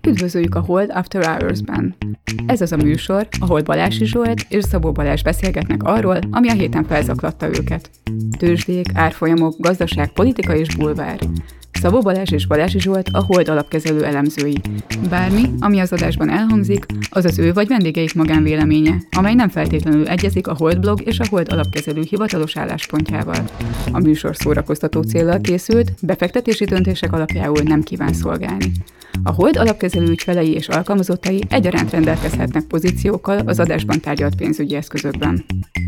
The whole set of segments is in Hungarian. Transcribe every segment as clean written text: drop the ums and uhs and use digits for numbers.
Üdvözöljük a Hold After Hours-ben! Ez az a műsor, ahol Balási Zsolt és Szabó Balázs beszélgetnek arról, ami a héten felzaklatta őket. Tőzsdék, árfolyamok, gazdaság, politika és bulvár. Szabó Balázs és Balási Zsolt a Hold alapkezelő elemzői. Bármi, ami az adásban elhangzik, az az ő vagy vendégeik magánvéleménye, amely nem feltétlenül egyezik a Hold blog és a Hold alapkezelő hivatalos álláspontjával. A műsor szórakoztató céllal készült, befektetési döntések alapjául nem kíván szolgálni. A Hold alapkezelő ügyfelei és alkalmazottai egyaránt rendelkezhetnek pozíciókkal az adásban tárgyalt pénzügyi eszközökben.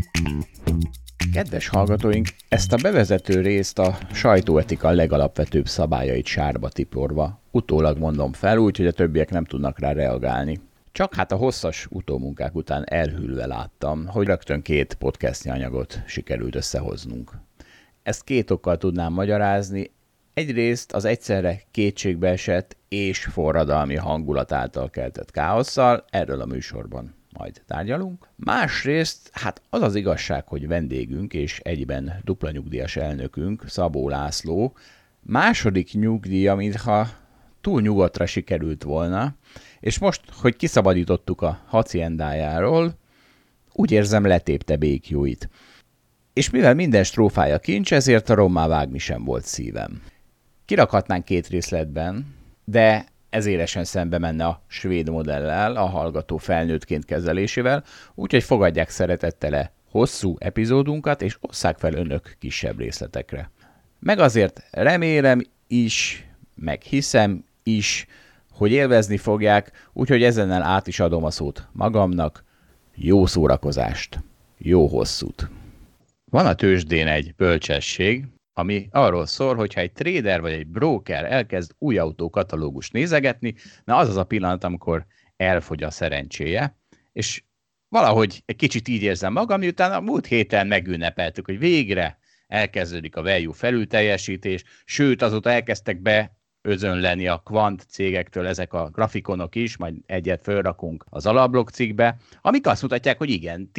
Kedves hallgatóink, ezt a bevezető részt a sajtóetika legalapvetőbb szabályait sárba tiporva utólag mondom fel, úgyhogy a többiek nem tudnak rá reagálni. Csak hát a hosszas utómunkák után elhűlve láttam, hogy rögtön 2 podcastnyi anyagot sikerült összehoznunk. Ezt 2 okkal tudnám magyarázni. Egyrészt az egyszerre kétségbeesett és forradalmi hangulat által keltett káosszal, erről a műsorban majd tárgyalunk. Másrészt, hát az az igazság, hogy vendégünk és egyben dupla nyugdíjas elnökünk, Szabó László, második nyugdíja, mintha túl nyugatra sikerült volna, és most, hogy kiszabadítottuk a haciendájáról, úgy érzem letépte békjóit. És mivel minden strófája kincs, ezért a rommá vágni sem volt szívem. Kirakhatnánk 2 részletben, de ez élesen szembe menne a svéd modellel, a hallgató felnőttként kezelésével, úgyhogy fogadják szeretettel hosszú epizódunkat, és osszák fel önök kisebb részletekre. Meg azért remélem is, meg hiszem is, hogy élvezni fogják, úgyhogy ezennel át is adom a szót magamnak. Jó szórakozást, jó hosszút! Van a tőzsdén egy bölcsesség, ami arról szól, hogyha egy trader vagy egy broker elkezd új autókatalógust nézegetni, na az az a pillanat, amikor elfogy a szerencséje, és valahogy egy kicsit így érzem magam, miután a múlt héten megünnepeltük, hogy végre elkezdődik a value felülteljesítés, sőt azóta elkezdtek beözönleni a kvant cégektől ezek a grafikonok is, majd egyet fölrakunk az alapblog cikkbe, amik azt mutatják, hogy igen,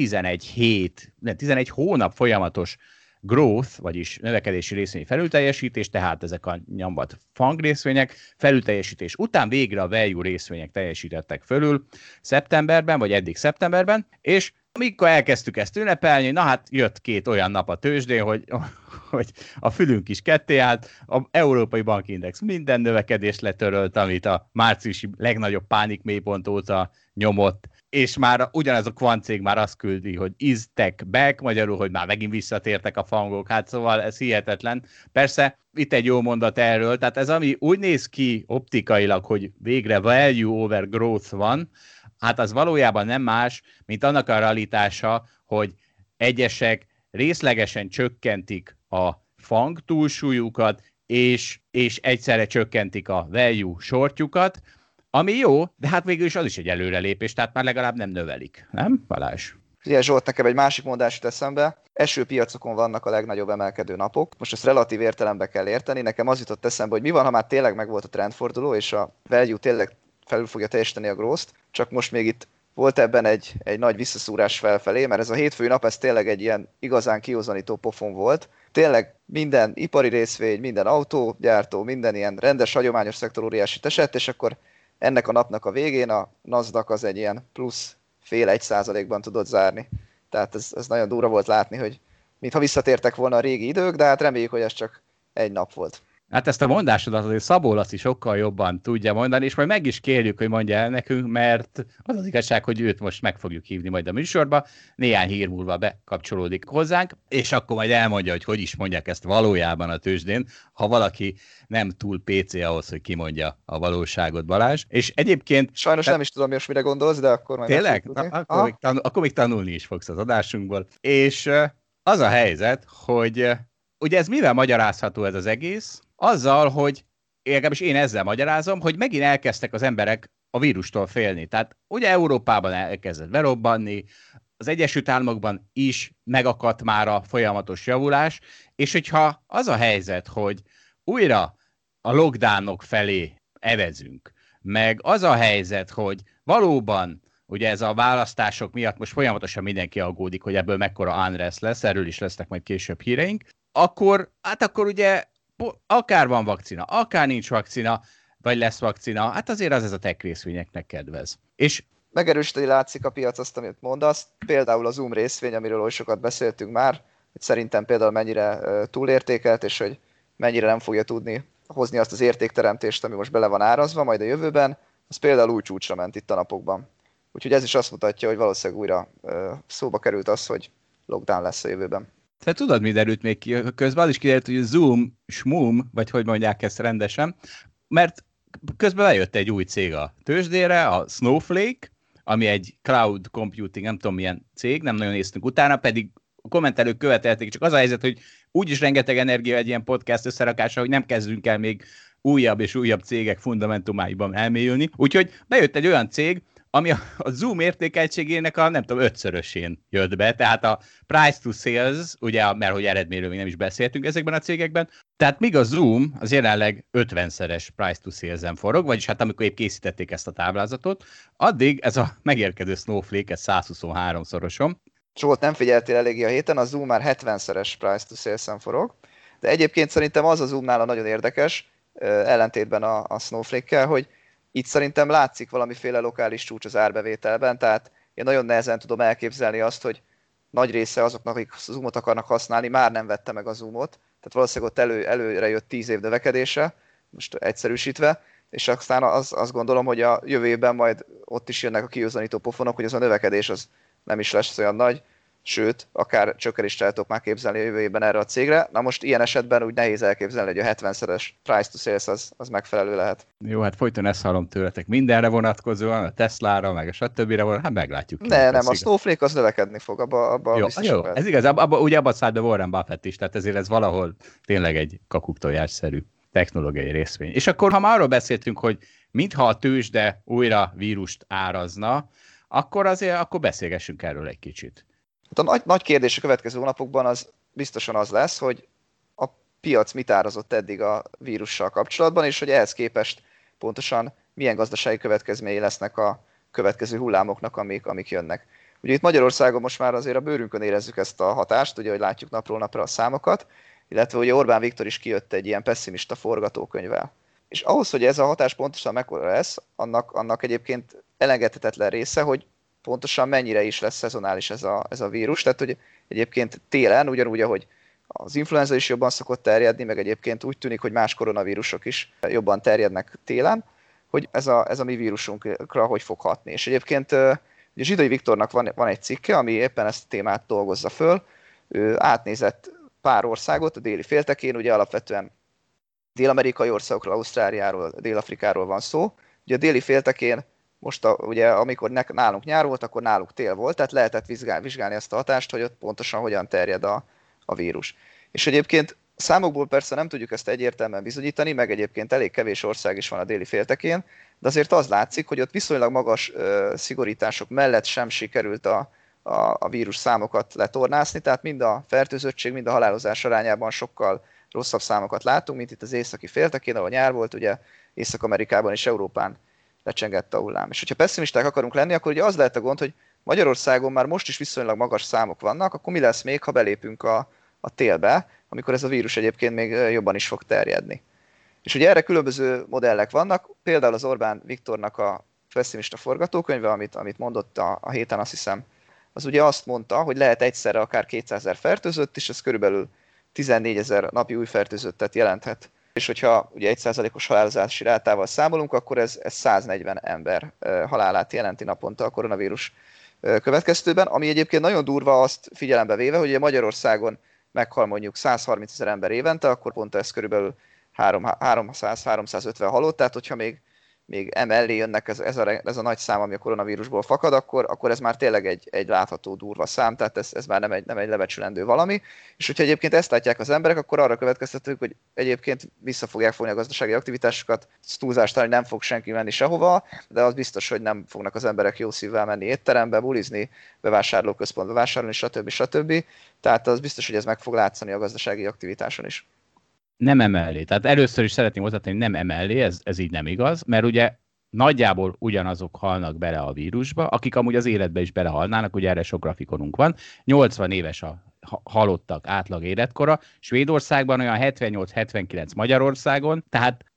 11 hónap folyamatos growth, vagyis növekedési részvény felülteljesítés, tehát ezek a nyomvat FANG részvények, felülteljesítés után végre a value részvények teljesítettek fölül szeptemberben, vagy eddig szeptemberben, és amikor elkezdtük ezt ünnepelni, na hát jött 2 olyan nap a tőzsdén, hogy a fülünk is ketté állt, a Európai Bankindex minden növekedést letörölt, amit a márciusi legnagyobb pánik mélypont óta nyomott, és már ugyanaz a kvant cég már azt küldi, hogy is tech back, magyarul, hogy már megint visszatértek a fangok, hát szóval ez hihetetlen. Persze itt egy jó mondat erről, tehát ez ami úgy néz ki optikailag, hogy végre value over growth van, hát az valójában nem más, mint annak a realitása, hogy egyesek részlegesen csökkentik a fang túlsúlyukat, és egyszerre csökkentik a value shortjukat, ami jó, de hát végül is az is egy előrelépés, tehát már legalább nem növelik. Nem, Balázs? Ugye Zsolt, nekem egy másik mondás jut eszembe. Esőpiacokon vannak a legnagyobb emelkedő napok. Most ezt relatív értelembe kell érteni. Nekem az jutott eszembe, hogy mi van, ha már tényleg megvolt a trendforduló, és a value tényleg felül fogja teljesíteni a growth-t, csak most még itt volt ebben egy nagy visszaszúrás felfelé, mert ez a hétfői nap, ez tényleg egy ilyen igazán kihozanító pofon volt. Tényleg minden ipari részvény, minden autógyártó, minden ilyen rendes, hagyományos szektor óriásit esett, és akkor ennek a napnak a végén a Nasdaq az egy ilyen plusz 0,5% tudott zárni. Tehát ez nagyon durva volt látni, hogy mintha visszatértek volna a régi idők, de hát reméljük, hogy ez csak egy nap volt. Hát ezt a mondásodat azért Szabó Laci sokkal jobban tudja mondani, és majd meg is kérjük, hogy mondja el nekünk, mert az az igazság, hogy őt most meg fogjuk hívni majd a műsorba, néhány hír múlva bekapcsolódik hozzánk, és akkor majd elmondja, hogy is mondják ezt valójában a tőzsdén, ha valaki nem túl PC ahhoz, hogy kimondja a valóságot, Balázs. És egyébként... Sajnos nem is tudom, most mire gondolsz, de akkor majd... Tényleg? Akkor még tanulni is fogsz az adásunkból. És az a helyzet, hogy ugye ez mivel magyarázható ez az egész? Azzal, hogy legalábbis én ezzel magyarázom, hogy megint elkezdtek az emberek a vírustól félni. Tehát ugye Európában elkezdett berobbanni, az Egyesült Államokban is megakadt már a folyamatos javulás, és hogyha az a helyzet, hogy újra a lockdownok felé evezünk, meg az a helyzet, hogy valóban ugye ez a választások miatt most folyamatosan mindenki aggódik, hogy ebből mekkora unrest lesz, erről is lesznek majd később híreink, akkor ugye akár van vakcina, akár nincs vakcina, vagy lesz vakcina, hát azért az ez a tech részvényeknek kedvez. És megerősíteni látszik a piac azt, amit mondasz. Például a Zoom részvény, amiről oly sokat beszéltünk már, hogy szerintem például mennyire túlértékelt, és hogy mennyire nem fogja tudni hozni azt az értékteremtést, ami most bele van árazva, majd a jövőben, az például új csúcsra ment itt a napokban. Úgyhogy ez is azt mutatja, hogy valószínűleg újra szóba került az, hogy lockdown lesz a jövőben. Te tudod, mi derült még ki? Közben az is kiderült, hogy Zoom, Schmoom, vagy hogy mondják ezt rendesen, mert közben bejött egy új cég a tőzsdére, a Snowflake, ami egy cloud computing, nem tudom milyen cég, nem nagyon néztünk utána, pedig a kommentelők követelték, csak az a helyzet, hogy úgyis rengeteg energia egy ilyen podcast összerakása, hogy nem kezdünk el még újabb és újabb cégek fundamentumáiban elmélyülni. Úgyhogy bejött egy olyan cég, ami a Zoom értékeltségének a nem tudom 5-szörösén jött be, tehát a price to sales, ugye, mert hogy eredményről még nem is beszéltünk ezekben a cégekben, tehát míg a Zoom az jelenleg 50-szeres price to sales-en forog, vagyis hát amikor épp készítették ezt a táblázatot, addig ez a megérkező Snowflake, ez 123-szoroson. Zsolt, nem figyeltél eléggé a héten, a Zoom már 70-szeres price to sales-en forog, de egyébként szerintem az a Zoomnál a nagyon érdekes, ellentétben a Snowflake-kel, hogy itt szerintem látszik valamiféle lokális csúcs az árbevételben, tehát én nagyon nehezen tudom elképzelni azt, hogy nagy része azoknak, akik Zoomot akarnak használni, már nem vette meg a Zoomot, tehát valószínűleg ott előre jött 10 év növekedése, most egyszerűsítve, és aztán azt gondolom, hogy a jövő évben majd ott is jönnek a kiúzanító pofonok, hogy az a növekedés az nem is lesz olyan nagy, sőt, akár csökkenést el tudok már képzelni a jövő évben erre a cégre. Na most ilyen esetben úgy nehéz elképzelni, hogy a 70-szeres price to sales az megfelelő lehet. Jó, hát folyton ezt hallom tőletek mindenre vonatkozóan, a Teslára, meg a stb. Vonatkozóan, hát meglátjuk. Nem, a Snowflake az növekedni fog, abba jó, ez igaz, ugye abban szállt be Warren Buffett is, tehát ezért ez valahol tényleg egy kakuktojásszerű technológiai részvény. És akkor, ha már arról beszéltünk, hogy mintha a tőzsde újra vírust árazna, akkor beszélgessünk erről egy kicsit. A nagy kérdés a következő hónapokban az biztosan az lesz, hogy a piac mit árazott eddig a vírussal kapcsolatban, és hogy ehhez képest pontosan milyen gazdasági következményei lesznek a következő hullámoknak, amik jönnek. Ugye itt Magyarországon most már azért a bőrünkön érezzük ezt a hatást, ugye, hogy látjuk napról napra a számokat, illetve ugye Orbán Viktor is kijött egy ilyen pessimista forgatókönyvvel. És ahhoz, hogy ez a hatás pontosan mekkora lesz, annak egyébként elengedhetetlen része, hogy pontosan mennyire is lesz szezonális ez a vírus. Tehát, hogy egyébként télen, ugyanúgy, ahogy az influenza is jobban szokott terjedni, meg egyébként úgy tűnik, hogy más koronavírusok is jobban terjednek télen, hogy ez a mi vírusunkra hogy fog hatni. És egyébként ugye Zsidai Viktornak van egy cikke, ami éppen ezt a témát dolgozza föl. Ő átnézett pár országot a déli féltekén, ugye alapvetően dél-amerikai országokról, Ausztráliáról, Dél-Afrikáról van szó. Ugye a déli féltekén most ugye amikor nálunk nyár volt, akkor náluk tél volt, tehát lehetett vizsgálni ezt a hatást, hogy ott pontosan hogyan terjed a vírus. És egyébként számokból persze nem tudjuk ezt egyértelműen bizonyítani, meg egyébként elég kevés ország is van a déli féltekén, de azért az látszik, hogy ott viszonylag magas szigorítások mellett sem sikerült a vírus számokat letornászni, tehát mind a fertőzöttség, mind a halálozás arányában sokkal rosszabb számokat látunk, mint itt az északi féltekén, ahol nyár volt, ugye Észak-Amerikában és Európán lecsengett a hullám. És hogyha pessimisták akarunk lenni, akkor ugye az lehet a gond, hogy Magyarországon már most is viszonylag magas számok vannak, akkor mi lesz még, ha belépünk a télbe, amikor ez a vírus egyébként még jobban is fog terjedni. És ugye erre különböző modellek vannak, például az Orbán Viktornak a pessimista forgatókönyve, amit mondott a héten, azt hiszem, az ugye azt mondta, hogy lehet egyszerre akár 200 000 fertőzött, és ez körülbelül 14 000 napi új fertőzöttet jelenthet. És hogyha ugye 1%-os halálozási rátával számolunk, akkor ez 140 ember halálát jelenti naponta a koronavírus következtében, ami egyébként nagyon durva azt figyelembe véve, hogy Magyarországon meghal mondjuk 130 000 ember évente, akkor pont ez körülbelül 300-350 halott, tehát hogyha még emellé jönnek ez a nagy szám, ami a koronavírusból fakad, akkor ez már tényleg egy látható durva szám, tehát ez már nem egy lebecsülendő valami. És hogyha egyébként ezt látják az emberek, akkor arra következtetünk, hogy egyébként vissza fogják fogni a gazdasági aktivitásokat, túlzástán, hogy nem fog senki menni sehova, de az biztos, hogy nem fognak az emberek jó szívvel menni étterembe, bulizni, bevásárlóközpontba vásárolni, stb. Tehát az biztos, hogy ez meg fog látszani a gazdasági aktivitáson is. Nem emellé. Tehát először is szeretném hozzátenni, hogy nem emellé, ez így nem igaz, mert ugye nagyjából ugyanazok halnak bele a vírusba, akik amúgy az életbe is belehalnának, ugye erre sok grafikonunk van. 80 éves a halottak átlag életkora, Svédországban olyan 78-79 Magyarországon, tehát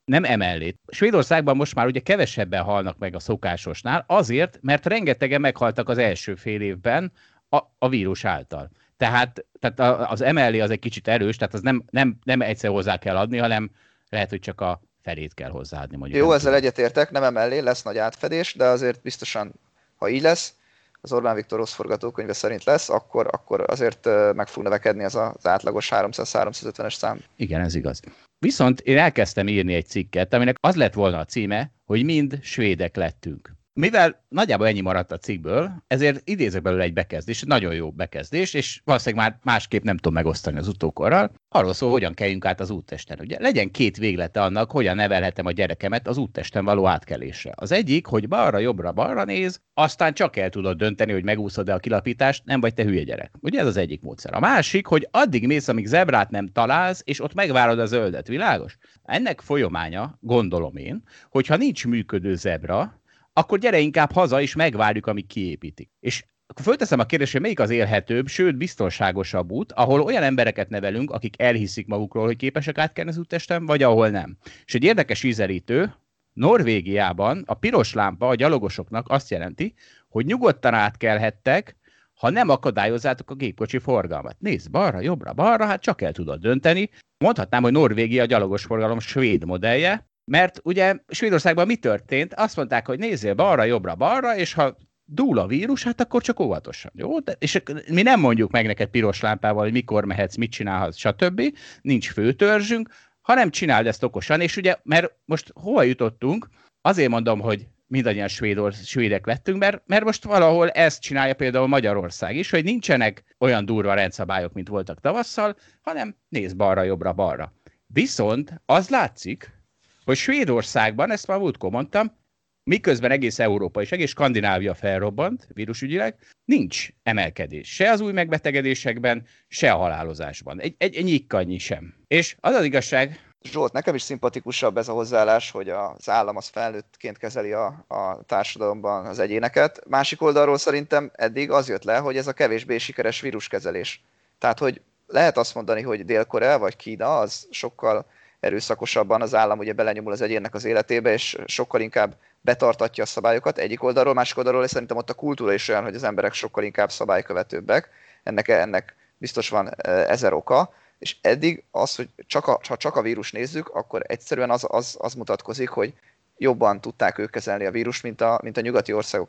nem emellé. Svédországban most már ugye kevesebben halnak meg a szokásosnál, azért, mert rengetegen meghaltak az első fél évben a vírus által. Tehát az emellé az egy kicsit erős, tehát az nem egyszer hozzá kell adni, hanem lehet, hogy csak a felét kell hozzáadni. Mondjuk. Jó, ezzel egyetértek, nem emellé, lesz nagy átfedés, de azért biztosan, ha így lesz, az Orbán Viktor rossz forgatókönyve szerint lesz, akkor azért meg fog növekedni az átlagos 300-350-es szám. Igen, ez igaz. Viszont én elkezdtem írni egy cikket, aminek az lett volna a címe, hogy mind svédek lettünk. Mivel nagyjából ennyi maradt a cikkből, ezért idézek belőle egy bekezdés, nagyon jó bekezdés, és valószínűleg már másképp nem tudom megosztani az utókorral. Arról szól, hogyan keljünk át az úttesten. Ugye legyen két véglete annak, hogyan nevelhetem a gyerekemet az úttesten való átkelésre. Az egyik, hogy balra néz, aztán csak el tudod dönteni, hogy megúszod-e a kilapítást, nem vagy te hülye gyerek. Ugye ez az egyik módszer. A másik, hogy addig mész, amíg zebrát nem találsz, és ott megvárod a zöldet. Világos? Ennek folyamánya, gondolom én, hogyha nincs működő zebra, akkor gyere inkább haza, és megvárjuk, amíg kiépítik. És akkor fölteszem a kérdést, hogy melyik az élhetőbb, sőt biztonságosabb út, ahol olyan embereket nevelünk, akik elhiszik magukról, hogy képesek átkelni az úttesten, vagy ahol nem. És egy érdekes ízelítő, Norvégiában a piros lámpa a gyalogosoknak azt jelenti, hogy nyugodtan átkelhettek, ha nem akadályozzátok a gépkocsi forgalmat. Nézd, balra, hát csak el tudod dönteni. Mondhatnám, hogy Norvégia a gyalogos forgalom svéd modellje, mert ugye Svédországban mi történt? Azt mondták, hogy nézzél balra, és ha dúl a vírus, hát akkor csak óvatosan. Jó? És mi nem mondjuk meg neked piros lámpával, hogy mikor mehetsz, mit csinálhatsz, stb. Nincs főtörzsünk, hanem csináld ezt okosan. És ugye, mert most hova jutottunk? Azért mondom, hogy mindannyian svédek lettünk, mert most valahol ezt csinálja például Magyarország is, hogy nincsenek olyan durva rendszabályok, mint voltak tavasszal, hanem nézd balra. Viszont az látszik, hogy Svédországban, ezt már múltkor mondtam, miközben egész Európa és egész Skandinávia felrobbant vírusügyileg, nincs emelkedés se az új megbetegedésekben, se a halálozásban. Egy nyikkannyi sem. És az az igazság... Zsolt, nekem is szimpatikusabb ez a hozzáállás, hogy az állam az felnőttként kezeli a társadalomban az egyéneket. Másik oldalról szerintem eddig az jött le, hogy ez a kevésbé sikeres víruskezelés. Tehát, hogy lehet azt mondani, hogy Dél-Korea vagy Kína az sokkal erőszakosabban az állam ugye belenyomul az egyénnek az életébe, és sokkal inkább betartatja a szabályokat egyik oldalról, másik oldalról, és szerintem ott a kultúra is olyan, hogy az emberek sokkal inkább szabálykövetőbbek. Ennek biztos van ezer oka, és eddig az, hogy ha csak a vírus nézzük, akkor egyszerűen az mutatkozik, hogy jobban tudták ők kezelni a vírust, mint a nyugati országok.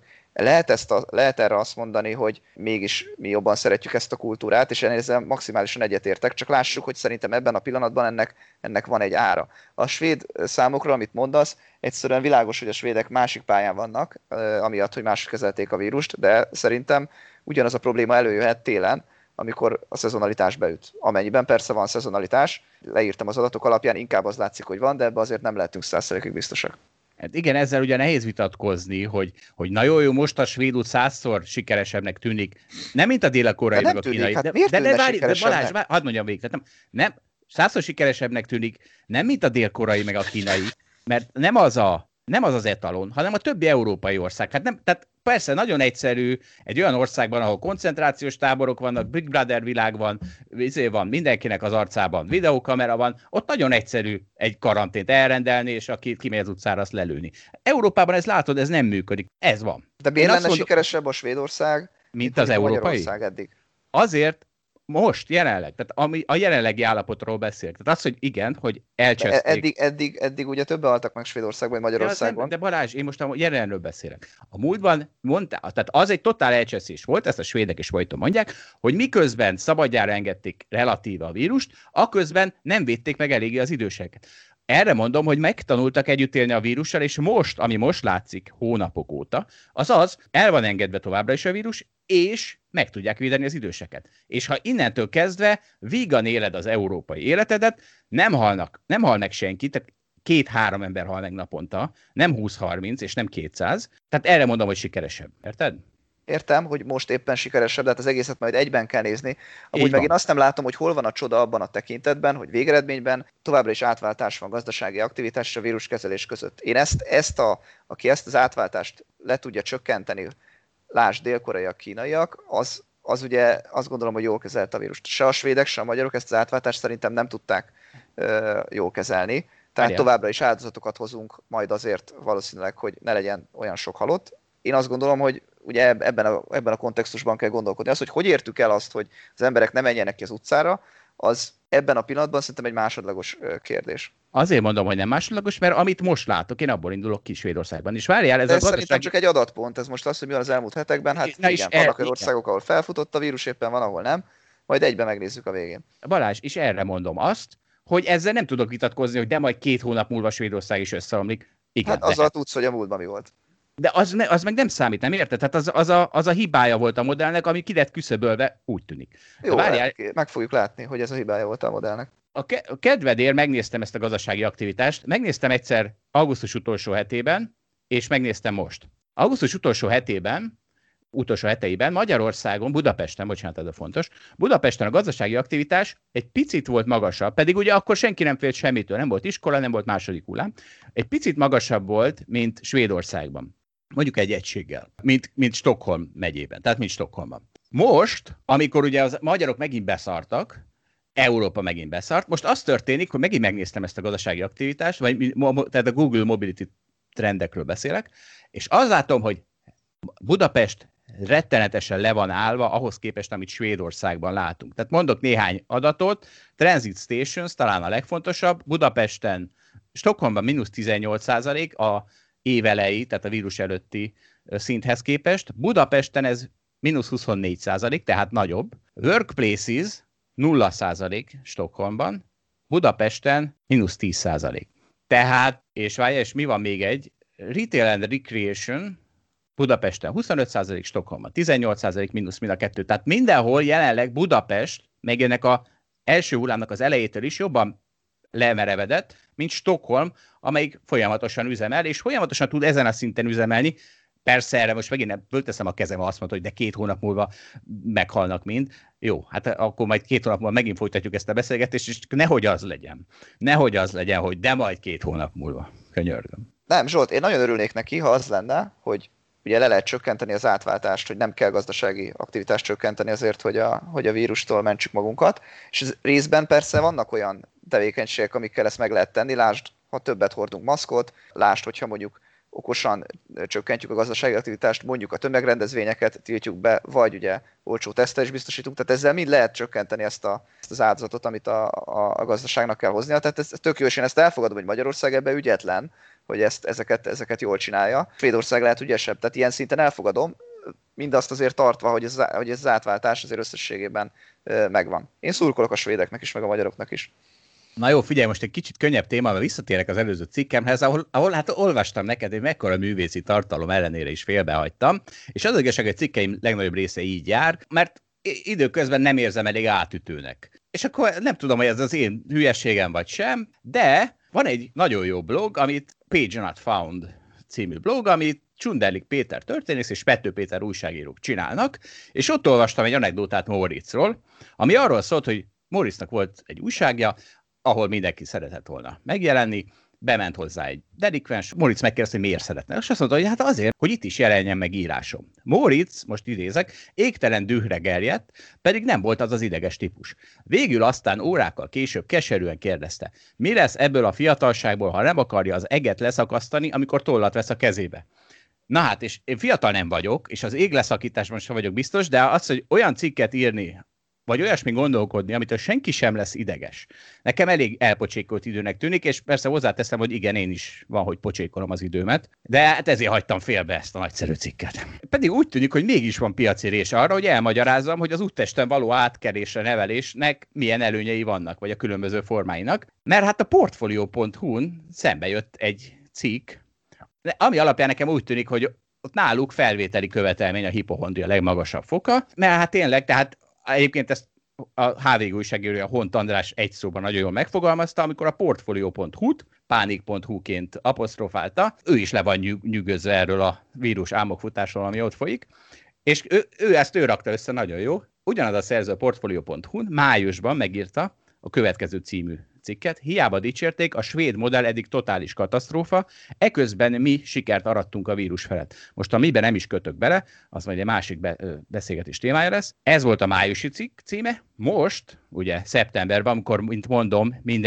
Lehet erre azt mondani, hogy mégis mi jobban szeretjük ezt a kultúrát, és én ezzel maximálisan egyetértek, csak lássuk, hogy szerintem ebben a pillanatban ennek van egy ára. A svéd számokra, amit mondasz, egyszerűen világos, hogy a svédek másik pályán vannak, amiatt, hogy mások kezelték a vírust, de szerintem ugyanaz a probléma előjöhet télen, amikor a szezonalitás beüt. Amennyiben persze van szezonalitás, leírtam az adatok alapján, inkább az látszik, hogy van, de ebbe azért nem lehetünk 100%-ig biztosak. Hát igen, ezzel ugye nehéz vitatkozni, hogy na jó, most a svéd út 100-szor sikeresebbnek tűnik. Nem mint a dél-koreai meg a kínai. Hát de Balázs, hadd mondjam végig. Nem, 100-szor sikeresebbnek tűnik, nem mint a dél-koreai meg a kínai, mert nem az etalon, hanem a többi európai ország. Tehát persze nagyon egyszerű egy olyan országban, ahol koncentrációs táborok vannak, Big Brother világ van, mindenkinek az arcában videókamera van, ott nagyon egyszerű egy karantént elrendelni, és aki kimegy az utcára, azt lelőni. Európában ez látod, ez nem működik. Ez van. De miért lenne sikeresebb a Svédország, mint az európai? Magyarország eddig? Azért, most, jelenleg, tehát a jelenlegi állapotról beszélek. Tehát az, hogy igen, hogy elcseszték. Eddig ugye többen haltak meg Svédországban, vagy Magyarországon. De Balázs, én most a jelenről beszélek. A múltban tehát az egy totál elcseszés volt, ezt a svédek is folyton mondják, hogy miközben szabadjára engedték relatíve a vírust, aközben nem védték meg eléggé az időseket. Erre mondom, hogy megtanultak együtt élni a vírussal, és most, ami most látszik hónapok óta, az el van engedve továbbra is a vírus, és meg tudják védeni az időseket. És ha innentől kezdve vígan éled az európai életedet, nem hal meg senki, tehát 2-3 ember hal meg naponta, nem 20-30 és nem 200, tehát erre mondom, hogy sikeresebb. Érted? Értem, hogy most éppen sikeresebb, de hát az egészet majd egyben kell nézni. Amúgy meg én azt nem látom, hogy hol van a csoda abban a tekintetben, hogy végeredményben továbbra is átváltás van gazdasági aktivitás és a víruskezelés között. Én aki ezt az átváltást le tudja csökkenteni, lásd dél-koreaiak, kínaiak, az ugye azt gondolom, hogy jól kezelte a vírust. Se a svédek, se a magyarok ezt az átváltást szerintem nem tudták jól kezelni. Tehát továbbra is áldozatokat hozunk majd azért valószínűleg, hogy ne legyen olyan sok halott. Én azt gondolom, hogy ugye ebben a kontextusban kell gondolkodni. Az, hogy értük el azt, hogy az emberek ne menjenek ki az utcára, az ebben a pillanatban szerintem egy másodlagos kérdés. Azért mondom, hogy nem másodlagos, mert amit most látok, én abból indulok ki Svédországban. És várjál, ez a gazdaság... szerintem csak egy adatpont, ez most az, hogy mi van az elmúlt hetekben. Hát igen, vannak olyan országok, ahol felfutott a vírus, éppen van, ahol nem. Majd egyben megnézzük a végén. Balázs, és erre mondom azt, hogy ezzel nem tudok vitatkozni, hogy de majd 2 hónap múlva Svédország is összeomlik. Igen, hát azzal tudsz, hogy a múltban mi volt. De az meg nem számít, nem érted? Tehát az a hibája volt a modellnek, ami ki lett küszöbölve, úgy tűnik. Jó, meg fogjuk látni, hogy ez a hibája volt a modellnek. A kedvedért megnéztem ezt a gazdasági aktivitást, megnéztem egyszer augusztus utolsó hetében, és megnéztem most. Augusztus utolsó heteiben Magyarországon, Budapesten, bocsánat, ez a fontos, Budapesten a gazdasági aktivitás egy picit volt magasabb, pedig ugye akkor senki nem félt semmitől, nem volt iskola, nem volt második hullám, egy picit magasabb volt, mint Svédországban. Mondjuk egy egységgel, mint Stockholm megyében, tehát mint Stockholmban. Most, amikor ugye a magyarok megint beszartak, Európa megint beszart, most az történik, hogy megint megnéztem ezt a gazdasági aktivitást, tehát a Google Mobility trendekről beszélek, és azt látom, hogy Budapest rettenetesen le van állva ahhoz képest, amit Svédországban látunk. Tehát mondok néhány adatot, Transit Stations talán a legfontosabb, Budapesten, Stockholmban -18% a évelei, tehát a vírus előtti szinthez képest, Budapesten ez -24%, tehát nagyobb. Workplaces 0% Stockholmban, Budapesten -10%. Tehát, és mi van még egy? Retail and Recreation Budapesten 25%, Stockholmban 18% mínusz mind a kettő. Tehát mindenhol jelenleg Budapest, meg ennek az első hullámnak az elejétől is jobban lemerevedett, mint Stockholm, amelyik folyamatosan üzemel, és folyamatosan tud ezen a szinten üzemelni. Persze erre most megint nem fölteszem a kezem, azt mondta, hogy de 2 hónap múlva meghalnak mind. Jó, hát akkor majd 2 hónap múlva megint folytatjuk ezt a beszélgetést, és nehogy az legyen, hogy de majd 2 hónap múlva. Könyörgöm. Nem, Zsolt, én nagyon örülnék neki, ha az lenne, hogy ugye le lehet csökkenteni az átváltást, hogy nem kell gazdasági aktivitást csökkenteni azért, hogy a vírustól mentsük magunkat. És ez részben persze vannak olyan tevékenységek, amikkel ezt meg lehet tenni. Lásd, ha többet hordunk maszkot, lásd, hogyha mondjuk okosan csökkentjük a gazdasági aktivitást, mondjuk a tömegrendezvényeket tiltjuk be, vagy ugye olcsó tesztet is biztosítunk, tehát ezzel mind lehet csökkenteni ezt az áldozatot, amit a gazdaságnak kell hoznia. Tehát ez tök jó, és én ezt elfogadom, hogy Magyarország ebben ügyetlen, hogy ezeket jól csinálja. Svédország lehet ügyesebb, tehát ilyen szinten elfogadom, mindazt azért tartva, hogy ez az átváltás azért összességében megvan. Én szurkolok a svédeknek is, meg a magyaroknak is. Na jó, figyelj, most egy kicsit könnyebb témával visszatérek az előző cikkemhez, ahol hát olvastam neked, hogy mekkora művészi tartalom ellenére is félbehagytam, és az igazság, hogy cikkeim legnagyobb része így jár, mert időközben nem érzem elég átütőnek. És akkor nem tudom, hogy ez az én hülyességem vagy sem, de van egy nagyon jó blog, amit Page Not Found című blog, amit Csunderlik Péter történész és Pető Péter újságírók csinálnak, és ott olvastam egy anekdotát Moritzról, ami arról szólt, hogy Moritznak volt egy újságja, ahol mindenki szeretett volna megjelenni, bement hozzá egy delikvens, Moritz megkérdezte, hogy miért szeretne, és azt mondta, hogy hát azért, hogy itt is jelenjen meg írásom. Moritz, most idézek, égtelen dühre gerjedt, pedig nem volt az az ideges típus. Végül aztán órákkal később keserűen kérdezte, mi lesz ebből a fiatalságból, ha nem akarja az eget leszakasztani, amikor tollat vesz a kezébe. Na hát, és én fiatal nem vagyok, és az égleszakításban sem vagyok biztos, de az, hogy olyan cikket írni, vagy olyasmi gondolkodni, amitől senki sem lesz ideges. Nekem elég elpocsékolt időnek tűnik, és persze hozzáteszem, hogy igen, én is van, hogy pocsékolom az időmet, de hát ezért hagytam félbe ezt a nagyszerű cikket. Pedig úgy tűnik, hogy mégis van piaci rés arra, hogy elmagyarázzam, hogy az úttesten való átkerésre nevelésnek milyen előnyei vannak, vagy a különböző formáinak. Mert hát a Portfolio.hu-n szembe jött egy cikk, ami alapján nekem úgy tűnik, hogy ott náluk felvételi követelmény a hipohondria legmagasabb foka, mert hát tényleg, tehát egyébként ezt a HVG újságírója Hont András egy szóban nagyon jól megfogalmazta, amikor a Portfolio.hu-t pánik.hu-ként apostrofálta, ő is le van nyűgözve erről a vírus álmokfutásról, ami ott folyik, és ő rakta össze nagyon jó. Ugyanaz a szerző a Portfolio.hu-n májusban megírta a következő című cikket, hiába dicsérték, a svéd modell eddig totális katasztrófa, eközben mi sikert arattunk a vírus felett. Most a miben nem is kötök bele, az majd egy másik beszélgetés témája lesz. Ez volt a májusi cikk címe. Most, ugye szeptemberben, amikor, mint mondom, minden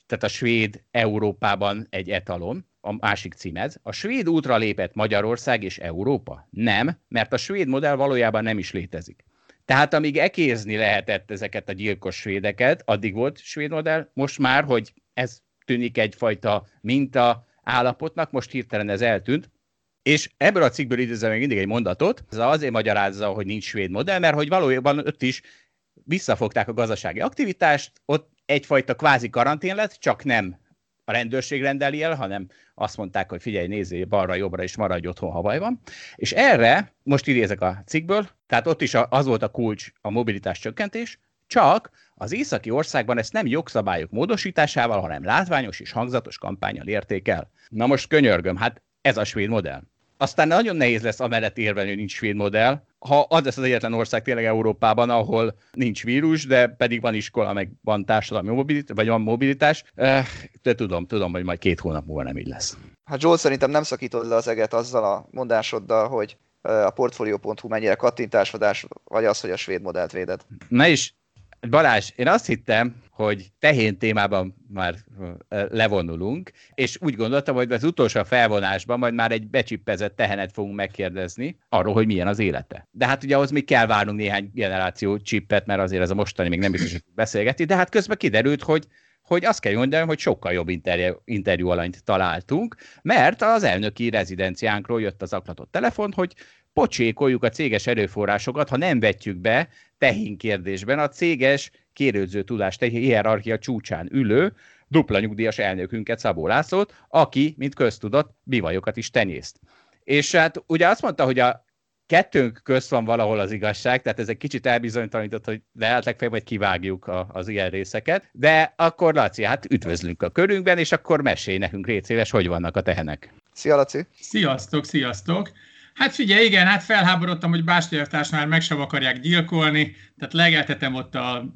tehát a svéd Európában egy etalon, a másik címez. A svéd útra lépett Magyarország és Európa? Nem, mert a svéd modell valójában nem is létezik. Tehát amíg ekézni lehetett ezeket a gyilkos svédeket, addig volt svéd modell, most már, hogy ez tűnik egyfajta minta állapotnak, most hirtelen ez eltűnt, és ebből a cikkből idézem még mindig egy mondatot, ez azért magyarázza, hogy nincs svéd modell, mert hogy valójában ott is visszafogták a gazdasági aktivitást, ott egyfajta kvázi karantén lett, csak nem a rendőrség rendeli el, hanem azt mondták, hogy figyelj, nézzél balra-jobbra, és maradj otthon, ha baj van. És erre, most idézek a cikkből, tehát ott is az volt a kulcs, a mobilitás csökkentés, csak az északi országban ezt nem jogszabályok módosításával, hanem látványos és hangzatos kampánnyal érték el. Na most könyörgöm, hát ez a svéd modell. Aztán nagyon nehéz lesz amellett érvelni, hogy nincs svéd modell, ha az lesz az egyetlen ország tényleg Európában, ahol nincs vírus, de pedig van iskola, meg van társadalmi mobilitás, vagy van mobilitás, de tudom, hogy majd 2 hónap múlva nem így lesz. Hát Zsolt, szerintem nem szakítod le az eget azzal a mondásoddal, hogy a Portfolio.hu mennyire kattintásvadás, vagy az, hogy a svéd modellt véded. Na és Balázs, én azt hittem, hogy tehén témában már levonulunk, és úgy gondoltam, hogy az utolsó felvonásban majd már egy becsippezett tehenet fogunk megkérdezni arról, hogy milyen az élete. De hát ugye ahhoz még kell várnunk néhány generáció csippet, mert azért ez a mostani még nem biztos, hogy beszélgetni, de hát közben kiderült, hogy azt kell mondanom, hogy sokkal jobb interjú alanyt találtunk, mert az elnöki rezidenciánkról jött az zaklatott telefon, hogy pocsékoljuk a céges erőforrásokat, ha nem vetjük be tehén kérdésben a céges kérődző tudás hierarchia csúcsán ülő dupla nyugdíjas elnökünket, Szabó Lászlót, aki, mint köztudott, bivajokat is tenyészt. És hát ugye azt mondta, hogy a kettőnk közt van valahol az igazság, tehát ez egy kicsit elbizonytalanított, hogy lehet legfeljebb, hogy kivágjuk az ilyen részeket, de akkor Laci, hát üdvözlünk a körünkben, és akkor mesélj nekünk, légy szíves, hogy vannak a tehenek. Szia, Laci! Sziasztok! Hát figyelj, igen, hát felháborodtam, hogy Bástyártásnál meg sem akarják gyilkolni, tehát legeltetem ott a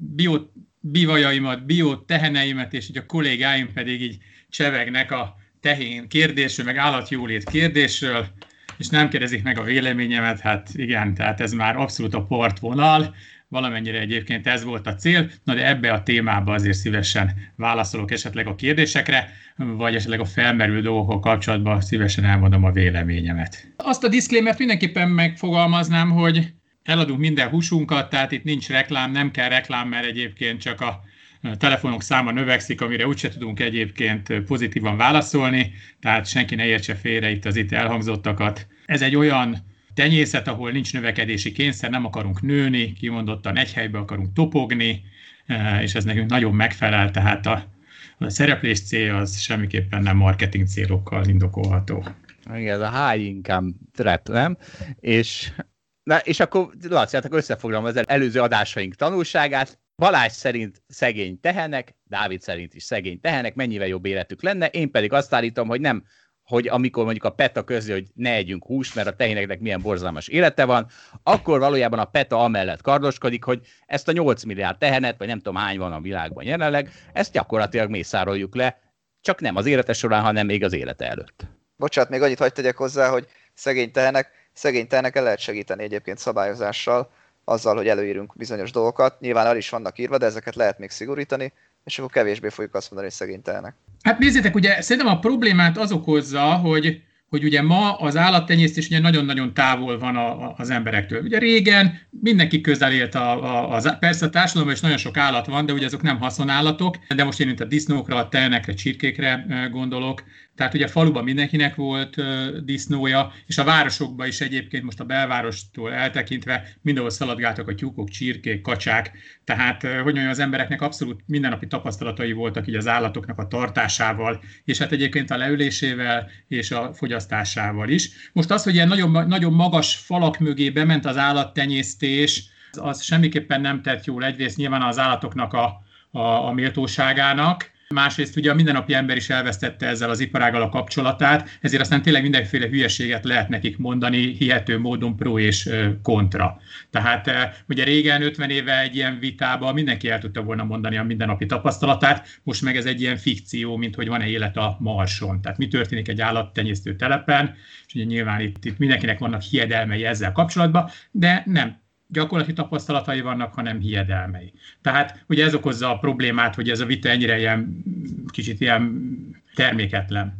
bivajaimat, teheneimet, és így a kollégáim pedig így csevegnek a tehén kérdésről, meg állatjólét kérdésről, és nem kérdezik meg a véleményemet, hát igen, tehát ez már abszolút a partvonal, valamennyire egyébként ez volt a cél, na de ebbe a témába azért szívesen válaszolok esetleg a kérdésekre, vagy esetleg a felmerülő dolgokkal kapcsolatban szívesen elmondom a véleményemet. Azt a disclaimert mindenképpen megfogalmaznám, hogy eladunk minden húsunkat, tehát itt nincs reklám, nem kell reklám, mert egyébként csak a telefonok száma növekszik, amire úgyse tudunk egyébként pozitívan válaszolni, tehát senki ne értse félre itt elhangzottakat. Ez egy olyan tenyészet, ahol nincs növekedési kényszer, nem akarunk nőni, kimondottan egy helybe akarunk topogni, és ez nekünk nagyon megfelel, tehát a szereplés cél az semmiképpen nem marketing célokkal indokolható. Igen, ez a high income trap, nem? És akkor, Laci, hát akkor összefoglalom az előző adásaink tanulságát. Balázs szerint szegény tehenek, Dávid szerint is szegény tehenek, mennyivel jobb életük lenne, én pedig azt állítom, hogy nem, hogy amikor mondjuk a PETA közli, hogy ne együnk húst, mert a tehéneknek milyen borzalmas élete van, akkor valójában a PETA amellett kardoskodik, hogy ezt a 8 milliárd tehenet, vagy nem tudom hány van a világban jelenleg, ezt gyakorlatilag mészároljuk le, csak nem az élete során, hanem még az élete előtt. Bocsánat, még annyit hadd tegyek hozzá, hogy szegény tehenekkel lehet segíteni egyébként szabályozással, azzal, hogy előírunk bizonyos dolgokat. Nyilván el is vannak írva, de ezeket lehet még szigorítani, és akkor kevésbé fogjuk azt mondani, hogy szegény tehenek. Hát nézzétek, ugye szerintem a problémát az okozza, hogy ugye ma az állattenyésztés ugye nagyon-nagyon távol van az emberektől. Ugye régen mindenki közel élt, persze a társadalomban is nagyon sok állat van, de ugye azok nem haszonállatok, de most én itt a disznókra, a tehenekre, csirkékre gondolok. Tehát ugye a faluban mindenkinek volt disznója, és a városokban is egyébként most a belvárostól eltekintve mindenhol szaladgáltak a tyúkok, csirkék, kacsák. Tehát hogy mondjam, az embereknek abszolút mindennapi tapasztalatai voltak így az állatoknak a tartásával, és hát egyébként a leülésével és a fogyasztásával is. Most az, hogy ilyen nagyon, nagyon magas falak mögé bement az állattenyésztés, az semmiképpen nem tett jól egyrészt nyilván az állatoknak a méltóságának, másrészt ugye a mindennapi ember is elvesztette ezzel az iparággal a kapcsolatát, ezért aztán tényleg mindenféle hülyeséget lehet nekik mondani, hihető módon pro és kontra. Tehát ugye régen 50 éve egy ilyen vitában mindenki el tudta volna mondani a mindennapi tapasztalatát, most meg ez egy ilyen fikció, mint hogy van-e élet a Marson. Tehát mi történik egy állattenyésztő telepen, és ugye nyilván itt mindenkinek vannak hiedelmei ezzel kapcsolatban, de gyakorlati tapasztalatai vannak, hanem hiedelmei. Tehát ugye ez okozza a problémát, hogy ez a vita ennyire kicsit ilyen terméketlen.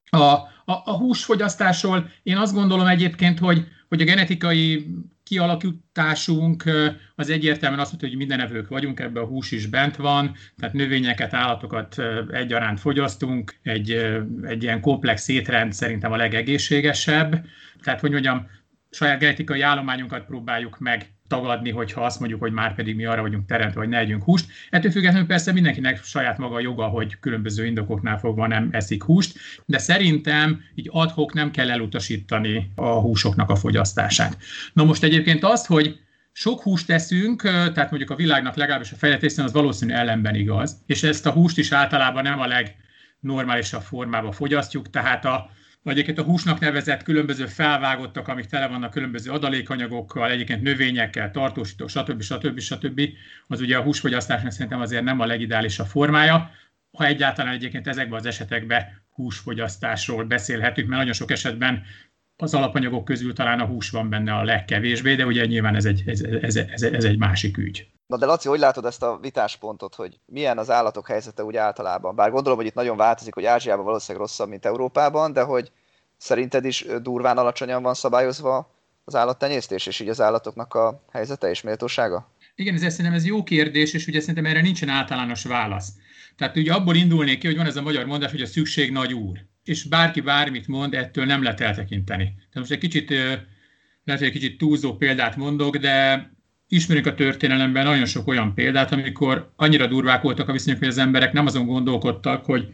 A húsfogyasztásról én azt gondolom egyébként, hogy a genetikai kialakításunk az egyértelműen azt mondja, hogy mindenevők vagyunk, ebben a hús is bent van, tehát növényeket, állatokat egyaránt fogyasztunk, egy ilyen komplex étrend szerintem a legegészségesebb. Tehát, hogy mondjam, saját genetikai állományunkat próbáljuk meg tagadni, hogyha azt mondjuk, hogy már pedig mi arra vagyunk teremtve, hogy ne együnk húst. Ettől függetlenül persze mindenkinek saját maga a joga, hogy különböző indokoknál fogva nem eszik húst, de szerintem így ad hoc nem kell elutasítani a húsoknak a fogyasztását. Na most egyébként azt, hogy sok húst teszünk, tehát mondjuk a világnak legalábbis a fejlett részén az valószínű ellenben igaz, és ezt a húst is általában nem a legnormálisabb formában fogyasztjuk, tehát egyébként a húsnak nevezett különböző felvágottak, amik tele vannak különböző adalékanyagokkal, egyébként növényekkel, tartósítók, stb. Az ugye a húsfogyasztásnak szerintem azért nem a legideálisabb formája, ha egyáltalán egyébként ezekben az esetekben húsfogyasztásról beszélhetünk, mert nagyon sok esetben az alapanyagok közül talán a hús van benne a legkevésbé, de ugye nyilván ez egy másik ügy. Na de Laci, hogy látod ezt a vitáspontot, hogy milyen az állatok helyzete úgy általában? Bár gondolom, hogy itt nagyon változik, hogy Ázsiában valószínűleg rosszabb, mint Európában, de hogy szerinted is durván alacsonyan van szabályozva az állattenyésztés, és így az állatoknak a helyzete és méltósága? Igen, szerintem ez jó kérdés, és ugye szerintem erre nincsen általános válasz. Tehát ugye abból indulnék ki, hogy van ez a magyar mondás, hogy a szükség nagy úr. És bárki bármit mond, ettől nem lehet eltekinteni. Tehát most egy kicsit túlzó példát mondok, de ismerünk a történelemben nagyon sok olyan példát, amikor annyira durvák voltak a viszonyok, hogy az emberek nem azon gondolkodtak, hogy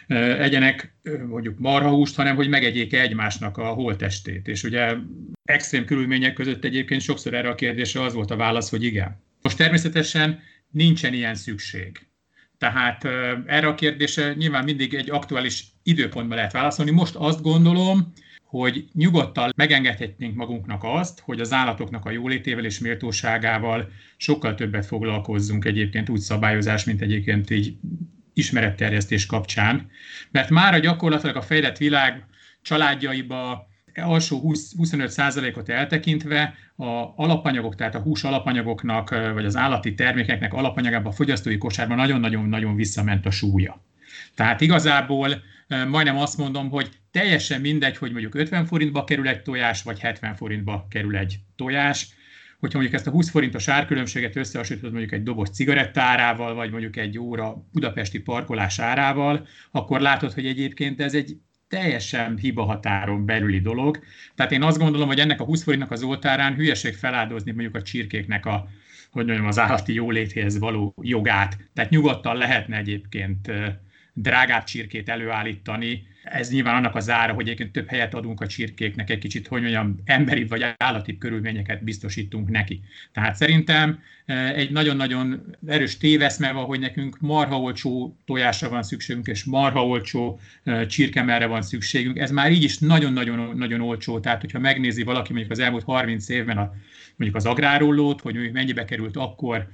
egyenek mondjuk marhahúst, hanem hogy megegyék egymásnak a holttestét. És ugye extrém körülmények között egyébként sokszor erre a kérdésre az volt a válasz, hogy igen. Most természetesen nincsen ilyen szükség. Tehát erre a kérdésre nyilván mindig egy aktuális időpontban lehet válaszolni. Most azt gondolom, hogy nyugodtan megengedhetnénk magunknak azt, hogy az állatoknak a jólétével és méltóságával sokkal többet foglalkozzunk egyébként úgy szabályozás, mint egyébként így ismeretterjesztés kapcsán. Mert már gyakorlatilag a fejlett világ családjaiba alsó 25%-ot eltekintve a alapanyagok, tehát a hús alapanyagoknak, vagy az állati termékeknek alapanyagában a fogyasztói kosárban nagyon-nagyon visszament a súlya. Tehát igazából majdnem azt mondom, hogy teljesen mindegy, hogy mondjuk 50 forintba kerül egy tojás, vagy 70 forintba kerül egy tojás. Hogyha mondjuk ezt a 20 forintos árkülönbséget összehasonlítod mondjuk egy doboz cigaretta árával, vagy mondjuk egy óra budapesti parkolás árával, akkor látod, hogy egyébként ez egy teljesen hibahatáron belüli dolog. Tehát én azt gondolom, hogy ennek a 20 forintnak az oltárán hülyeség feláldozni mondjuk a csirkéknek az állati jóléthez való jogát. Tehát nyugodtan lehetne egyébként drágább csirkét előállítani. Ez nyilván annak az ára, hogy egyébként több helyet adunk a csirkéknek, egy kicsit, emberi vagy állati körülményeket biztosítunk neki. Tehát szerintem egy nagyon-nagyon erős téveszme van, hogy nekünk marha olcsó tojásra van szükségünk, és marha olcsó csirkemelre van szükségünk. Ez már így is nagyon-nagyon olcsó. Tehát, hogyha megnézi valaki mondjuk az elmúlt 30 évben mondjuk az agrárollót, hogy mennyibe került akkor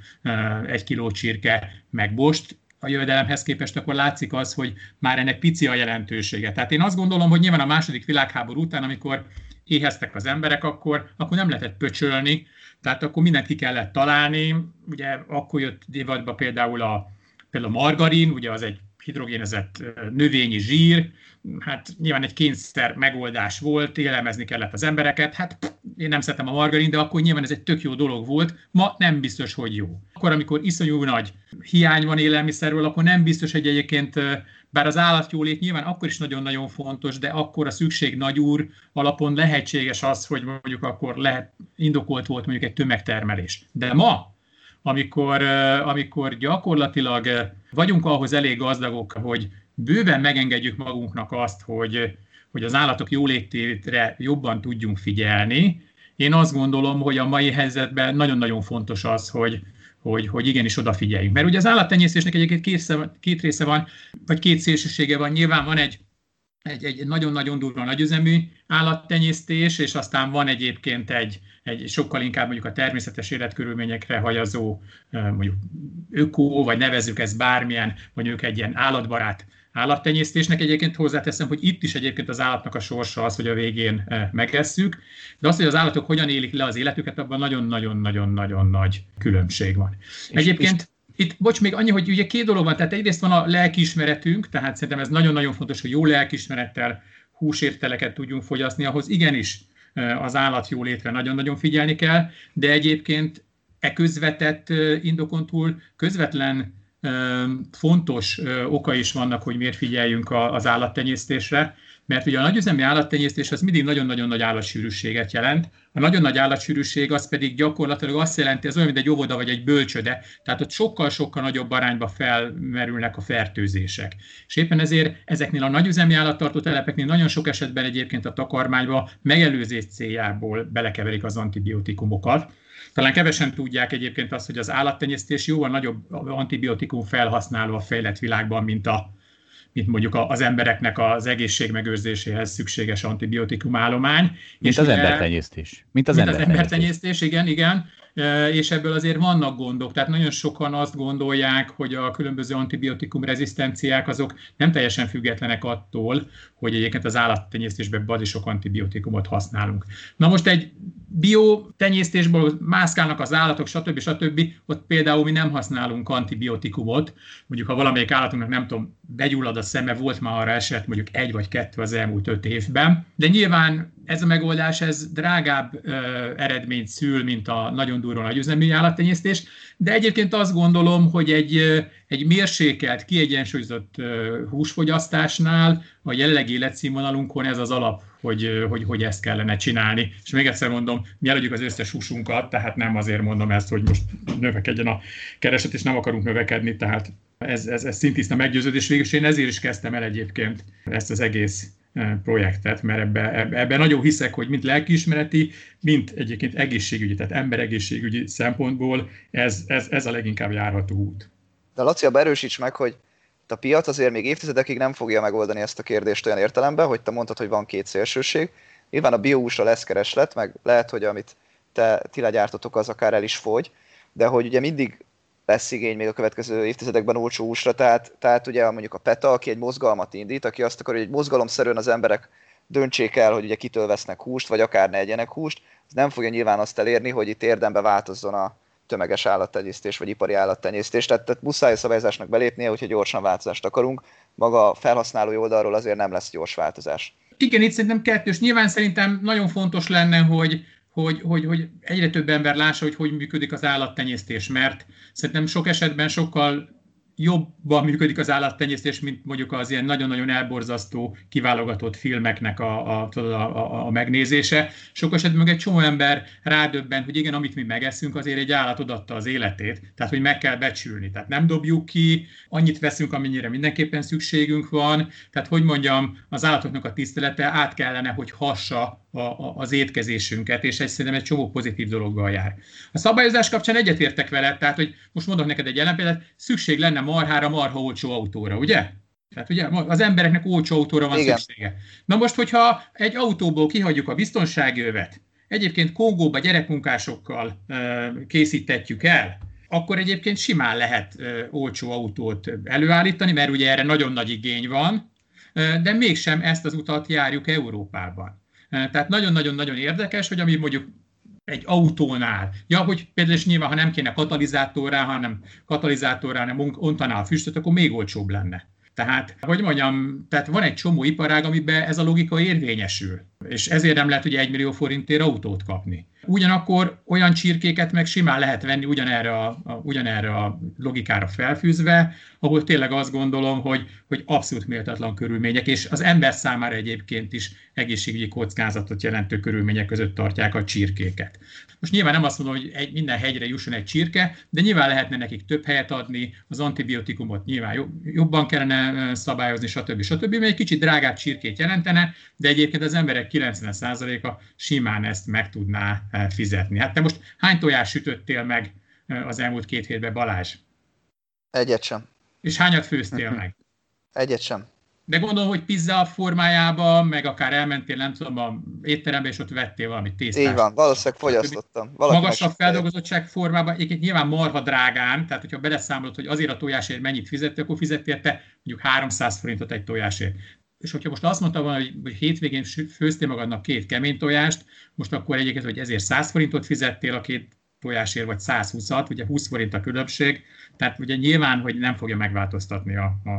1 kiló csirke meg bost, a jövedelemhez képest, akkor látszik az, hogy már ennek pici a jelentősége. Tehát én azt gondolom, hogy nyilván a II. Világháború után, amikor éheztek az emberek, akkor nem lehetett pöcsölni, tehát akkor mindent ki kellett találni. Ugye akkor jött divatba például a margarin, ugye az egy hidrogénezett növényi zsír, hát nyilván egy kényszer megoldás volt, élelmezni kellett az embereket, hát én nem szeretem a margarin, de akkor nyilván ez egy tök jó dolog volt, ma nem biztos, hogy jó. Akkor, amikor iszonyú nagy hiány van élelmiszerről, akkor nem biztos, hogy egyébként, bár az állatjólét nyilván akkor is nagyon-nagyon fontos, de akkor a szükség nagyúr alapon lehetséges az, hogy mondjuk akkor indokolt volt mondjuk egy tömegtermelés. De ma, amikor gyakorlatilag vagyunk ahhoz elég gazdagok, hogy bőven megengedjük magunknak azt, hogy az állatok jólétére jobban tudjunk figyelni. Én azt gondolom, hogy a mai helyzetben nagyon-nagyon fontos az, hogy igenis odafigyeljünk. Mert ugye az állattenyésztésnek egyébként két része van, vagy két szélsősége van. Nyilván van egy nagyon-nagyon durva nagyüzemű állattenyésztés, és aztán van egyébként egy sokkal inkább mondjuk a természetes életkörülményekre hajazó, mondjuk ökó, vagy nevezzük ezt bármilyen, mondjuk egy ilyen állatbarát állattenyésztésnek. Egyébként hozzáteszem, hogy itt is egyébként az állatnak a sorsa az, hogy a végén megesszük, de az, hogy az állatok hogyan élik le az életüket, abban nagyon-nagyon-nagyon nagy különbség van. Egyébként itt, még annyi, hogy ugye két dolog van, tehát egyrészt van a lelkiismeretünk, tehát szerintem ez nagyon-nagyon fontos, hogy jó lelkiismerettel húsérteleket tudjunk fogyasztni, ahhoz igenis az állat jólétre nagyon-nagyon figyelni kell, de egyébként közvetett indokon túl közvetlen fontos oka is vannak, hogy miért figyeljünk az állattenyésztésre, mert ugye a nagyüzemi állattenyésztés az mindig nagyon-nagyon nagy állatsűrűséget jelent. A nagyon nagy állatsűrűség az pedig gyakorlatilag azt jelenti, ez olyan, mint egy óvoda vagy egy bölcsöde, tehát ott sokkal-sokkal nagyobb arányba felmerülnek a fertőzések. És éppen ezért ezeknél a nagyüzemi állattartó telepeknél nagyon sok esetben egyébként a takarmányba megelőzés céljából belekeverik az antibiotikumokat. Talán kevesen tudják egyébként azt, hogy az állattenyésztés jóval nagyobb antibiotikum felhasználó a fejlett világban, mint mondjuk az embereknek az egészségmegőrzéséhez szükséges antibiotikum állomány. Mint az embertenyésztés. Mint az embertenyésztés, igen. És ebből azért vannak gondok. Tehát nagyon sokan azt gondolják, hogy a különböző antibiotikum rezisztenciák azok nem teljesen függetlenek attól, hogy egyébként az állattenyésztésben bazi sok antibiotikumot használunk. Na most egy biotenyésztésből mászkálnak az állatok, stb. Ott például mi nem használunk antibiotikumot. Mondjuk, ha valamelyik állatunknak, nem tudom, begyullad a szeme, volt már arra eset, mondjuk 1 vagy 2 az elmúlt 5 évben. De nyilván ez a megoldás, ez drágább eredményt szül, mint a nagyon durva nagyüzemi állattenyésztés, de egyébként azt gondolom, hogy egy mérsékelt, kiegyensúlyozott húsfogyasztásnál a jelenlegi életszínvonalunkon ez az alap, hogy ezt kellene csinálni. És még egyszer mondom, mi eladjuk az összes húsunkat, tehát nem azért mondom ezt, hogy most növekedjen a kereslet, és nem akarunk növekedni, tehát ez szintiszta meggyőződés. Végülis én ezért is kezdtem el egyébként ezt az egész projektet, mert ebben nagyon hiszek, hogy mint lelkiismereti, mint egyébként egészségügyi, tehát emberegészségügyi szempontból ez a leginkább járható út. De Laci, abba erősíts meg, hogy a piac azért még évtizedekig nem fogja megoldani ezt a kérdést olyan értelemben, hogy te mondtad, hogy van két szélsőség. Nyilván a biohúsra lesz kereslet, meg lehet, hogy amit ti legyártotok, az akár el is fogy, de hogy ugye mindig lesz igény még a következő évtizedekben olcsó húsra, tehát ugye mondjuk a PETA, aki egy mozgalmat indít, aki azt akar, hogy egy mozgalomszerűen az emberek döntsék el, hogy ugye kitől vesznek húst, vagy akár ne egyenek húst, ez nem fogja nyilván azt elérni, hogy itt érdembe változzon a tömeges állattenyésztés, vagy ipari állattenyésztés, tehát muszáj a szabályozásnak belépnie, hogyha gyorsan változást akarunk, maga a felhasználói oldalról azért nem lesz gyors változás. Igen, itt szerintem kettős. Nyilván szerintem nagyon fontos lenne, hogy egyre több ember lássa, hogy működik az állattenyésztés, mert szerintem sok esetben sokkal jobban működik az állattenyésztés, mint mondjuk az ilyen nagyon-nagyon elborzasztó, kiválogatott filmeknek a megnézése. Sok esetben meg egy csomó ember rádöbben, hogy igen, amit mi megeszünk, azért egy állat odaadta az életét, tehát hogy meg kell becsülni. Tehát nem dobjuk ki, annyit veszünk, amennyire mindenképpen szükségünk van. Tehát hogy mondjam, az állatoknak a tisztelete át kellene, hogy hassa az étkezésünket, és szerintem egy csomó pozitív dologgal jár. A szabályozás kapcsán egyetértek vele, tehát hogy most mondok neked egy ellenpéldát, szükség lenne marhára, marha olcsó autóra, ugye? Tehát ugye az embereknek olcsó autóra van szüksége. Na most, hogyha egy autóból kihagyjuk a biztonsági övet, egyébként Kongóba gyerekmunkásokkal készítetjük el, akkor egyébként simán lehet olcsó autót előállítani, mert ugye erre nagyon nagy igény van, de mégsem ezt az utat járjuk Európában. Tehát nagyon-nagyon-nagyon érdekes, hogy ami mondjuk egy autónál, hogy például is nyilván, ha nem kéne katalizátorrá, hanem ontaná a füstöt, akkor még olcsóbb lenne. Tehát, hogy mondjam, tehát van egy csomó iparág, amiben ez a logika érvényesül, és ezért nem lehet ugye 1 millió forintért autót kapni. Ugyanakkor olyan csirkéket meg simán lehet venni ugyanerre a logikára felfűzve, ahol tényleg azt gondolom, hogy abszolút méltatlan körülmények, és az ember számára egyébként is egészségügyi kockázatot jelentő körülmények között tartják a csirkéket. Most nyilván nem azt mondom, hogy minden hegyre jusson egy csirke, de nyilván lehetne nekik több helyet adni, az antibiotikumot nyilván jobban kellene szabályozni, stb. Mert egy kicsit drágább csirkét jelentene, de egyébként az emberek 90%-a simán ezt meg tudná fizetni. Hát te most hány tojást sütöttél meg az elmúlt 2 hétben, Balázs? Egyet sem. És hányat főztél meg? Egyet sem. De gondolom, hogy pizza formájában, meg akár elmentél, nem tudom, a étterembe, és ott vettél valami tésztát. Így van, valószínűleg fogyasztottam. Magasabb feldolgozottság formában, egyébként nyilván marha drágán, tehát hogyha beleszámolod, hogy azért a tojásért mennyit fizettél, akkor fizettél te mondjuk 300 forintot egy tojásért. És hogyha most azt mondta volna, hogy hétvégén főztél magadnak 2 kemény tojást, most akkor egyébként, hogy ezért 100 forintot fizettél a 2 tojásért, vagy 120-at, ugye 20 forint a különbség, tehát ugye nyilván, hogy nem fogja megváltoztatni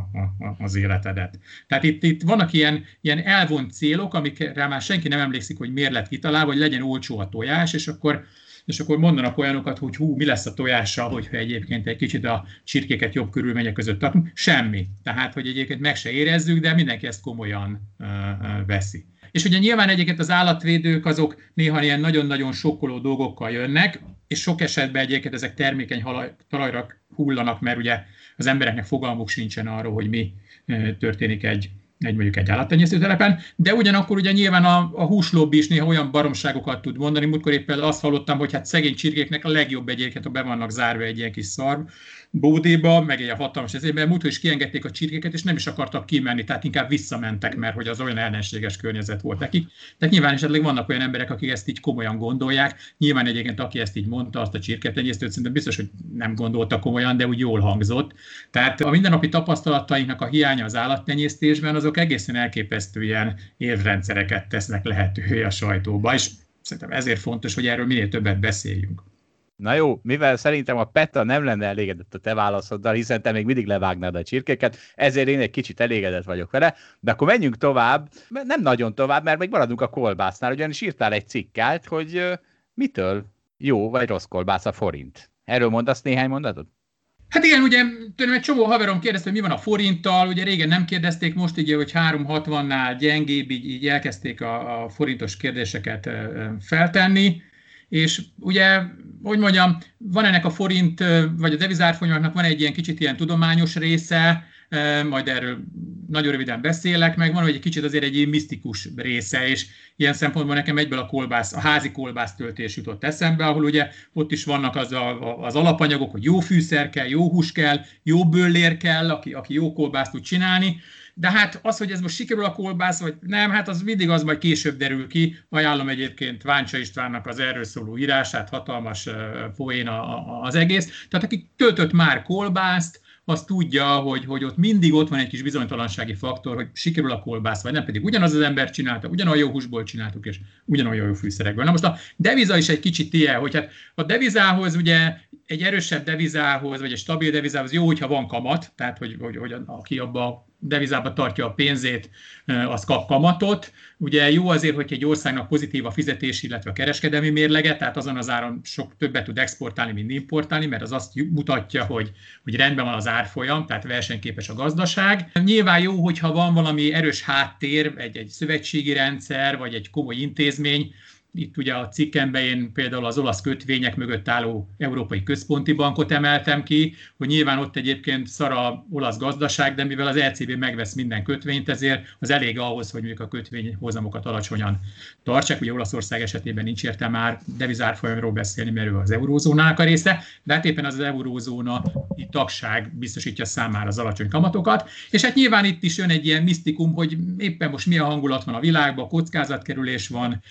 az életedet. Tehát itt vannak ilyen elvont célok, amikre már senki nem emlékszik, hogy miért lett kitalálva, hogy legyen olcsó a tojás, és akkor mondanak olyanokat, hogy mi lesz a tojással, hogyha egyébként egy kicsit a csirkéket jobb körülmények között tartunk. Semmi. Tehát, hogy egyébként meg se érezzük, de mindenki ezt komolyan veszi. És ugye nyilván egyébként az állatvédők azok néha ilyen nagyon-nagyon sokkoló dolgokkal jönnek, és sok esetben egyébként ezek termékeny talajra hullanak, mert ugye az embereknek fogalmuk sincsen arról, hogy mi történik mondjuk egy állattenyésztőtelepen, de ugyanakkor ugye nyilván a húslobbi is néha olyan baromságokat tud mondani. Múltkor éppen azt hallottam, hogy hát szegény csirkéknek a legjobb egyébként, ha be vannak zárva egy ilyen kis szar bódéba, meg egy hatalmas ezért, mert múltkor is kiengedték a csirkéket, és nem is akartak kimenni, tehát inkább visszamentek, mert hogy az olyan ellenséges környezet volt nekik. Tehát nyilván esetleg vannak olyan emberek, akik ezt így komolyan gondolják. Nyilván egyébként, aki ezt így mondta, azt a csirketenyésztőt, szerintem biztos, hogy nem gondolta komolyan, de úgy jól hangzott. Tehát a mindennapi tapasztalatainknak a hiánya az állattenyésztésben, azok egészen elképesztő ilyen érvrendszereket tesznek lehetővé a sajtóba, és szerintem ezért fontos, hogy erről minél többet beszéljünk. Na jó, mivel szerintem a PETA nem lenne elégedett a te válaszoddal, hiszen te még mindig levágnád a csirkéket, ezért én egy kicsit elégedett vagyok vele, de akkor menjünk tovább, nem nagyon tovább, mert még maradunk a kolbásznál, ugyanis írtál egy cikket, hogy mitől jó vagy rossz kolbász a forint. Erről mondasz néhány mondatot? Hát igen, ugye tőlem egy csomó haverom kérdezte, hogy mi van a forinttal, ugye régen nem kérdezték, most így, hogy 3,60-nál gyengébb, így elkezdték a forintos kérdéseket feltenni, és ugye, hogy mondjam, van ennek a forint, vagy a devizárfolyamnak van egy ilyen kicsit ilyen tudományos része, majd erről nagyon röviden beszélek, meg van, hogy egy kicsit azért egy ilyen misztikus része, és ilyen szempontból nekem egyből a házi kolbásztöltés jutott eszembe, ahol ugye ott is vannak az alapanyagok, hogy jó fűszer kell, jó hús kell, jó bőllér kell, aki jó kolbászt tud csinálni. De hát az, hogy ez most sikerül a kolbász, vagy nem, hát az mindig az majd később derül ki. Ajánlom egyébként Váncsa Istvánnak az erről szóló írását, hatalmas poén az egész. Tehát aki töltött már kolbászt, az tudja, hogy ott mindig ott van egy kis bizonytalansági faktor, hogy sikerül a kolbász, vagy nem, pedig ugyanaz az ember csinálta, ugyanolyan jó húsból csináltuk, és ugyanolyan jó fűszerekből. Na most a deviza is egy kicsit ilyen, hogy hát a devizához ugye egy erősebb devizához, vagy egy stabil devizához jó, hogyha van kamat, tehát hogy aki abba a devizába tartja a pénzét, az kap kamatot. Ugye jó azért, hogy egy országnak pozitív a fizetés, illetve a kereskedelmi mérlege, tehát azon az áron sok többet tud exportálni, mint importálni, mert az azt mutatja, hogy rendben van az árfolyam, tehát versenyképes a gazdaság. Nyilván jó, hogyha van valami erős háttér, egy szövetségi rendszer, vagy egy komoly intézmény. Itt ugye a cikkemben én például az olasz kötvények mögött álló Európai Központi Bankot emeltem ki, hogy nyilván ott egyébként szar a olasz gazdaság, de mivel az ECB megvesz minden kötvényt, ezért az elég ahhoz, hogy mondjuk a kötvényhozamokat alacsonyan tartsák. Ugye Olaszország esetében nincs értelme már devizárfolyamról beszélni, mert ő az eurózónának a része, de hát éppen az eurózóna tagság biztosítja számára az alacsony kamatokat. És hát nyilván itt is jön egy ilyen misztikum, hogy éppen most mi a hangulat van a világban, kockázatkerülés van,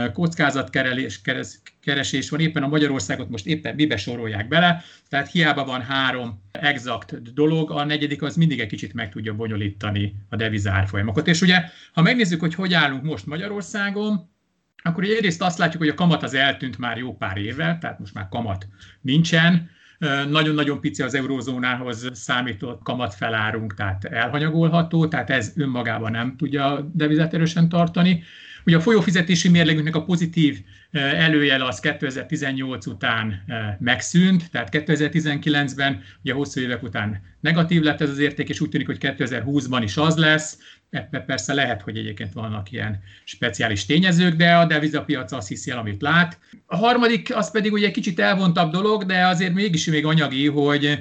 kockázatkeresés van, éppen a Magyarországot most éppen mibe sorolják bele, tehát hiába van 3 exakt dolog, a negyedik az mindig egy kicsit meg tudja bonyolítani a devizárfolyamokat. És ugye, ha megnézzük, hogy állunk most Magyarországon, akkor egyrészt azt látjuk, hogy a kamat az eltűnt már jó pár éve, tehát most már kamat nincsen, nagyon-nagyon pici az eurózónához számított kamatfelárunk, tehát elhanyagolható, tehát ez önmagában nem tudja a devizát erősen tartani. Ugye a folyófizetési mérlegünknek a pozitív előjel az 2018 után megszűnt, tehát 2019-ben ugye hosszú évek után negatív lett ez az érték, és úgy tűnik, hogy 2020-ban is az lesz. Persze lehet, hogy egyébként vannak ilyen speciális tényezők, de a devizapiac azt hiszi el, amit lát. A harmadik az pedig ugye egy kicsit elvontabb dolog, de azért mégis még anyagi, hogy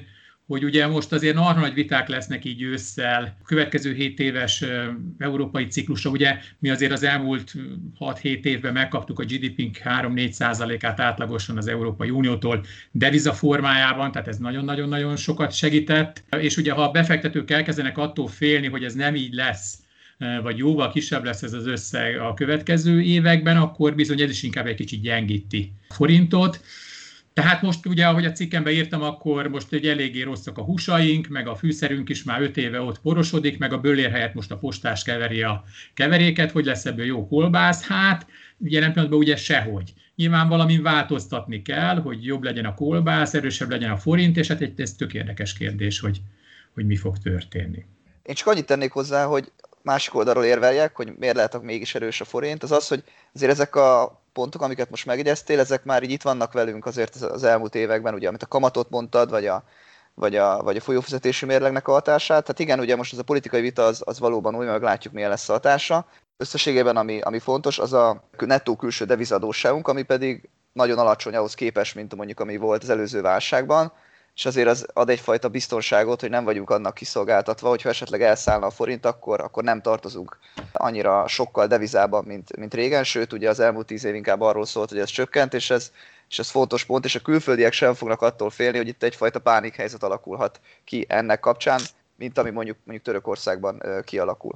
hogy ugye most azért nagy viták lesznek így ősszel, a következő 7 éves európai ciklusra, ugye mi azért az elmúlt 6-7 évben megkaptuk a GDP-nk 3-4%-át átlagosan az Európai Uniótól deviza formájában, tehát ez nagyon-nagyon sokat segített, és ugye ha a befektetők elkezdenek attól félni, hogy ez nem így lesz, vagy jóval kisebb lesz ez az összeg a következő években, akkor bizony ez is inkább egy kicsit gyengíti a forintot. Tehát most ugye, ahogy a cikkemben írtam, akkor most egy eléggé rosszak a húsaink, meg a fűszerünk is már 5 éve ott porosodik, meg a bölér helyett most a postás keveri a keveréket, hogy lesz ebből jó kolbász. Hát jelen pillanatban ugye sehogy. Nyilván valamin változtatni kell, hogy jobb legyen a kolbász, erősebb legyen a forint, és hát ez tök érdekes kérdés, hogy mi fog történni. Én csak annyit tennék hozzá, hogy másik oldalról érveljek, hogy miért lehet mégis erős a forint, az, hogy azért ezek a pontok, amiket most megjegyeztél, ezek már így itt vannak velünk azért az elmúlt években, ugye, amit a kamatot mondtad, vagy a folyófizetési mérlegnek a hatását. Tehát igen, ugye most ez a politikai vita az valóban új, meg látjuk, milyen lesz a hatása. Összességében, ami fontos, az a nettó külső devizadósságunk, ami pedig nagyon alacsony ahhoz képest, mint mondjuk ami volt az előző válságban, és azért az ad egyfajta biztonságot, hogy nem vagyunk annak kiszolgáltatva, hogyha esetleg elszállna a forint, akkor nem tartozunk annyira sokkal devizában, mint régen, sőt ugye az elmúlt 10 év inkább arról szólt, hogy ez csökkent, és ez fontos pont, és a külföldiek sem fognak attól félni, hogy itt egyfajta pánikhelyzet alakulhat ki ennek kapcsán, mint ami mondjuk Törökországban kialakul.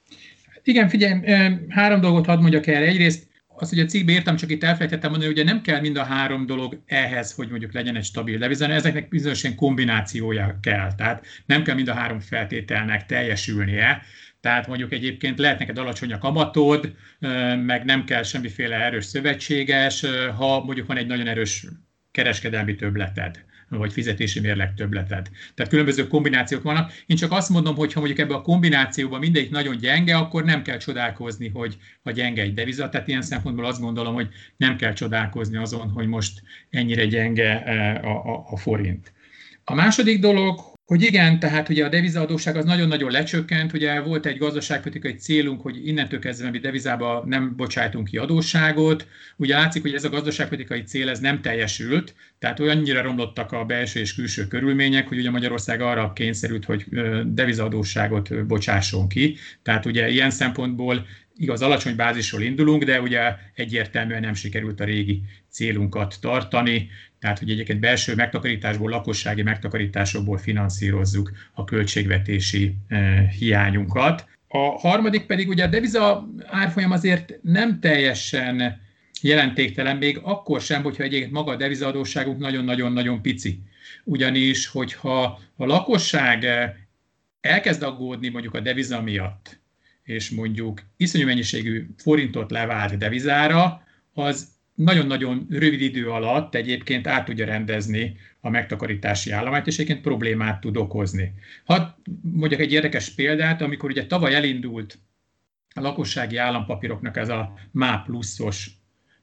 Igen, figyelj, 3 dolgot hadd mondjak erre. Egyrészt azt, hogy a cikkbe írtam, csak itt elfelejtettem mondani, hogy ugye nem kell mind a 3 dolog ehhez, hogy mondjuk legyen egy stabil deviza, ezeknek bizonyos kombinációja kell. Tehát nem kell mind a 3 feltételnek teljesülnie. Tehát mondjuk egyébként lehet neked alacsony a kamatod, meg nem kell semmiféle erős szövetséges, ha mondjuk van egy nagyon erős kereskedelmi többleted, vagy fizetési mérleg többleted. Tehát különböző kombinációk vannak. Én csak azt mondom, hogy ha mondjuk ebben a kombinációban mindegyik nagyon gyenge, akkor nem kell csodálkozni, hogy a gyenge egy deviza. Tehát ilyen szempontból azt gondolom, hogy nem kell csodálkozni azon, hogy most ennyire gyenge a forint. A második dolog, hogy igen, tehát ugye a devizaadósság az nagyon-nagyon lecsökkent, ugye volt egy gazdaságpolitikai célunk, hogy innentől kezdve mi devizába nem bocsájtunk ki adósságot. Ugye látszik, hogy ez a gazdaságpolitikai cél ez nem teljesült, tehát olyannyira romlottak a belső és külső körülmények, hogy ugye Magyarország arra kényszerült, hogy devizaadósságot bocsásson ki. Tehát ugye ilyen szempontból igaz, alacsony bázisról indulunk, de ugye egyértelműen nem sikerült a régi célunkat tartani, tehát hogy egyébként belső megtakarításból, lakossági megtakarításokból finanszírozzuk a költségvetési hiányunkat. A harmadik pedig ugye a deviza árfolyam azért nem teljesen jelentéktelen, még akkor sem, hogyha egyébként maga a devizaadósságunk nagyon-nagyon-nagyon pici. Ugyanis, hogyha a lakosság elkezd aggódni mondjuk a deviza miatt, és mondjuk iszonyú mennyiségű forintot levált devizára, az nagyon-nagyon rövid idő alatt egyébként át tudja rendezni a megtakarítási állományt, és egyébként problémát tud okozni. Hadd mondjak egy érdekes példát, amikor ugye tavaly elindult a lakossági állampapíroknak ez a MÁ pluszos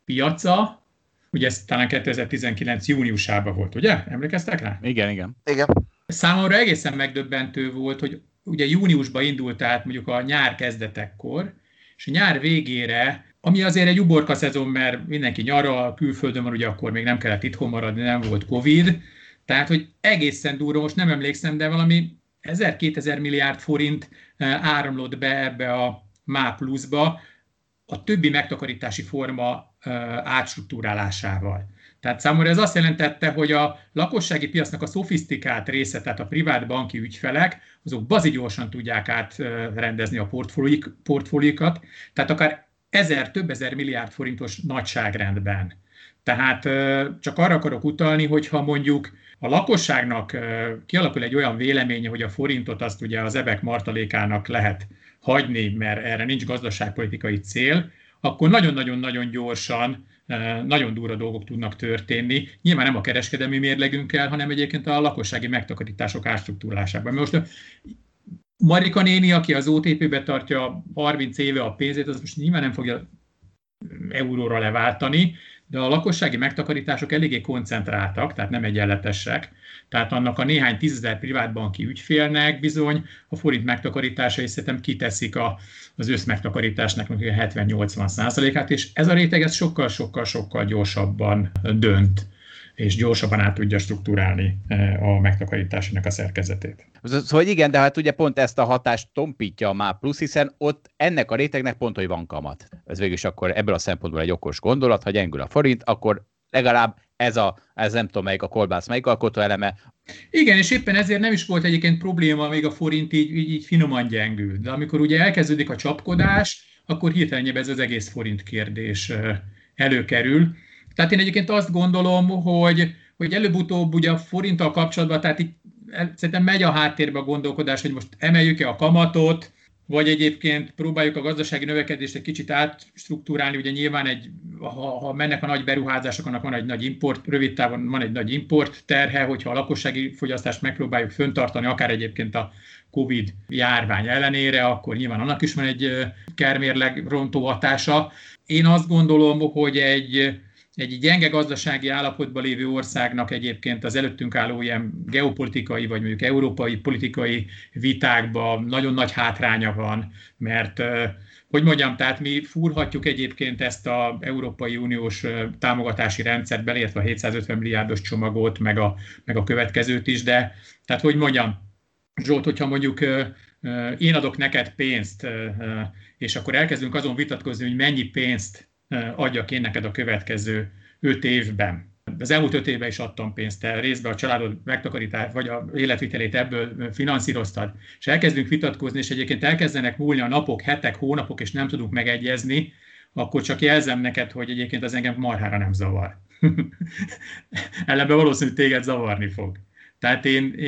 piaca, ugye ez talán 2019. júniusában volt, ugye? Emlékeztek rá? Igen. Számomra egészen megdöbbentő volt, hogy ugye júniusban indult át mondjuk a nyár kezdetekkor, és a nyár végére, ami azért egy uborka szezon, mert mindenki nyaral, külföldön van, ugye akkor még nem kellett itthon maradni, nem volt Covid, tehát hogy egészen durva, most nem emlékszem, de valami 1000-2000 milliárd forint áramlott be ebbe a MÁ pluszba a többi megtakarítási forma átstruktúrálásával. Tehát számomra ez azt jelentette, hogy a lakossági piacnak a szofisztikált része, tehát a privát banki ügyfelek, azok bazi gyorsan tudják átrendezni a portfóliókat, tehát akár több ezer milliárd forintos nagyságrendben. Tehát csak arra akarok utalni, hogy ha mondjuk a lakosságnak kialakul egy olyan véleménye, hogy a forintot azt ugye az ebek martalékának lehet hagyni, mert erre nincs gazdaságpolitikai cél, akkor nagyon-nagyon-nagyon gyorsan nagyon durva dolgok tudnak történni. Nyilván nem a kereskedelmi mérlegünkkel, hanem egyébként a lakossági megtakarítások átstruktúrálásában. Most Marika néni, aki az OTP-be tartja 30 éve a pénzét, az most nyilván nem fogja euróra leváltani, de a lakossági megtakarítások eléggé koncentráltak, tehát nem egyenletesek. Tehát annak a néhány 10 000 privátbanki ügyfélnek bizony a forint megtakarításai szerintem kiteszik az összmegtakarításnak 70-80%-át, és ez a réteg ez sokkal-sokkal gyorsabban dönt. és gyorsabban át tudja struktúrálni a megtakarításának a szerkezetét. Szóval igen, de hát ugye pont ezt a hatást tompítja a MÁV Plusz, hiszen ott ennek a rétegnek pont, hogy van kamat. Ez végülis akkor ebből a szempontból egy okos gondolat, ha gyengül a forint, akkor legalább ez nem tudom melyik a kolbász, melyik alkotóeleme. Igen, és éppen ezért nem is volt egyébként probléma, még a forint így finoman gyengül. De amikor ugye elkezdődik a csapkodás, akkor hirtelen ez az egész forint kérdés előkerül. Tehát én egyébként azt gondolom, hogy előbb-utóbb ugye a forinttal kapcsolatban, tehát itt szerintem megy a háttérbe a gondolkodás, hogy most emeljük-e a kamatot, vagy egyébként próbáljuk a gazdasági növekedést egy kicsit átstruktúrálni, ugye nyilván ha mennek a nagy beruházások, annak van egy nagy import, rövid távon van egy nagy import terhe, hogyha a lakossági fogyasztást megpróbáljuk föntartani, akár egyébként a Covid járvány ellenére, akkor nyilván annak is van egy kermérleg rontó hatása. Én azt gondolom, hogy egy gyenge gazdasági állapotban lévő országnak egyébként az előttünk álló ilyen geopolitikai, vagy mondjuk európai politikai vitákban nagyon nagy hátránya van, mert hogy mondjam, tehát mi fúrhatjuk egyébként ezt az Európai Uniós támogatási rendszert, beleértve a 750 milliárdos csomagot, meg a következőt is, de tehát hogy mondjam, Zsolt, hogyha mondjuk én adok neked pénzt, és akkor elkezdünk azon vitatkozni, hogy mennyi pénzt adjak én neked a következő 5 évben. Az elmúlt 5 évben is adtam pénzt, te részben a családod megtakarítás, vagy a életvitelét ebből finanszíroztad, és elkezdünk vitatkozni, és egyébként elkezdenek múlni a napok, hetek, hónapok, és nem tudunk megegyezni, akkor csak jelzem neked, hogy egyébként az engem marhára nem zavar. Ellenben valószínűleg téged zavarni fog. Tehát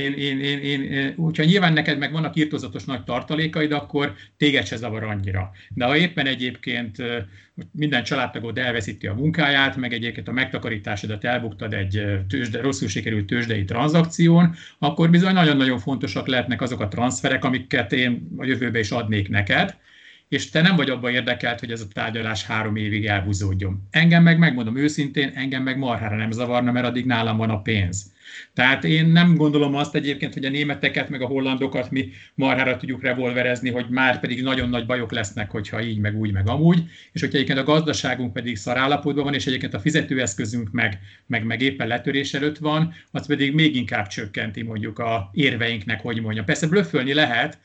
hogyha nyilván neked meg vannak irtózatos nagy tartalékaid, akkor téged se zavar annyira. De ha éppen egyébként minden családtagod elveszíti a munkáját, meg egyébként a megtakarításodat elbuktad egy rosszul sikerült tőzsdei tranzakción, akkor bizony nagyon-nagyon fontosak lehetnek azok a transferek, amiket én a jövőben is adnék neked, és te nem vagy abban érdekelt, hogy ez a tárgyalás 3 évig elhúzódjon. Engem meg, megmondom őszintén, engem meg marhára nem zavarna, mert addig nálam van a pénz. Tehát én nem gondolom azt egyébként, hogy a németeket meg a hollandokat mi marhára tudjuk revolverezni, hogy már pedig nagyon nagy bajok lesznek, hogyha így, meg úgy, meg amúgy, és hogyha egyébként a gazdaságunk pedig szarállapotban van, és egyébként a fizetőeszközünk meg éppen letörés előtt van, az pedig még inkább csökkenti mondjuk a érveinknek, hogy mondjam. Persze blöffölni lehet,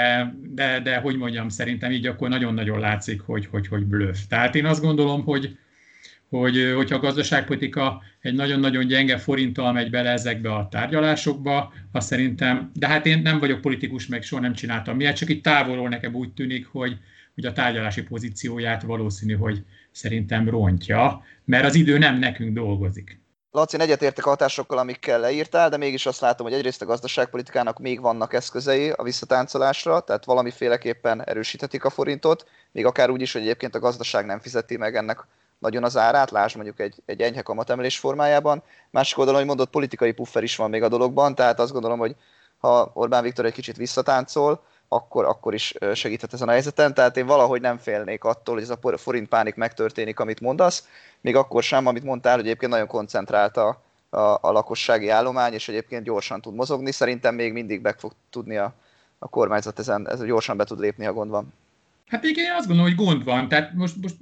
de hogy mondjam, szerintem így akkor nagyon-nagyon látszik, hogy blöff. Tehát én azt gondolom, hogyha a gazdaságpolitika egy nagyon-nagyon gyenge forinttal megy bele ezekbe a tárgyalásokba, azt szerintem, de hát én nem vagyok politikus, meg soha nem csináltam miért, csak itt távolról nekem úgy tűnik, hogy a tárgyalási pozícióját valószínű, hogy szerintem rontja, mert az idő nem nekünk dolgozik. Laci, én egyetértek a hatásokkal, amikkel leírtál, de mégis azt látom, hogy egyrészt a gazdaságpolitikának még vannak eszközei a visszatáncolásra, tehát valamiféleképpen erősíthetik a forintot, még akár úgy is, hogy egyébként a gazdaság nem fizeti meg ennek nagyon az árát, lásd mondjuk egy enyhe kamatemelés formájában. Másik oldalon, hogy mondott, politikai puffer is van még a dologban, tehát azt gondolom, hogy ha Orbán Viktor egy kicsit visszatáncol, akkor is segíthet ezen a helyzeten. Tehát én valahogy nem félnék attól, hogy ez a forint pánik megtörténik, amit mondasz. Még akkor sem, amit mondtál, hogy egyébként nagyon koncentrált a lakossági állomány, és egyébként gyorsan tud mozogni. Szerintem még mindig meg fog tudni a kormányzat ezen gyorsan be tud lépni, ha gond van. Hát igen, én azt gondolom, hogy gond van. Tehát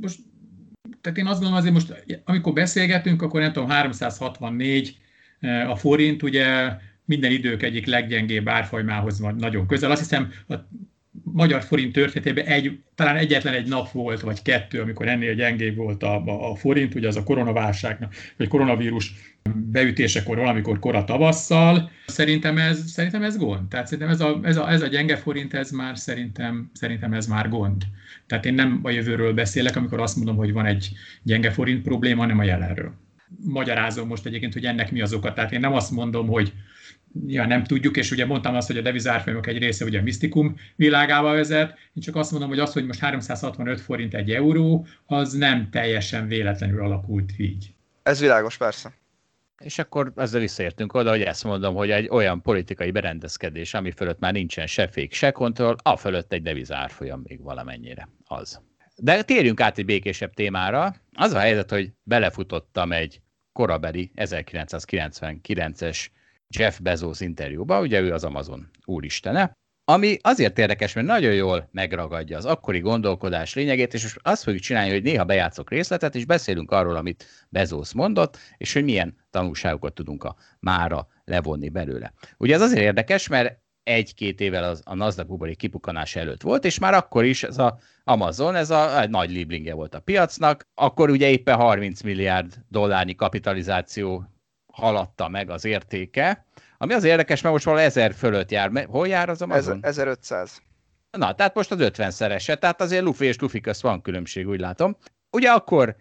tehát én azt gondolom, azért most, amikor beszélgetünk, akkor nem tudom, 364 a forint, ugye minden idők egyik leggyengébb árfolymához van nagyon közel. Azt hiszem, a magyar forint történetében talán egyetlen egy nap volt, vagy 2, amikor ennél gyengébb volt a forint, ugye az a koronaválságnak, vagy koronavírus beütésekor, valamikor kora tavasszal. Szerintem ez gond. Tehát szerintem ez a gyenge forint, ez már szerintem ez már gond. Tehát én nem a jövőről beszélek, amikor azt mondom, hogy van egy gyenge forint probléma, hanem a jelenről. Magyarázom most egyébként, hogy ennek mi az oka. Tehát én nem azt mondom, hogy nem tudjuk, és ugye mondtam azt, hogy a devizárfolyamok egy része ugye a misztikum világába vezet. Én csak azt mondom, hogy az, hogy most 365 forint egy euró, az nem teljesen véletlenül alakult így. Ez világos, persze. És akkor ezzel visszaértünk oda, hogy ezt mondom, hogy egy olyan politikai berendezkedés, ami fölött már nincsen se fék, se kontroll, a fölött egy devizárfolyam még valamennyire az. De térjünk át egy békésebb témára. Az a helyzet, hogy belefutottam egy korabeli 1999-es Jeff Bezos interjúba, ugye ő az Amazon úristene, Ami azért érdekes, mert nagyon jól megragadja az akkori gondolkodás lényegét, és most azt fogjuk csinálni, hogy néha bejátszok részletet, és beszélünk arról, amit Bezos mondott, és hogy milyen tanulságokat tudunk a mára levonni belőle. Ugye ez azért érdekes, mert 1-2 évvel a Nasdaq buborék kipukkanás előtt volt, és már akkor is ez az Amazon, ez a nagy lieblingje volt a piacnak, akkor ugye éppen 30 milliárd dollárnyi kapitalizáció haladta meg az értéke, ami az érdekes, mert most valahol 1000 fölött jár. Hol jár az Amazon? 1500. Na, tehát most az 50-szerese, tehát azért lufi és lufi közt van különbség, úgy látom. Ugye akkor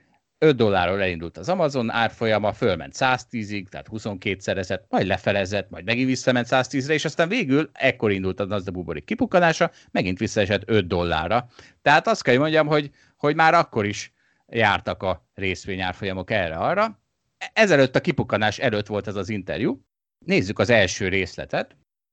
$5 elindult az Amazon árfolyama, fölment 110-ig, tehát 22-szerezett, majd lefelezett, majd megint visszament 110-re, és aztán végül ekkor indult a Nasdaq buborék kipukkanása, megint visszaesett $5. Tehát azt kell mondjam, hogy már akkor is jártak a részvényárfolyamok erre-arra. Ezelőtt a kipukkanás előtt volt ez az interjú. Nézzük az első részletet.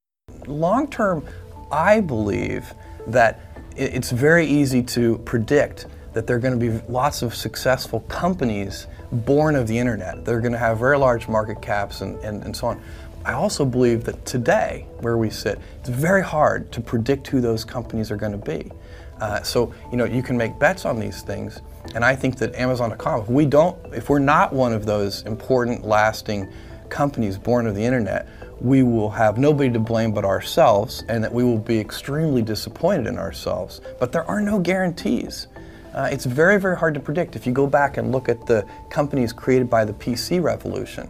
Long term, I believe that it's very easy to predict that there are going to be lots of successful companies born of the internet. They're going to have very large market caps and so on. I also believe that today, where we sit, it's very hard to predict who those companies are going to be. So, you can make bets on these things, and I think that Amazon.com, if we're not one of those important, lasting companies born of the internet, we will have nobody to blame but ourselves, and that we will be extremely disappointed in ourselves. But there are no guarantees. It's very, very hard to predict. If you go back and look at the companies created by the PC revolution,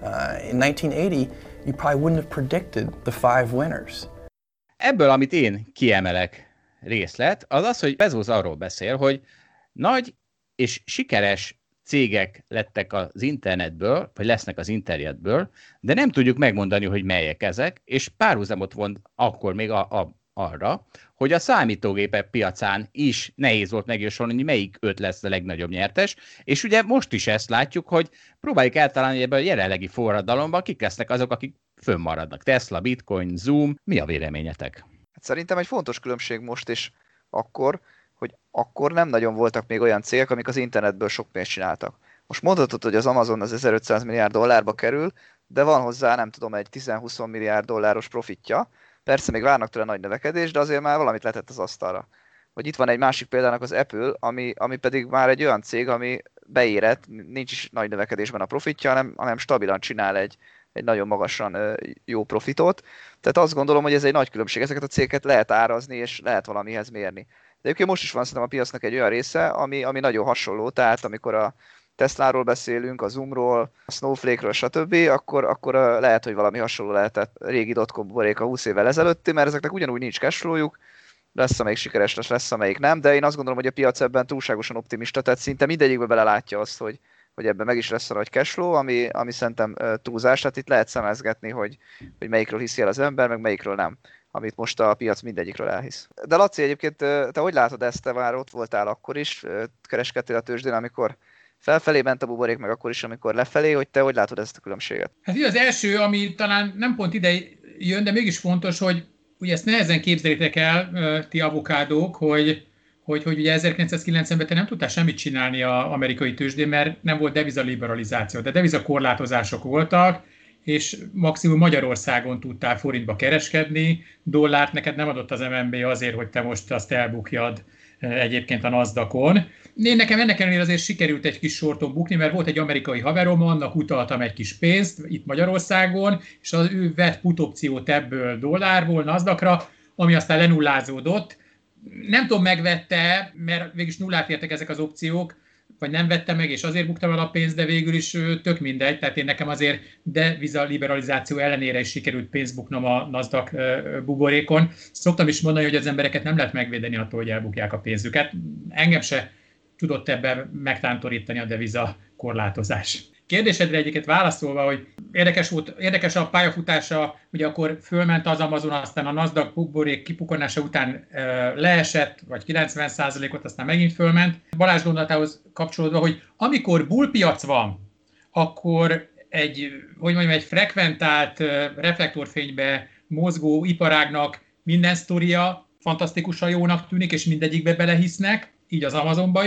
in 1980, you probably wouldn't have predicted the 5 winners. Ebből, amit én kiemelek részlet, az az, hogy Bezos arról beszél, hogy nagy és sikeres cégek lettek az internetből, vagy lesznek az internetből, de nem tudjuk megmondani, hogy melyek ezek, és párhuzamot von akkor még arra, hogy a számítógépek piacán is nehéz volt megjósolni, hogy melyik 5 lesz a legnagyobb nyertes, és ugye most is ezt látjuk, hogy próbáljuk eltalálni, hogy ebben a jelenlegi forradalomban kik lesznek azok, akik fönnmaradnak. Tesla, Bitcoin, Zoom, mi a véleményetek? Hát szerintem egy fontos különbség most és akkor, hogy akkor nem nagyon voltak még olyan cégek, amik az internetből sok pénzt csináltak. Most mondhatod, hogy az Amazon az $1500 milliárd kerül, de van hozzá, nem tudom, egy 10-20 milliárd dolláros profitja. Persze még várnak tőle nagy növekedés, de azért már valamit letett az asztalra. Vagy itt van egy másik példának az Apple, ami pedig már egy olyan cég, ami beérett, nincs is nagy növekedésben a profitja, hanem stabilan csinál egy nagyon magasan jó profitot. Tehát azt gondolom, hogy ez egy nagy különbség. Ezeket a cégeket lehet árazni, és lehet valamihez mérni. De egyébként most is van szerintem a piacnak egy olyan része, ami nagyon hasonló, tehát amikor a Tesláról beszélünk, a Zoomról, a Snowflake-ről, stb., akkor lehet, hogy valami hasonló lehetett régi dotcom buborék a 20 évvel ezelőtti, mert ezeknek ugyanúgy nincs cashflow-juk, lesz amelyik sikeres, lesz amelyik nem, de én azt gondolom, hogy a piac ebben túlságosan optimista, tehát szinte mindegyikbe belelátja azt, hogy ebben meg is lesz a nagy cashflow, ami szerintem túlzás, tehát itt lehet szemezgetni, hogy melyikről hiszi el az ember, meg melyikről nem, amit most a piac mindegyikről elhisz. De Laci, egyébként te hogy látod ezt, te már ott voltál akkor is, kereskedtél a tőzsdén, amikor felfelé ment a buborék, meg akkor is, amikor lefelé, hogy te hogy látod ezt a különbséget? Hát az első, ami talán nem pont ide jön, de mégis fontos, hogy ugye ezt nehezen képzeljétek el, ti avokádók, hogy ugye 1990-ben te nem tudtál semmit csinálni az amerikai tőzsdén, mert nem volt devizaliberalizáció, de devizakorlátozások voltak, és maximum Magyarországon tudtál forintba kereskedni, dollárt neked nem adott az MNB azért, hogy te most azt elbukjad egyébként a Nasdaqon. Nekem ennek ellenére azért sikerült egy kis sorton bukni, mert volt egy amerikai haverom, annak utaltam egy kis pénzt itt Magyarországon, és ő vett put opciót ebből dollárból Nasdaqra, ami aztán lenullázódott. Nem tudom, megvette, mert végülis nullát értek ezek az opciók, vagy nem vette meg, és azért buktam el a pénzt, de végül is tök mindegy. Tehát én nekem azért devizaliberalizáció ellenére is sikerült pénzt buknom a Nasdaq buborékon. Szoktam is mondani, hogy az embereket nem lehet megvédeni attól, hogy elbukják a pénzüket. Engem se tudott ebben megtántorítani a deviza korlátozás. Kérdésedre egyiket válaszolva, hogy érdekes a pályafutása, ugye akkor fölment az Amazon, aztán a Nasdaq buborék kipukkanása után leesett, vagy 90%-ot, aztán megint fölment. Balázs gondolatához kapcsolódva, hogy amikor bullpiac van, akkor egy frekventált, reflektorfénybe mozgó iparágnak minden sztoria fantasztikusan jónak tűnik, és mindegyikbe belehisznek, így az Amazonba is.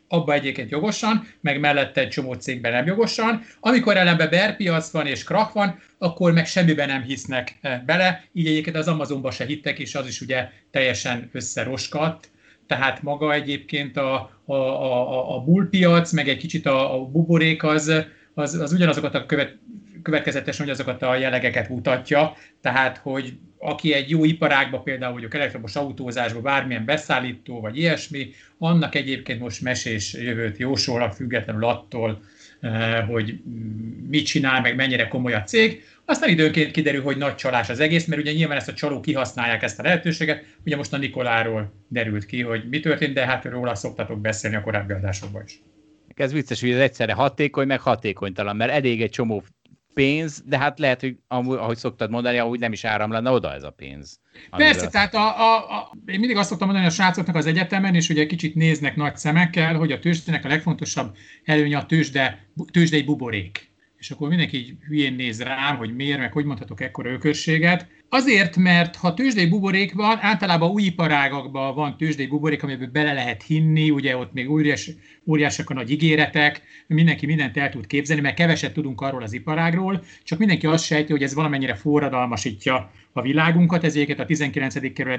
abba egyébként jogosan, meg mellette egy csomó cégben nem jogosan. Amikor ellenben berpiac van és krach van, akkor meg semmiben nem hisznek bele. Így egyébként az Amazonba se hittek, és az is ugye teljesen összeroskadt. Tehát maga egyébként a bullpiac, meg egy kicsit a buborék az ugyanazokat a következetesen azokat a jellegeket mutatja. Tehát, hogy aki egy jó iparágba, például mondjuk elektromos autózásba, bármilyen beszállító, vagy ilyesmi, annak egyébként most mesés jövőt jósolnak, függetlenül attól, hogy mit csinál, meg mennyire komoly a cég. Aztán időnként kiderül, hogy nagy csalás az egész, mert ugye nyilván ezt a csalók kihasználják ezt a lehetőséget. Ugye most a Nikoláról derült ki, hogy mi történt, de hát róla szoktatok beszélni a korábbi adásokban is. Ez vicces, hogy ez egyszerre hatékony, meg hatékonytalan, mert elég egy csomó pénz, de hát lehet, hogy ahogy szoktad mondani, ahogy nem is áramlana oda ez a pénz. Persze, tehát én mindig azt szoktam mondani a srácoknak az egyetemen, és ugye kicsit néznek nagy szemekkel, hogy a tőzsdének a legfontosabb előnye a tőzsdei buborék. És akkor mindenki így hülyén néz rám, hogy miért, meg hogy mondhatok ekkora ökörséget. Azért, mert ha tőzsdei buborék van, általában új iparágakban van tőzsdei buborék, amiből bele lehet hinni, ugye ott még óriásak a nagy ígéretek, mindenki mindent el tud képzelni, mert keveset tudunk arról az iparágról, csak mindenki azt sejti, hogy ez valamennyire forradalmasítja a világunkat, ezért a 19.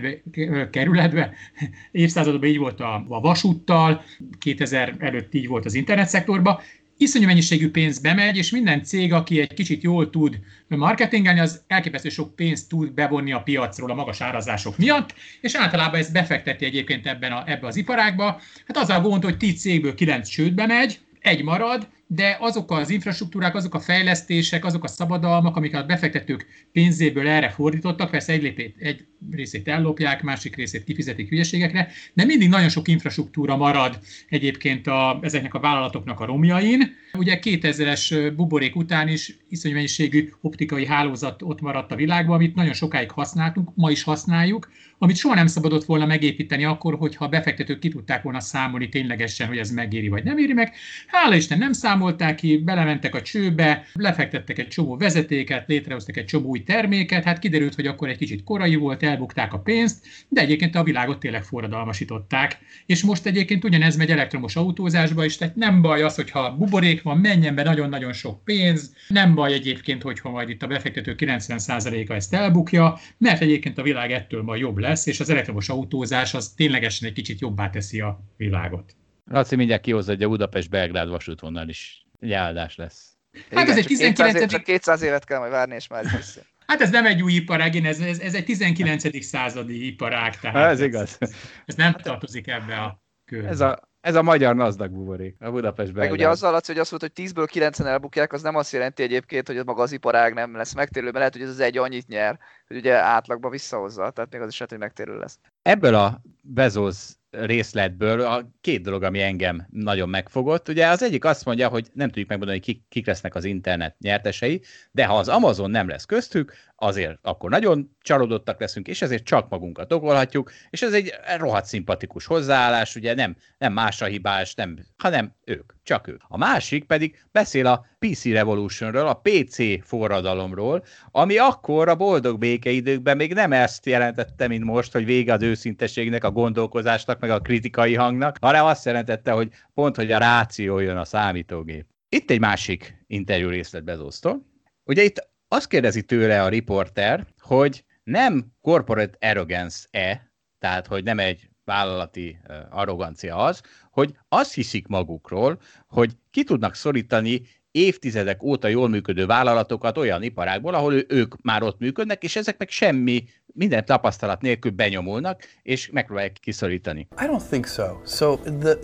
kerületben évszázadban így volt a vasúttal, 2000 előtt így volt az internetszektorban. Iszonyú mennyiségű pénz bemegy, és minden cég, aki egy kicsit jól tud marketingelni, az elképesztő sok pénzt tud bevonni a piacról a magas árazások miatt, és általában ezt befekteti egyébként ebbe az iparágba. Hát az a gond, hogy 10 cégből 9 csődbe megy, egy marad, de azok az infrastruktúrák, azok a fejlesztések, azok a szabadalmak, amiket a befektetők pénzéből erre fordítottak, persze egy részét ellopják, másik részét kifizetik hülyeségekre, de mindig nagyon sok infrastruktúra marad egyébként ezeknek a vállalatoknak a romjain. Ugye 2000-es buborék után is iszonyú mennyiségű optikai hálózat ott maradt a világban, amit nagyon sokáig használtunk, ma is használjuk, amit soha nem szabadott volna megépíteni akkor, hogyha a befektetők ki tudták volna számolni ténylegesen, hogy ez megéri vagy nem éri meg. Hála Isten nem számolták ki, belementek a csőbe, lefektettek egy csomó vezetéket, létrehoztak egy csomó új terméket, hát kiderült, hogy akkor egy kicsit korai volt, elbukták a pénzt, de egyébként a világot tényleg forradalmasították. És most egyébként ugyanez megy elektromos autózásba is, tehát nem baj az, hogyha buborék van, menjen be nagyon-nagyon sok pénz, nem baj egyébként, hogyha majd itt a befektető 90%-a ezt elbukja, mert egyébként a világ ettől majd jobb lesz, és az elektromos autózás az ténylegesen egy kicsit jobbá teszi a világot. Laci mindjárt kihozza, hogy a Budapest-Belgrád vasútvonal is egy áldás lesz. Hát ez egy 19. Csak 200 évet kell majd várni, és már is vissza. Hát ez nem egy új iparág, ez egy 19. századi iparág, tehát ez igaz. Ez nem tartozik ebbe a körbe. Ez a magyar NASDAQ buborék, a Budapest-Belgrád. Meg ugye azzal, Laci, hogy azt mondta, hogy 10-ből 9-en elbukják, az nem azt jelenti egyébként, hogy maga az iparág nem lesz megtérülő, mert lehet, hogy ez az egy annyit nyer, hogy ugye átlagban visszahozza, tehát még az is lehet, hogy megtérülő lesz. Ebből a Bezos részletből a két dolog, ami engem nagyon megfogott. Ugye az egyik azt mondja, hogy nem tudjuk megmondani, hogy kik lesznek az internet nyertesei, de ha az Amazon nem lesz köztük, azért akkor nagyon csalódottak leszünk, és ezért csak magunkat okolhatjuk, és ez egy rohadt szimpatikus hozzáállás, ugye nem más a hibás, hanem ők, csak ők. A másik pedig beszél a PC Revolutionről, a PC forradalomról, ami akkor a boldog békeidőkben még nem ezt jelentette, mint most, hogy vége az őszinteségnek, a gondolkozásnak, meg a kritikai hangnak, hanem azt jelentette, hogy pont, hogy a ráció jön a számítógép. Itt egy másik interjú részlet Bezosztól. Ugye itt azt kérdezi tőle a riporter, hogy nem corporate arrogance-e, tehát hogy nem egy vállalati arrogancia az, hogy azt hiszik magukról, hogy ki tudnak szorítani évtizedek óta jól működő vállalatokat olyan iparágból, ahol ők már ott működnek, és ezek meg minden tapasztalat nélkül benyomulnak, és megpróbálják kiszorítani. I don't think so. So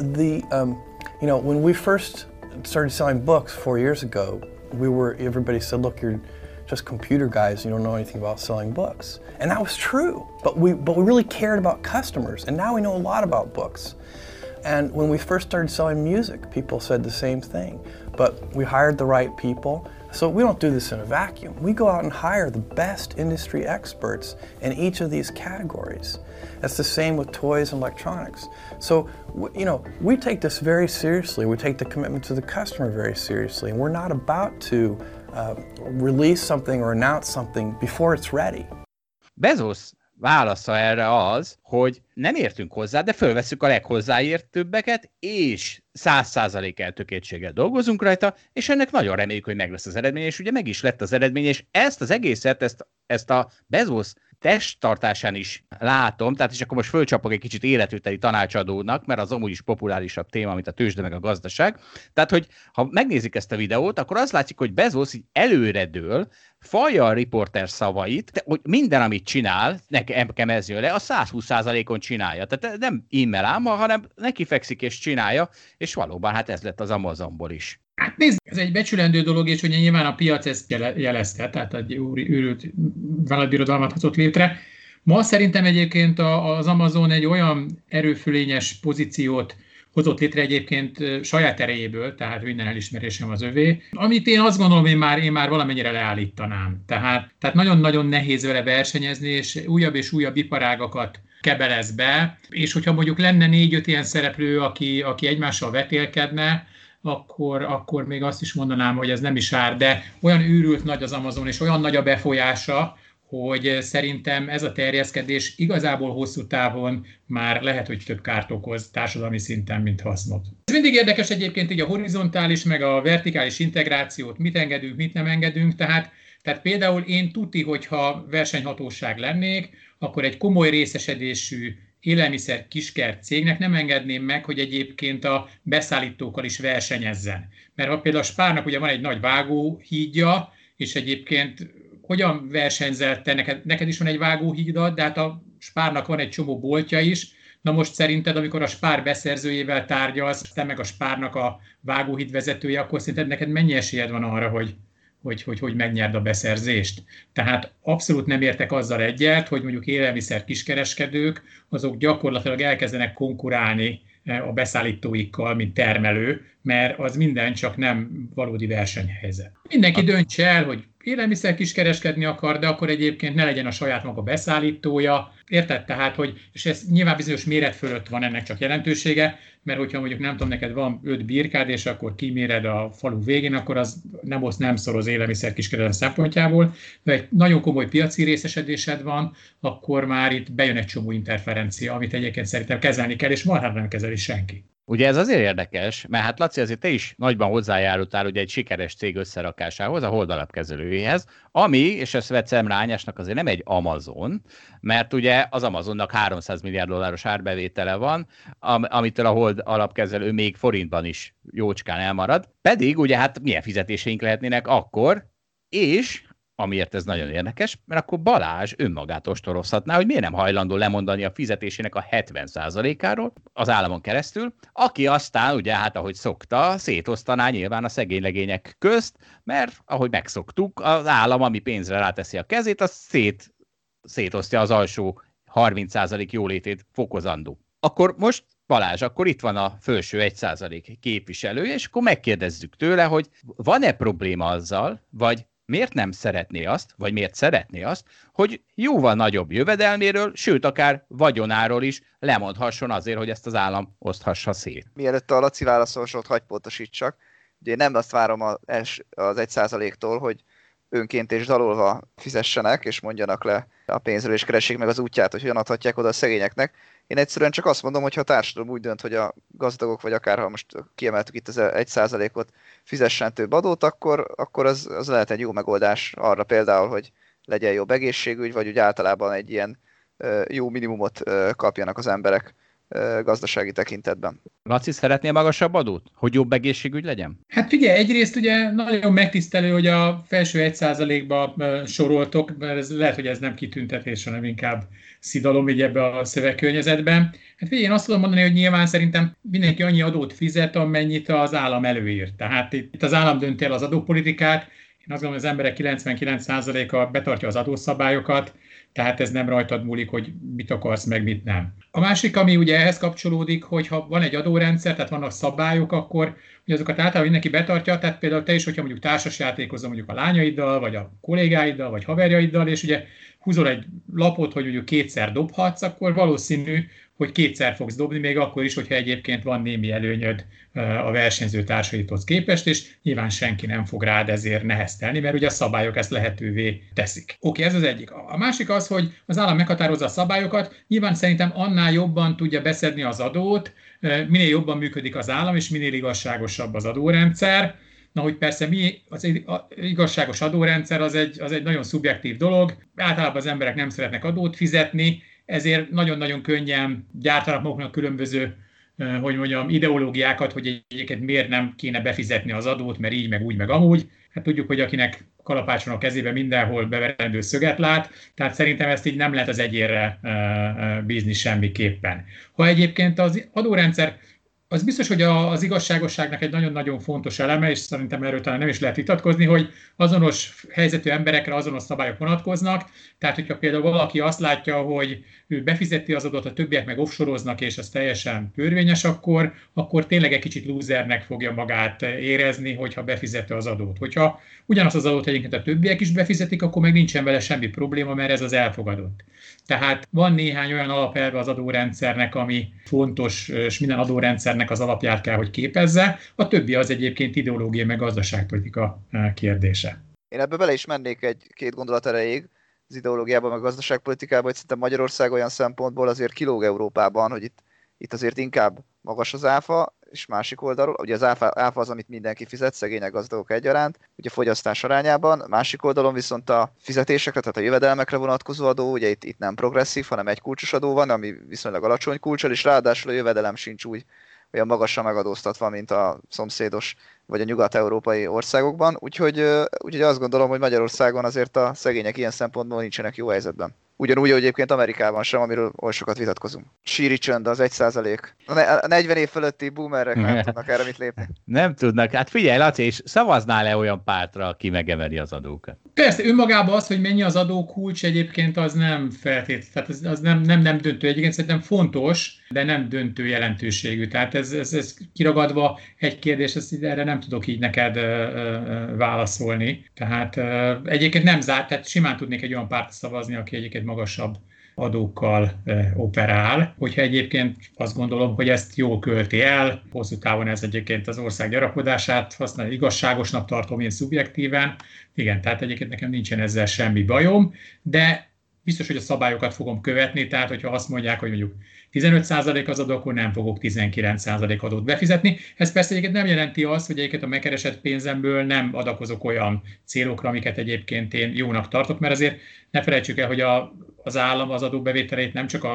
when we first started selling books 4 years ago, everybody said, look, you're just computer guys, you don't know anything about selling books. And that was true, but we really cared about customers, and now we know a lot about books. And when we first started selling music, people said the same thing, but we hired the right people. So we don't do this in a vacuum. We go out and hire the best industry experts in each of these categories. That's the same with toys and electronics. So, we take this very seriously. We take the commitment to the customer very seriously, and we're not about to release something or announce something before it's ready. Bezos válasza erre az, hogy nem értünk hozzá, de fölveszünk a leghozzáértőbbeket, és 100% eltökéltséggel dolgozunk rajta, és ennek nagyon reméljük, hogy meg lesz az eredmény, és ugye meg is lett az eredmény, és ezt az egészet, ezt a Bezos testtartásán is látom, tehát és akkor most fölcsapok egy kicsit életviteli tanácsadónak, mert az amúgy is populárisabb téma, mint a tőzsde meg a gazdaság. Tehát, hogy ha megnézik ezt a videót, akkor azt látszik, hogy Bezos így előredől, falja a riporter szavait, hogy minden, amit csinál, nekem ez jön le, a 120%-on csinálja. Tehát nem e-mail álma, hanem neki fekszik és csinálja, és valóban hát ez lett az Amazonból is. Hát nézd, ez egy becsülendő dolog, és ugye nyilván a piac ezt jelezte, tehát egy őrült vállalatbirodalmat hozott létre. Ma szerintem egyébként az Amazon egy olyan erőfölényes pozíciót hozott létre egyébként saját erejéből, tehát minden elismerésem az övé, amit én azt gondolom, én már valamennyire leállítanám. Tehát nagyon-nagyon nehéz vele versenyezni, és újabb iparágakat kebelez be, és hogyha mondjuk lenne 4-5 ilyen szereplő, aki egymással vetélkedne, akkor még azt is mondanám, hogy ez nem is ár, de olyan őrült nagy az Amazon, és olyan nagy a befolyása, hogy szerintem ez a terjeszkedés igazából hosszú távon már lehet, hogy több kárt okoz társadalmi szinten, mint hasznot. Ez mindig érdekes egyébként így a horizontális, meg a vertikális integrációt, mit engedünk, mit nem engedünk, tehát például én tuti, hogyha versenyhatóság lennék, akkor egy komoly részesedésű élelmiszer kiskert cégnek nem engedném meg, hogy egyébként a beszállítókkal is versenyezzen. Mert ha például a Spárnak ugye van egy nagy vágóhídja, és egyébként hogyan versenyzel te, neked is van egy vágóhídad, de hát a Spárnak van egy csomó boltja is. Na most szerinted, amikor a Spár beszerzőjével tárgyalsz, te meg a Spárnak a vágóhíd vezetője, akkor szerinted neked mennyi esélyed van arra, hogy megnyerd a beszerzést. Tehát abszolút nem értek azzal egyet, hogy mondjuk élelmiszer kiskereskedők, azok gyakorlatilag elkezdenek konkurálni a beszállítóikkal, mint termelő, mert az minden csak nem valódi versenyhelyzet. Mindenki döntse el, hogy élelmiszer kiskereskedni akar, de akkor egyébként ne legyen a saját maga beszállítója. Érted? Tehát, hogy, és ez nyilván bizonyos méret fölött van ennek csak jelentősége, mert hogyha mondjuk nem tudom, neked van 5 birkád, és akkor kiméred a falu végén, akkor az nem szoroz élelmiszer kiskereskedelem szempontjából, de egy nagyon komoly piaci részesedésed van, akkor már itt bejön egy csomó interferencia, amit egyébként szerintem kezelni kell, és marhára nem kezeli senki. Ugye ez azért érdekes, mert hát Laci, azért te is nagyban hozzájárultál ugye egy sikeres cég összerakásához, a Hold alapkezelőjéhez, ami, és ezt vett szemre Ányásnak, azért nem egy Amazon, mert ugye az Amazonnak 300 milliárd dolláros árbevétele van, amitől a Hold alapkezelő még forintban is jócskán elmarad, pedig ugye hát milyen fizetéseink lehetnének akkor, és amiért ez nagyon érdekes, mert akkor Balázs önmagát ostorozhatná, hogy miért nem hajlandó lemondani a fizetésének a 70%-áról az államon keresztül, aki aztán, ugye hát ahogy szokta, szétosztaná nyilván a szegény legények közt, mert ahogy megszoktuk, az állam, ami pénzre ráteszi a kezét, az szétosztja az alsó 30% jólétét fokozandó. Akkor most Balázs, akkor itt van a felső 1% képviselője, és akkor megkérdezzük tőle, hogy van-e probléma azzal, vagy miért nem szeretné azt, vagy miért szeretné azt, hogy jóval nagyobb jövedelméről, sőt akár vagyonáról is lemondhasson azért, hogy ezt az állam oszthassa szét. Mielőtt a Laci válaszolsót hagy pontosítsak, ugye én nem azt várom az 1%-tól, hogy önként és dalolva fizessenek, és mondjanak le a pénzről, és keressék meg az útját, hogy hogyan adhatják oda a szegényeknek. Én egyszerűen csak azt mondom, hogy ha a társadalom úgy dönt, hogy a gazdagok, vagy akár ha most kiemeltük itt az 1%-ot, fizessen több adót, akkor az lehet egy jó megoldás arra például, hogy legyen jobb egészségügy, vagy úgy általában egy ilyen jó minimumot kapjanak az emberek gazdasági tekintetben. Laci, szeretnél magasabb adót? Hogy jobb egészségügy legyen? Hát figyelj, egyrészt ugye nagyon megtisztelő, hogy a felső 1%-ba soroltok, mert ez, lehet, hogy ez nem kitüntetés, hanem inkább szidalom így ebbe a szövegkörnyezetben. Hát figyelj, én azt tudom mondani, hogy nyilván szerintem mindenki annyi adót fizet, amennyit az állam előír. Tehát itt az állam dönti el az adópolitikát. Én azt gondolom, hogy az emberek 99%-a betartja az adószabályokat, tehát ez nem rajtad múlik, hogy mit akarsz, meg mit nem. A másik, ami ugye ehhez kapcsolódik, hogy ha van egy adórendszer, tehát vannak szabályok, akkor hogy azokat általában mindenki betartja, tehát például te is, hogyha mondjuk társasjátékozol mondjuk a lányaiddal, vagy a kollégáiddal, vagy haverjaiddal, és ugye húzol egy lapot, hogy mondjuk 2-szer dobhatsz, akkor valószínű, hogy 2-szer fogsz dobni, még akkor is, hogyha egyébként van némi előnyöd a versenyző társaidhoz képest, és nyilván senki nem fog rád ezért neheztelni, mert ugye a szabályok ezt lehetővé teszik. Oké, ez az egyik. A másik az, hogy az állam meghatározza a szabályokat, nyilván szerintem annál jobban tudja beszedni az adót, minél jobban működik az állam, és minél igazságosabb az adórendszer. Na, hogy persze az igazságos adórendszer az egy nagyon szubjektív dolog, általában az emberek nem szeretnek adót fizetni, ezért nagyon-nagyon könnyen gyártanak maguknak különböző, hogy mondjam, ideológiákat, hogy egyébként miért nem kéne befizetni az adót, mert így, meg úgy, meg amúgy. Hát tudjuk, hogy akinek kalapács van a kezében, mindenhol beverendő szöget lát, tehát szerintem ezt így nem lehet az egyénre bízni semmiképpen. Ha egyébként az adórendszer, az biztos, hogy az igazságosságnak egy nagyon-nagyon fontos eleme, és szerintem erről talán nem is lehet vitatkozni, hogy azonos helyzetű emberekre azonos szabályok vonatkoznak. Tehát, hogyha például valaki azt látja, hogy ő befizeti az adót, a többiek meg offshoroznak, és az teljesen törvényes, akkor tényleg egy kicsit lúzernek fogja magát érezni, hogyha befizeti az adót. Hogyha ugyanazt az adót egyébként a többiek is befizetik, akkor meg nincsen vele semmi probléma, mert ez az elfogadott. Tehát van néhány olyan alapelve az adórendszernek, ami fontos, és minden adórendszernek az alapját kell, hogy képezze. A többi az egyébként ideológiai meg gazdaságpolitika kérdése. Én ebbe bele is mennék egy-két gondolat erejéig, az ideológiában, meg a gazdaságpolitikában, hogy szerintem Magyarország olyan szempontból azért kilóg Európában, hogy itt azért inkább magas az áfa, és másik oldalról, ugye az áfa az, amit mindenki fizet, szegények, gazdagok egyaránt, ugye a fogyasztás arányában, másik oldalon viszont a fizetésekre, tehát a jövedelmekre vonatkozó adó, ugye itt nem progresszív, hanem egy kulcsos adó van, ami viszonylag alacsony kulccsal, és ráadásul a jövedelem sincs úgy olyan magasan megadóztatva, mint a szomszédos vagy a nyugat-európai országokban, úgyhogy azt gondolom, hogy Magyarországon azért a szegények ilyen szempontból nincsenek jó helyzetben. Ugyanúgy, hogy egyébként Amerikában sem, amiről oly sokat vitatkozunk. Síri csönd, az 1%. A 40 év fölötti boomerek nem tudnak erre mit lépni. Nem tudnak. Hát figyelj, Laci, és szavaznál-e olyan pártra, aki megemeli az adókat? Persze, önmagában az, hogy mennyi az adókulcs egyébként, az nem feltétlenül, tehát az nem döntő. Egyébként szerintem fontos, de nem döntő jelentőségű. Tehát ez kiragadva egy kérdés, erre nem tudok így neked válaszolni. Tehát egyébként nem zárt, tehát simán tudnék egy olyan párt szavazni, aki egyébként magasabb adókkal operál. Hogyha egyébként azt gondolom, hogy ezt jól költi el, hosszú távon ez egyébként az ország gyarapodását használja, igazságosnak tartom én szubjektíven. Igen, tehát egyébként nekem nincsen ezzel semmi bajom, de biztos, hogy a szabályokat fogom követni, tehát hogyha azt mondják, hogy mondjuk 15% az adó, akkor nem fogok 19% adót befizetni. Ez persze egyébként nem jelenti azt, hogy egyébként a megkeresett pénzemből nem adakozok olyan célokra, amiket egyébként én jónak tartok, mert azért ne felejtsük el, hogy az állam az adóbevételeit nem csak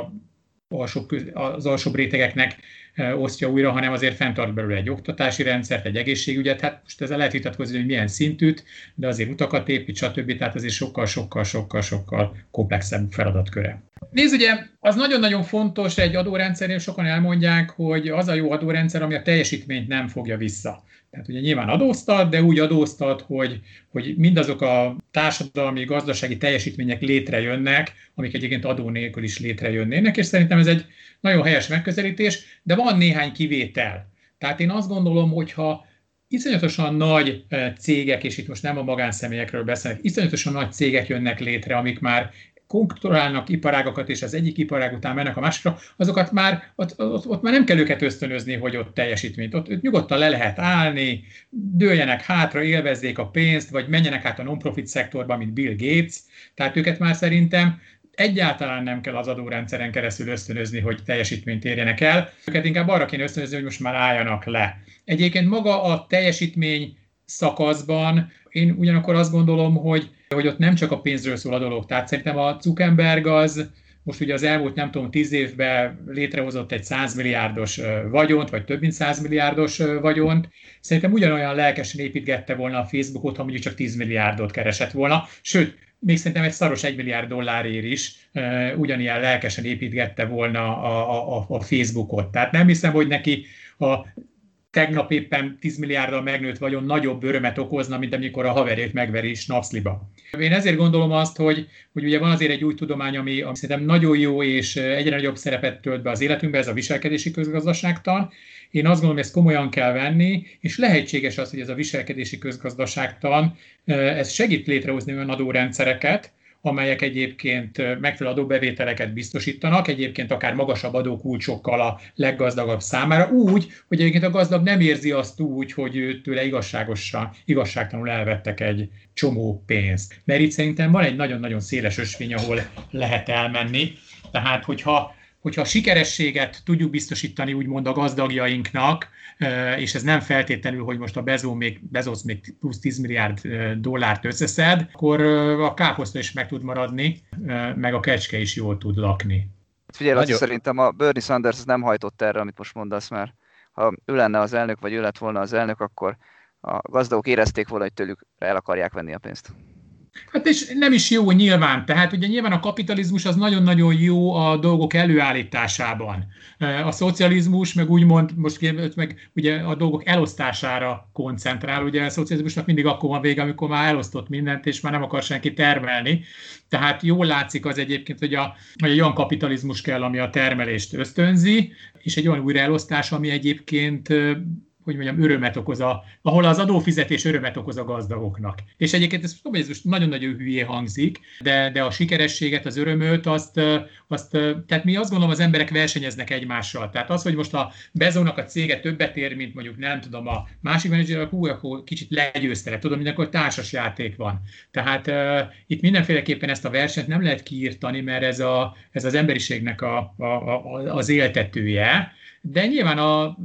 az alsóbb rétegeknek osztja újra, hanem azért fenntart belőle egy oktatási rendszert, egy egészségügyet. Hát most ezzel lehet vitatkozni, hogy milyen szintűt, de azért utakat épít, stb. Tehát azért sokkal komplexebb feladatköre. Nézd, ugye, az nagyon-nagyon fontos egy adórendszernél, sokan elmondják, hogy az a jó adórendszer, ami a teljesítményt nem fogja vissza. Tehát ugye nyilván adóztat, de úgy adóztat, hogy mindazok a társadalmi, gazdasági teljesítmények létrejönnek, amik egyébként adó nélkül is létrejönnének, és szerintem ez egy nagyon helyes megközelítés, de van néhány kivétel. Tehát én azt gondolom, hogyha iszonyatosan nagy cégek, és itt most nem a magánszemélyekről beszélek, iszonyatosan nagy cégek jönnek létre, amik már konkurálnak iparágakat, és az egyik iparág után mennek a másikra, azokat már, ott már nem kell őket ösztönözni, hogy ott teljesítményt. Ott nyugodtan le lehet állni, dőljenek hátra, élvezzék a pénzt, vagy menjenek át a non-profit szektorba, mint Bill Gates. Tehát őket már szerintem egyáltalán nem kell az adórendszeren keresztül ösztönözni, hogy teljesítményt érjenek el. Őket inkább arra kéne ösztönözni, hogy most már álljanak le. Egyébként maga a teljesítmény szakaszban én ugyanakkor azt gondolom, hogy ott nem csak a pénzről szól a dolog. Tehát szerintem a Zuckerberg az most ugye az elmúlt, nem tudom, 10 évben létrehozott egy 100 milliárdos vagyont, vagy több mint 100 milliárdos vagyont. Szerintem ugyanolyan lelkesen építgette volna a Facebookot, ha mondjuk csak 10 milliárdot keresett volna. Sőt, még szerintem egy szaros $1 milliárd is ugyanilyen lelkesen építgette volna a Facebookot. Tehát nem hiszem, hogy neki tegnap éppen 10 milliárddal megnőtt vagyon nagyobb örömet okozna, mint amikor a haverét megveri snapszliba. Én ezért gondolom azt, hogy ugye van azért egy új tudomány, ami szerintem nagyon jó és egyre nagyobb szerepet tölt be az életünkbe, ez a viselkedési közgazdaságtan. Én azt gondolom, ezt komolyan kell venni, és lehetséges az, hogy ez a viselkedési közgazdaságtan, ez segít létrehozni olyan adórendszereket, amelyek egyébként megfelelő adóbevételeket biztosítanak, egyébként akár magasabb adókulcsokkal a leggazdagabb számára, úgy, hogy egyébként a gazdag nem érzi azt úgy, hogy tőle igazságtalanul elvettek egy csomó pénzt. Mert itt szerintem van egy nagyon-nagyon széles ösvény, ahol lehet elmenni. Tehát, hogyha a sikerességet tudjuk biztosítani úgymond a gazdagjainknak, és ez nem feltétlenül, hogy most a Bezos még plusz 10 milliárd dollárt összeszed, akkor a káposzta is meg tud maradni, meg a kecske is jól tud lakni. Figyelj, Laci, szerintem a Bernie Sanders nem hajtott erre, amit most mondasz, mert ha ő lenne az elnök, vagy ő lett volna az elnök, akkor a gazdagok érezték volna, hogy tőlük el akarják venni a pénzt. Hát és nem is jó nyilván, tehát ugye nyilván a kapitalizmus az nagyon-nagyon jó a dolgok előállításában. A szocializmus meg úgymond most meg ugye a dolgok elosztására koncentrál, ugye a szocializmusnak mindig akkor van vége, amikor már elosztott mindent, és már nem akar senki termelni. Tehát jól látszik az egyébként, hogy egy olyan kapitalizmus kell, ami a termelést ösztönzi, és egy olyan újraelosztás, ami egyébként hogy mondjam, örömet okoz ahol az adófizetés örömet okoz a gazdagoknak. És egyébként ez nagyon-nagyon hülyé hangzik, de a sikerességet, az örömöt, tehát mi azt gondolom, az emberek versenyeznek egymással. Tehát az, hogy most a Bezónak a cége többet ér, mint mondjuk nem tudom, a másik menedzser, akkor kicsit legyőzte, tudom, mindenkor társas játék van. Tehát itt mindenféleképpen ezt a versenyt nem lehet kiírtani, mert ez az emberiségnek az éltetője, de nyilván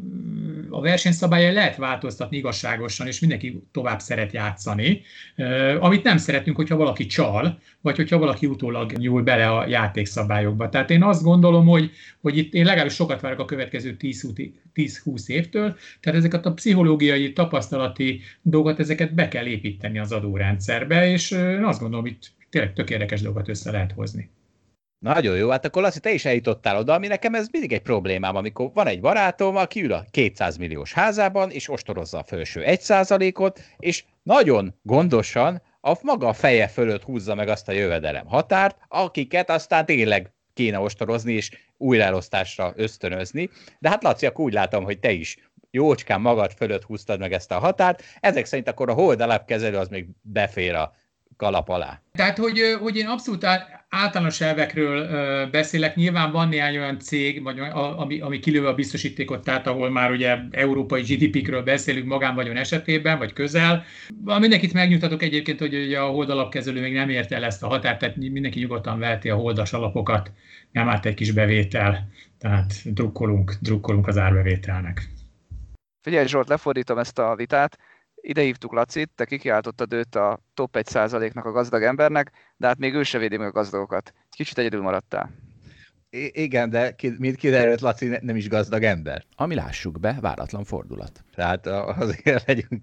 a versenyszabályai lehet változtatni igazságosan, és mindenki tovább szeret játszani, amit nem szeretünk, hogyha valaki csal, vagy hogyha valaki utólag nyúl bele a játékszabályokba. Tehát én azt gondolom, hogy itt én legalábbis sokat várok a következő 10-20 évtől, tehát ezeket a pszichológiai, tapasztalati dolgot, ezeket be kell építeni az adórendszerbe, és én azt gondolom, itt tényleg tök érdekes dolgot össze lehet hozni. Nagyon jó, hát akkor Laci, te is eljutottál oda, ami nekem ez mindig egy problémám, amikor van egy barátom, aki ül a 200 milliós házában, és ostorozza a felső 1%-ot, és nagyon gondosan maga a feje fölött húzza meg azt a jövedelem határt, akiket aztán tényleg kéne ostorozni, és újraelosztásra ösztönözni. De hát Laci, akkor úgy látom, hogy te is jócskán magad fölött húztad meg ezt a határt, ezek szerint akkor a hold alapkezelő az még befér a kalap alá. Tehát, hogy én abszolút általános elvekről beszélek, nyilván van néhány olyan cég, vagy ami kilőve a biztosítékot, tehát ahol már ugye európai GDP-kről beszélünk magánvagyon esetében, vagy közel. Mindenkit megnyugtatok egyébként, hogy ugye a hold alapkezelő még nem ért el ezt a határt, tehát mindenki nyugodtan veheti a holdas alapokat, nem árt egy kis bevétel, tehát drukkolunk az árbevételnek. Figyelj Zsolt, lefordítom ezt a vitát. Ide hívtuk Lacit, te kikiáltottad őt a top 1%-nak a gazdag embernek, de hát még ő se védi meg a gazdagokat. Kicsit egyedül maradtál. Igen, de mint kiderült, Laci nem is gazdag ember. Ami lássuk be, váratlan fordulat. Tehát azért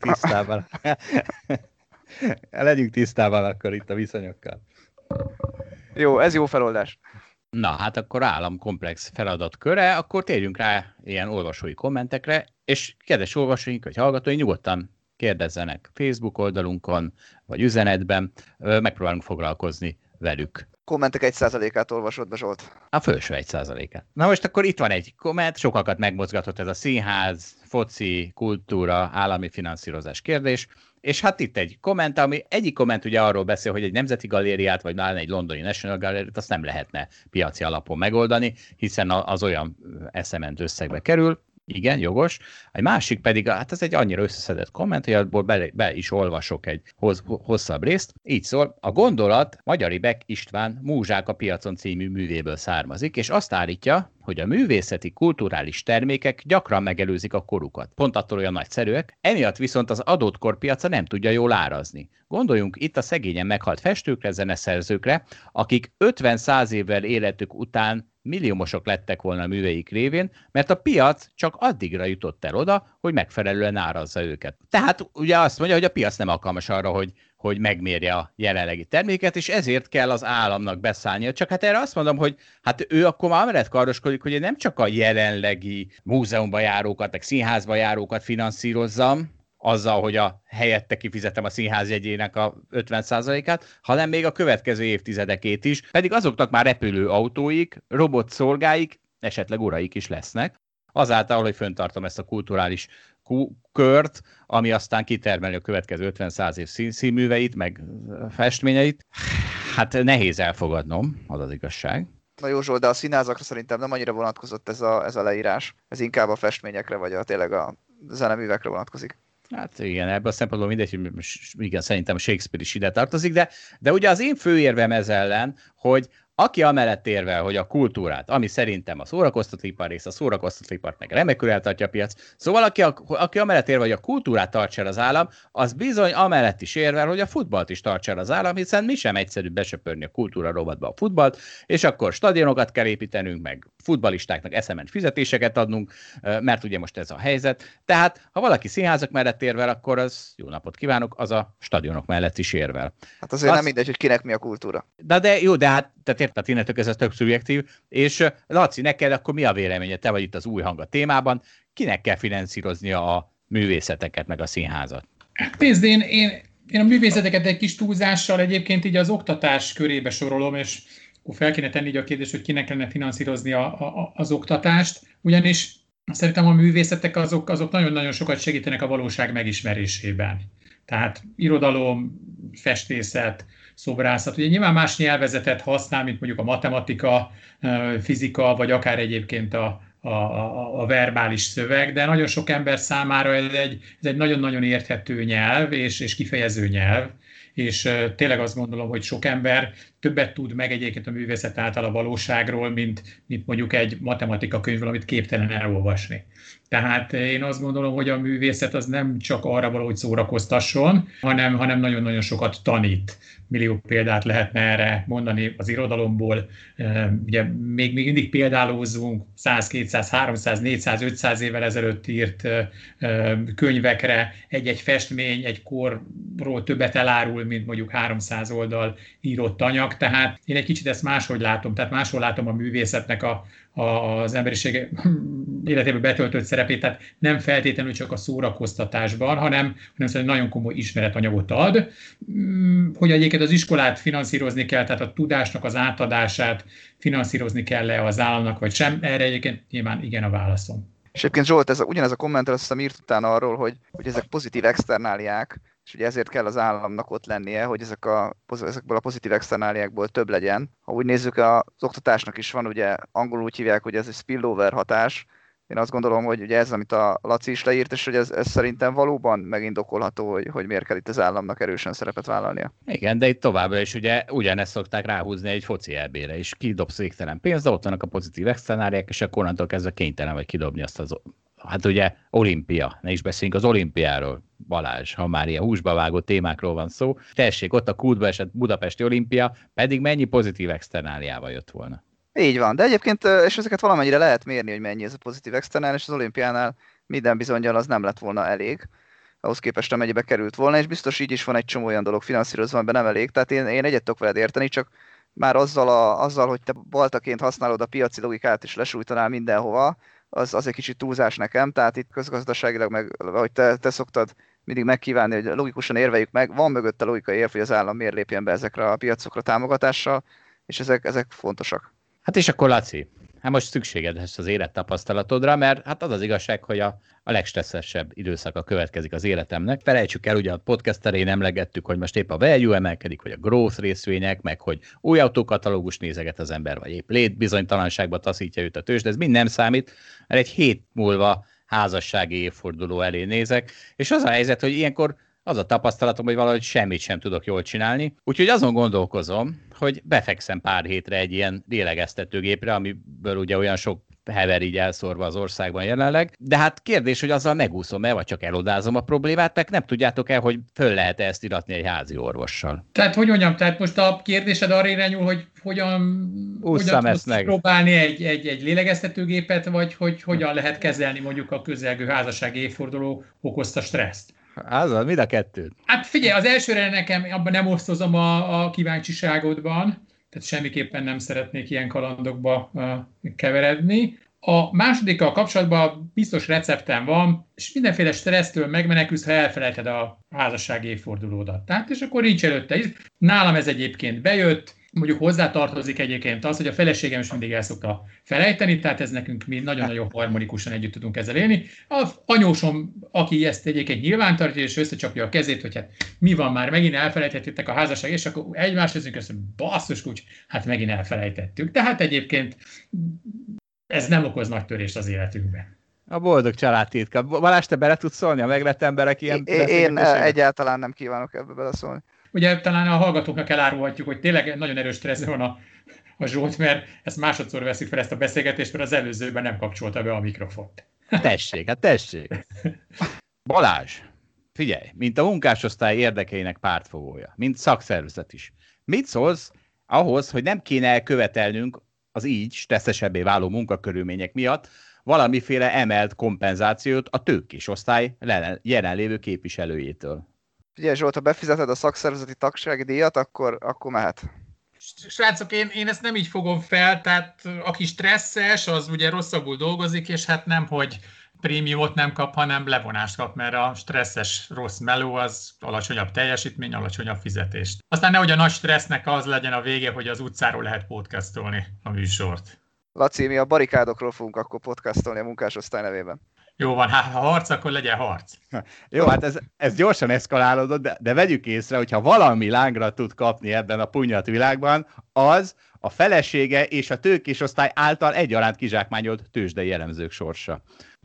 legyünk tisztában akkor itt a viszonyokkal. Jó, ez jó feloldás. Na, hát akkor államkomplex feladatköre, akkor térjünk rá ilyen olvasói kommentekre, és kedves olvasóink, vagy hallgatóink nyugodtan kérdezzenek Facebook oldalunkon, vagy üzenetben, megpróbálunk foglalkozni velük. Kommentek 1%-át olvasod be, Zsolt. A felső 1%-át. Na most akkor itt van egy komment, sokakat megmozgatott ez a színház, foci, kultúra, állami finanszírozás kérdés, és hát itt egy komment, egyik komment ugye arról beszél, hogy egy nemzeti galériát, vagy már egy londoni National Gallery-t azt nem lehetne piaci alapon megoldani, hiszen az olyan eszement összegbe kerül. Igen, jogos. Egy másik pedig, hát ez egy annyira összeszedett komment, hogy abból be is olvasok egy hosszabb részt. Így szól, a gondolat Magyari Beck István Múzsák a piacon című művéből származik, és azt állítja, hogy a művészeti, kulturális termékek gyakran megelőzik a korukat. Pont attól olyan nagyszerűek, emiatt viszont az adott korpiaca nem tudja jól árazni. Gondoljunk itt a szegényen meghalt festőkre, zeneszerzőkre, akik 50-100 évvel életük után milliómosok lettek volna a műveik révén, mert a piac csak addigra jutott el oda, hogy megfelelően árazza őket. Tehát ugye azt mondja, hogy a piac nem alkalmas arra, hogy megmérje a jelenlegi terméket, és ezért kell az államnak beszállnia. Csak hát erre azt mondom, hogy hát ő akkor már amellett karoskodik, hogy nem csak a jelenlegi múzeumba járókat, meg színházba járókat finanszírozzam, azzal, hogy a helyette kifizetem a színház jegyének a 50%-át, hanem még a következő évtizedekét is, pedig azoknak már repülő autóik, robot szolgáik, esetleg uraik is lesznek, azáltal, hogy föntartom ezt a kulturális kört, ami aztán kitermeli a következő 50-100 év színműveit, meg festményeit. Hát nehéz elfogadnom, az az igazság. Na jó, Zsolt, de a színházakra szerintem nem annyira vonatkozott ez a leírás. Ez inkább a festményekre, vagy tényleg a zeneművekre vonatkozik. Hát igen, ebből a szempontból mindegy, hogy igen, szerintem Shakespeare is ide tartozik, de ugye az én főérvem ez ellen, hogy aki amellett érvel, hogy a kultúrát, ami szerintem a szórakoztatóipar rész, a szórakoztatóipart meg remekül eltartja a piac, szóval aki amellett érvel, hogy a kultúrát tartsa el az állam, az bizony amellett is érvel, hogy a futballt is tartsa el az állam, hiszen mi sem egyszerű besöpörni a kultúra rovatba a futballt, és akkor stadionokat kell építenünk, meg futballistáknak eszement fizetéseket adnunk, mert ugye most ez a helyzet. Tehát, ha valaki színházak mellett érvel, akkor az, jó napot kívánok, az a stadionok mellett is érvel. Hát azért nem mindegy, hogy kinek mi a kultúra. De jó, de hát tehát innentől ez tök szubjektív, és Laci, neked akkor mi a véleményed? Te vagy itt az új hang a témában, kinek kell finanszíroznia a művészeteket, meg a színházat? Nézd, én a művészeteket egy kis túlzással egyébként így az oktatás körébe sorolom, és akkor fel kéne tenni így a kérdést, hogy kinek kellene finanszírozni az oktatást, ugyanis szerintem a művészetek azok nagyon-nagyon sokat segítenek a valóság megismerésében. Tehát irodalom, festészet, szobrászat. Ugye nyilván más nyelvezetet használ, mint mondjuk a matematika, fizika, vagy akár egyébként a verbális szöveg, de nagyon sok ember számára ez egy nagyon-nagyon érthető nyelv és kifejező nyelv, és tényleg azt gondolom, hogy sok ember többet tud meg egyébként a művészet által a valóságról, mint mondjuk egy matematika könyvről, amit képtelen elolvasni. Tehát én azt gondolom, hogy a művészet az nem csak arra valahogy szórakoztasson, hanem nagyon-nagyon sokat tanít. Millió példát lehetne erre mondani az irodalomból. Ugye még mindig példálózzunk 100, 200, 300, 400, 500 évvel ezelőtt írt könyvekre. Egy Festmény egy korról többet elárul, mint mondjuk 300 oldal írott anyag. Tehát én egy kicsit ezt máshogy látom. Tehát máshol látom a művészetnek az emberiség életében betöltött szerepét, tehát nem feltétlenül csak a szórakoztatásban, hanem szerintem nagyon komoly ismeretanyagot ad. Hogy egyébként az iskolát finanszírozni kell, tehát a tudásnak az átadását finanszírozni kell-e az államnak, vagy sem, erre egyébként nyilván igen a válaszom. És egyébként Zsolt, ugyanez a kommentel azt hiszem írt utána arról, hogy ezek pozitív externáliák, és ugye ezért kell az államnak ott lennie, hogy ezekből a pozitív externáliákból több legyen. Ha úgy nézzük, az oktatásnak is van, ugye angolul úgy hívják, hogy ez egy spillover hatás. Én azt gondolom, hogy ugye ez, amit a Laci is leírt, és hogy ez szerintem valóban megindokolható, hogy miért kell itt az államnak erősen szerepet vállalnia. Igen, de itt továbbra is ugye ugyanezt szokták ráhúzni egy foci EB-re, és kidobsz végtelen pénzt, de ott vannak a pozitív externáliák, és akkor onnantól kezdve kénytelen vagy kidobni azt az... Hát ugye olimpia, ne is beszéljünk az olimpiáról, Balázs, ha már ilyen húsba vágó témákról van szó. Tessék, ott a kútba esett Budapesti olimpia, pedig mennyi pozitív externáliával jött volna. Így van, de egyébként, és ezeket valamennyire lehet mérni, hogy mennyi ez a pozitív externál, és az olimpiánál minden bizonnyal az nem lett volna elég. Ahhoz képest amennyibe került volna, és biztos így is van egy csomó olyan dolog finanszírozva, amiben nem elég. Tehát én egyet tudok veled érteni, csak már azzal, hogy te baltaként használod a piaci logikát és lesújtanál mindenhova, az egy kicsit túlzás nekem. Tehát itt közgazdaságilag, meg ahogy te szoktad mindig megkívánni, hogy logikusan érveljük meg, van mögötte logikai érv, hogy az állam miért lépjen be ezekre a piacokra támogatással, és ezek fontosak. Hát és akkor Laci, hát most szükséged lesz az élettapasztalatodra, mert hát az az igazság, hogy a legstresszesebb időszaka következik az életemnek. Felejtsük el, ugye a podcast elején emlegettük, hogy most épp a value emelkedik, vagy a growth részvények, meg hogy új autókatalógus nézeget az ember, vagy épp létbizonytalanságba taszítja őt a tőzs, de ez mind nem számít, mert egy hét múlva házassági évforduló elé nézek, és az a helyzet, hogy ilyenkor az a tapasztalatom, hogy valahogy semmit sem tudok jól csinálni, úgyhogy azon gondolkozom, hogy befekszem pár hétre egy ilyen lélegeztetőgépre, amiből ugye olyan sok hever így elszórva az országban jelenleg. De hát kérdés, hogy azzal megúszom-e, vagy csak elodázom a problémát, meg nem tudjátok el, hogy föl lehet-e ezt iratni egy házi orvossal. Tehát hogy mondjam, tehát most a kérdésed arra irányul, hogy hogyan tudsz próbálni egy lélegeztetőgépet, vagy hogy hogyan lehet kezelni mondjuk a közelgő házassági évforduló okozta stresszt? Az, mind a kettőt. Hát figyelj, az elsőre nekem abban nem osztozom a kíváncsiságodban, tehát semmiképpen nem szeretnék ilyen kalandokba keveredni. A másodikkal kapcsolatban biztos receptem van, és mindenféle stressztől megmenekülsz, ha elfelejted a házassági évfordulódat. Tehát, és akkor nincs előtte. Nálam ez egyébként bejött, mondjuk hozzátartozik egyébként az, hogy a feleségem is mindig el szokta felejteni, tehát ez nekünk mi nagyon-nagyon harmonikusan együtt tudunk ezzel élni. A anyósom, aki ezt egyébként nyilvántartja, és összecsapja a kezét, hogy hát mi van már, megint elfelejtettétek a házasság, és akkor egymáshoz nézünk, és basszus kulcs, hát megint elfelejtettük. Tehát egyébként ez nem okoz nagy törést az életünkben. A boldog családtitka. Balázs, te bele tudsz szólni a meglett emberek ilyen... Én egyáltalán nem kívánok ebbe beleszólni. Ugye talán a hallgatóknak elárulhatjuk, hogy tényleg nagyon erős stressz van a Zsolt, mert ezt másodszor veszik fel ezt a beszélgetést, mert az előzőben nem kapcsolta be a mikrofont. Tessék. Balázs, figyelj, mint a munkásosztály érdekeinek pártfogója, mint szakszervezet is. Mit szólsz ahhoz, hogy nem kéne elkövetelnünk az így stresszesebbé váló munkakörülmények miatt valamiféle emelt kompenzációt a tőkés osztály jelenlévő képviselőjétől? Figyelj Zsolt, ha befizeted a szakszervezeti tagsági díjat, akkor mehet. Srácok, én ezt nem így fogom fel, tehát aki stresszes, az ugye rosszabbul dolgozik, és hát nem, hogy prémiumot nem kap, hanem levonást kap, mert a stresszes rossz meló az alacsonyabb teljesítmény, alacsonyabb fizetést. Aztán nehogy a nagy stressznek az legyen a vége, hogy az utcáról lehet podcastolni a műsort. Laci, mi a barikádokról fogunk akkor podcastolni a munkásosztály nevében. Jó van, hát ha harc, akkor legyen harc. Jó, hát ez gyorsan eszkalálódott, de vegyük észre, hogyha valami lángra tud kapni ebben a punyat világban, az a felesége és a tőkésosztály által egyaránt kizsákmányolt tőzsdei elemzők sorsa.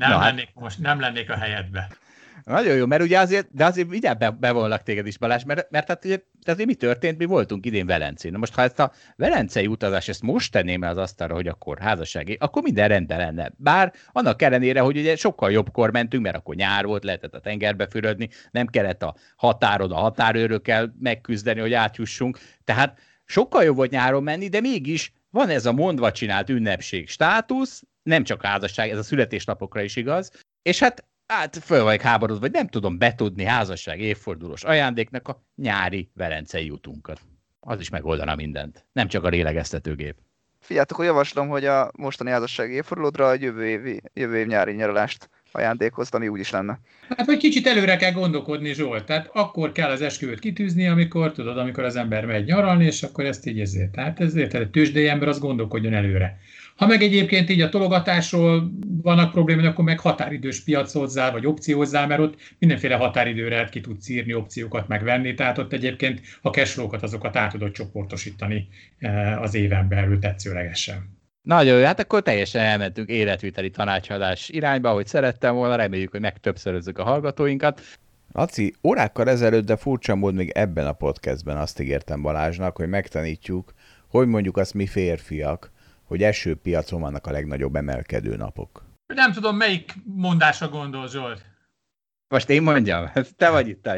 Nem lennék a helyedbe. Nagyon jó, mert ugye azért vigyább bevonlak téged is, Balázs, mert hát ugye, azért mi történt? Mi voltunk idén Velencén. Na most, ha ezt a velencei utazás, ezt most tenném el az asztalra, hogy akkor házassági, akkor minden rendben lenne. Bár annak ellenére, hogy ugye sokkal jobbkor mentünk, mert akkor nyár volt, lehetett a tengerbe fürödni, nem kellett a határon, a határőrökkel megküzdeni, hogy átjussunk. Tehát sokkal jobb volt nyáron menni, de mégis van ez a mondva csinált ünnepség státusz, nem csak a házasság, ez a születésnapokra is igaz, és hát föl vagyok háborodva, vagy nem tudom betudni házasság évfordulós ajándéknak a nyári velencei utunkat. Az is megoldana mindent. Nem csak a lélegeztetőgép. Figyeljetek, hogy javaslom, hogy a mostani házassági évfordulódra a jövő év nyári nyaralást ajándékozd, ami úgy is lenne. Hát vagy kicsit előre kell gondolkodni, Zsolt. Tehát akkor kell az esküvőt kitűzni, amikor az ember megy nyaralni, és akkor ezt így ezért. Tehát ezért a tőzsdei ember az gondolkodjon előre. Ha meg egyébként így a tologatásról vannak problémák, akkor meg határidős piacozzál, vagy opciózzál, mert ott mindenféle határidőre ki tudsz írni, opciókat megvenni, tehát ott egyébként a cashflow-kat azokat át tudod csoportosítani az éven belül tetszőlegesen. Nagyon jó, hát akkor teljesen elmentünk életviteli tanácsadás irányba, ahogy szerettem volna, reméljük, hogy megtöbbszörözzük a hallgatóinkat. Laci, órákkal ezelőtt, de furcsa mód még ebben a podcastben azt ígértem Balázsnak, hogy megtanítjuk, hogy mondjuk azt mi férfiak, hogy esőpiacon vannak a legnagyobb emelkedő napok. Nem tudom, melyik mondásra gondol, Zsolt. Most én mondjam, te vagy itt a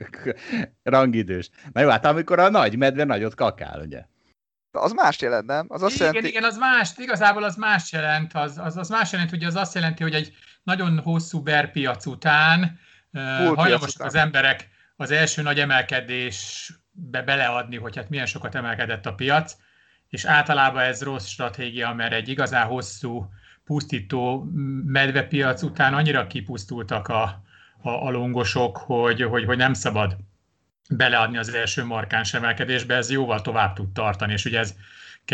rangidős. Na jó, hát amikor a nagy medve nagyot kakál, ugye? Az más jelent, nem? Az azt jelenti... Igen, az más, igazából az más jelent. Az más jelent, hogy az azt jelenti, hogy egy nagyon hosszú bearpiac után hajlamosak az emberek az első nagy emelkedésbe beleadni, hogy hát milyen sokat emelkedett a piac, és általában ez rossz stratégia, mert egy igazán hosszú, pusztító medvepiac után annyira kipusztultak a longosok, hogy nem szabad beleadni az első markáns emelkedésbe, ez jóval tovább tud tartani, és ugye ez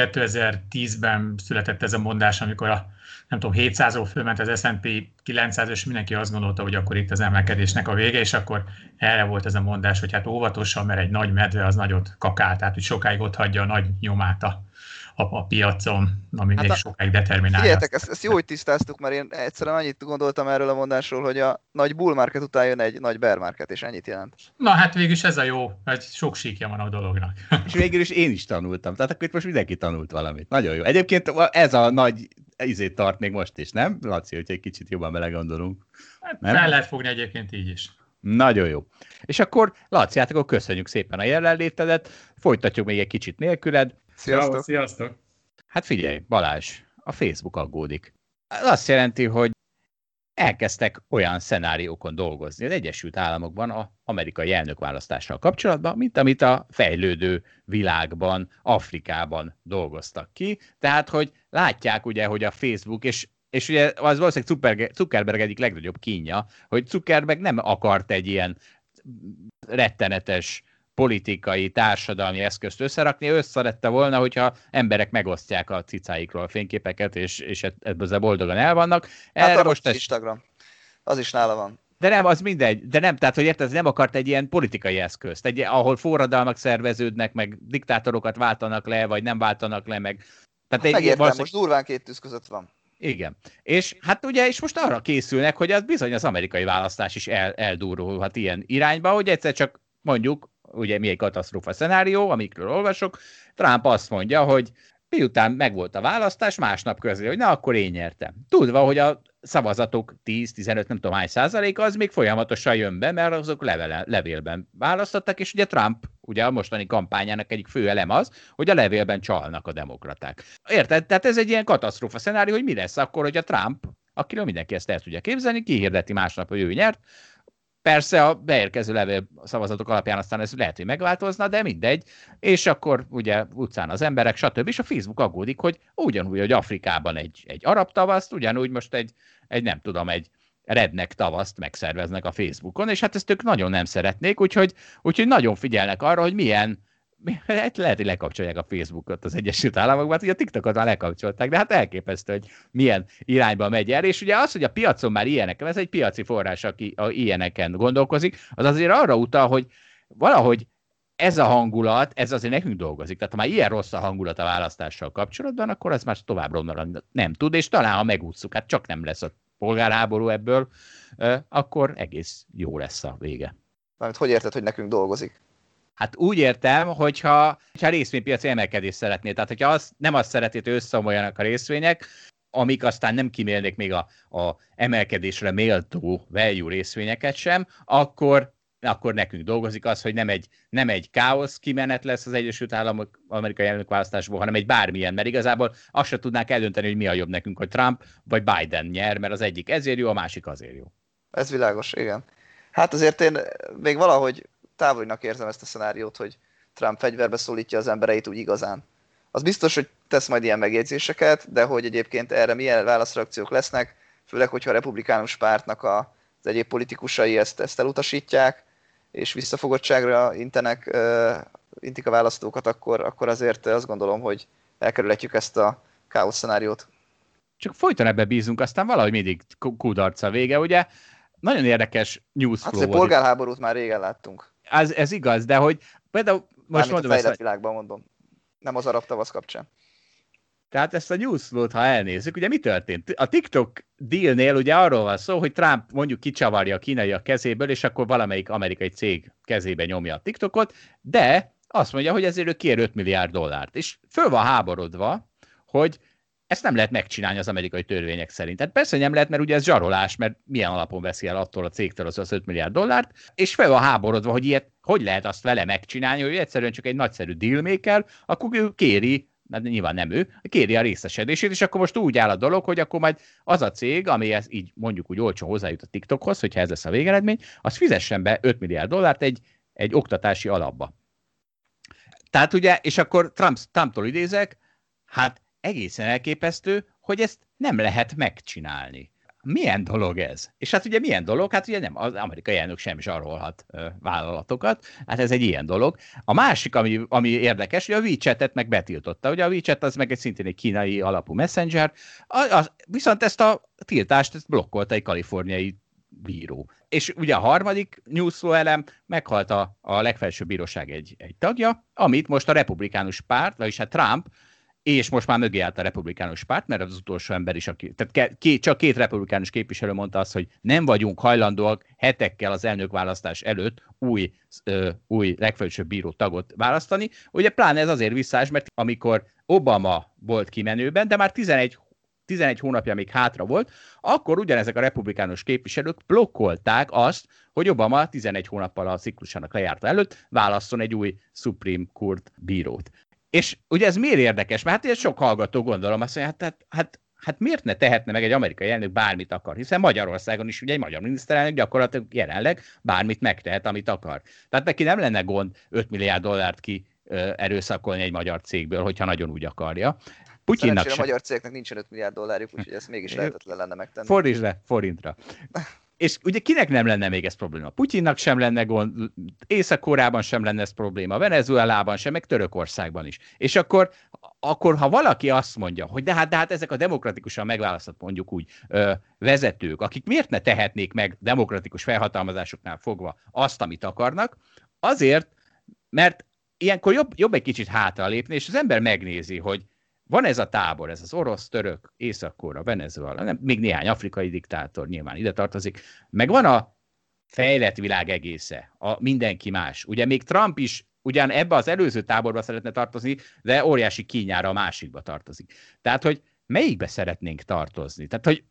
2010-ben született ez a mondás, amikor 700-ról fölment az S&P 900, és mindenki azt gondolta, hogy akkor itt az emelkedésnek a vége, és akkor erre volt ez a mondás, hogy hát óvatosan, mert egy nagy medve az nagyot kakál, tehát hogy sokáig ott hagyja a nagy nyomát a a piacon, ami még sokáig determinálja. Figyeljetek, ezt jó, hogy tisztáztuk, mert én egyszerűen annyit gondoltam erről a mondásról, hogy a nagy bull market után jön egy nagy bear market, és ennyit jelent. Na hát végülis ez a jó, hogy sok síkja van a dolognak. És végül is én is tanultam, tehát akkor itt most mindenki tanult valamit. Nagyon jó. Egyébként ez a nagy izét tart még most is, nem? Laci, hogyha egy kicsit jobban belegondolunk. Hát el lehet fogni egyébként így is. Nagyon jó. És akkor, Laci, hát akkor köszönjük szépen a jelenlétedet, folytatjuk még egy kicsit nélküled. Sziasztok! Sziasztok! Hát figyelj, Balázs, a Facebook aggódik. Ez azt jelenti, hogy elkezdtek olyan szenáriókon dolgozni az Egyesült Államokban az amerikai elnökválasztással kapcsolatban, mint amit a fejlődő világban, Afrikában dolgoztak ki. Tehát, hogy látják ugye, hogy a Facebook, és ugye az valószínűleg Zuckerberg egyik legnagyobb kínja, hogy Zuckerberg nem akart egy ilyen rettenetes politikai, társadalmi eszközt összerakni, ő szerette volna, hogyha emberek megosztják a cicáikról a fényképeket, és ebből boldogan el vannak. Hát most Instagram. Az is nála van. De nem, az mindegy. De nem, tehát, hogy érted, nem akart egy ilyen politikai eszközt, ahol forradalmak szerveződnek, meg diktátorokat váltanak le, vagy nem váltanak le, meg... Tehát megértem, most durván két tűz között van. Igen. És hát ugye, és most arra készülnek, hogy az bizony az amerikai választás is eldurulhat ilyen irányba, hogy egyszer csak mondjuk, ugye mi egy katasztrófa szenárió, amikről olvasok, Trump azt mondja, hogy miután megvolt a választás, másnap közé, hogy na, akkor én nyertem. Tudva, hogy a szavazatok 10-15, nem tudom hány százaléka, az még folyamatosan jön be, mert azok levélben választottak, és ugye Trump, ugye a mostani kampányának egyik fő elem az, hogy a levélben csalnak a demokraták. Érted? Tehát ez egy ilyen katasztrófa szenárió, hogy mi lesz akkor, hogy a Trump, akiről mindenki ezt el tudja képzelni, kihirdeti másnap, hogy ő nyert. Persze a beérkező levél szavazatok alapján aztán ez lehet, hogy megváltozna, de mindegy. És akkor ugye utcán az emberek, stb. És a Facebook aggódik, hogy ugyanúgy, hogy Afrikában egy arab tavaszt, ugyanúgy most egy nem tudom, egy redneck tavaszt megszerveznek a Facebookon, és hát ezt ők nagyon nem szeretnék, úgyhogy nagyon figyelnek arra, hogy lehet, hogy lekapcsolják a Facebookot az Egyesült Államokban, ugye a TikTokot már lekapcsolták, de hát elképesztő, hogy milyen irányba megy el, és ugye az, hogy a piacon már ilyenek, ez egy piaci forrás, aki ilyeneken gondolkozik, az azért arra utal, hogy valahogy ez a hangulat, ez azért nekünk dolgozik. Tehát ha már ilyen rossz a hangulat a választással kapcsolatban, akkor az már tovább romlani nem tud, és talán ha megúszszuk, hát csak nem lesz a polgárháború ebből, akkor egész jó lesz a vége. Mármint hogy érted, hogy nekünk dolgozik? Hát úgy értem, hogyha részvénypiaci emelkedést szeretnél, tehát hogyha nem azt szeretnéd, hogy összeomoljanak a részvények, amik aztán nem kimélnék még a emelkedésre méltó value részvényeket sem, akkor nekünk dolgozik az, hogy nem egy káosz kimenet lesz az Egyesült Államok amerikai elnökválasztásból, hanem egy bármilyen, mert igazából azt se tudnák eldönteni, hogy mi a jobb nekünk, hogy Trump vagy Biden nyer, mert az egyik ezért jó, a másik azért jó. Ez világos, igen. Hát azért én még valahogy távolinak érzem ezt a szenáriót, hogy Trump fegyverbe szólítja az embereit úgy igazán. Az biztos, hogy tesz majd ilyen megjegyzéseket, de hogy egyébként erre milyen válaszreakciók lesznek, főleg, hogyha a republikánus pártnak az egyéb politikusai ezt elutasítják, és visszafogottságra intik a választókat, akkor azért azt gondolom, hogy elkerülhetjük ezt a káosz szenáriót. Csak folyton ebbe bízunk, aztán valahogy mindig kudarca vége, ugye? Nagyon érdekes newsflow volt. Hát polgárháborút már régen láttunk. Ez igaz, de hogy például most mondom, a fejlett világban mondom, nem az arab tavasz kapcsán. Tehát ezt a newsflow-t, ha elnézzük, ugye mi történt? A TikTok dealnél ugye arról van szó, hogy Trump mondjuk kicsavarja a kínaiak kezéből, és akkor valamelyik amerikai cég kezébe nyomja a TikTokot, de azt mondja, hogy ezért ő kér $5 milliárd. És föl van háborodva, hogy ezt nem lehet megcsinálni az amerikai törvények szerint. Tehát persze, hogy nem lehet, mert ugye ez zsarolás, mert milyen alapon veszi el attól a cégtől az $5 milliárd, és fel van háborodva, hogy ilyet hogy lehet azt vele megcsinálni, hogy egyszerűen csak egy nagyszerű dealmaker, akkor ő kéri, nyilván nem ő, kéri a részesedését, és akkor most úgy áll a dolog, hogy akkor majd az a cég, amihez így mondjuk úgy olcsón hozzájut a TikTokhoz, hogyha ez lesz a végeredmény, az fizessen be $5 milliárd egy oktatási alapba. Tehát ugye, és akkor Trumptól idézek, hát egészen elképesztő, hogy ezt nem lehet megcsinálni. Milyen dolog ez? És hát ugye milyen dolog? Hát ugye nem, az amerikai elnök sem zsarolhat vállalatokat, hát ez egy ilyen dolog. A másik, ami érdekes, hogy a WeChat-et meg betiltotta. Ugye a WeChat az meg szintén egy kínai alapú messenger, viszont ezt a tiltást blokkolta egy kaliforniai bíró. És ugye a harmadik newsflow elem, meghalt a legfelsőbb bíróság egy tagja, amit most a republikánus párt, vagyis hát Trump és most már mögé állt a republikánus párt, mert az utolsó ember is, tehát csak 2 republikánus képviselő mondta azt, hogy nem vagyunk hajlandóak hetekkel az elnökválasztás előtt új legfelsőbb bíró tagot választani. Ugye pláne ez azért visszás, mert amikor Obama volt kimenőben, de már 11 hónapja még hátra volt, akkor ugyanezek a republikánus képviselők blokkolták azt, hogy Obama 11 hónappal a ciklusának lejárta előtt válasszon egy új Supreme Court bírót. És ugye ez miért érdekes? Mert hát sok hallgató gondolom azt mondja, hát miért ne tehetne meg egy amerikai elnök bármit akar? Hiszen Magyarországon is ugye egy magyar miniszterelnök gyakorlatilag jelenleg bármit megtehet, amit akar. Tehát neki nem lenne gond 5 milliárd dollárt ki erőszakolni egy magyar cégből, hogyha nagyon úgy akarja. Szerencsére a magyar cégnek nincsen 5 milliárd dollárjuk, úgyhogy ezt mégis lehetetlen lenne megtenni. Fordítsd le forintra. És ugye kinek nem lenne még ez probléma? Putyinnak sem lenne gond, Észak-Koreában sem lenne ez probléma, Venezuelában sem, meg Törökországban is. És akkor ha valaki azt mondja, hogy de hát ezek a demokratikusan megválasztott mondjuk úgy vezetők, akik miért ne tehetnék meg demokratikus felhatalmazásoknál fogva azt, amit akarnak, azért, mert ilyenkor jobb egy kicsit hátralépni, és az ember megnézi, hogy van ez a tábor, ez az orosz, török, Észak-Korea, Venezuela, még néhány afrikai diktátor nyilván ide tartozik, meg van a fejlett világ egésze, a mindenki más. Ugye még Trump is ugyan ebbe az előző táborba szeretne tartozni, de óriási Kínára a másikba tartozik. Tehát, hogy melyikbe szeretnénk tartozni? Tehát, hogy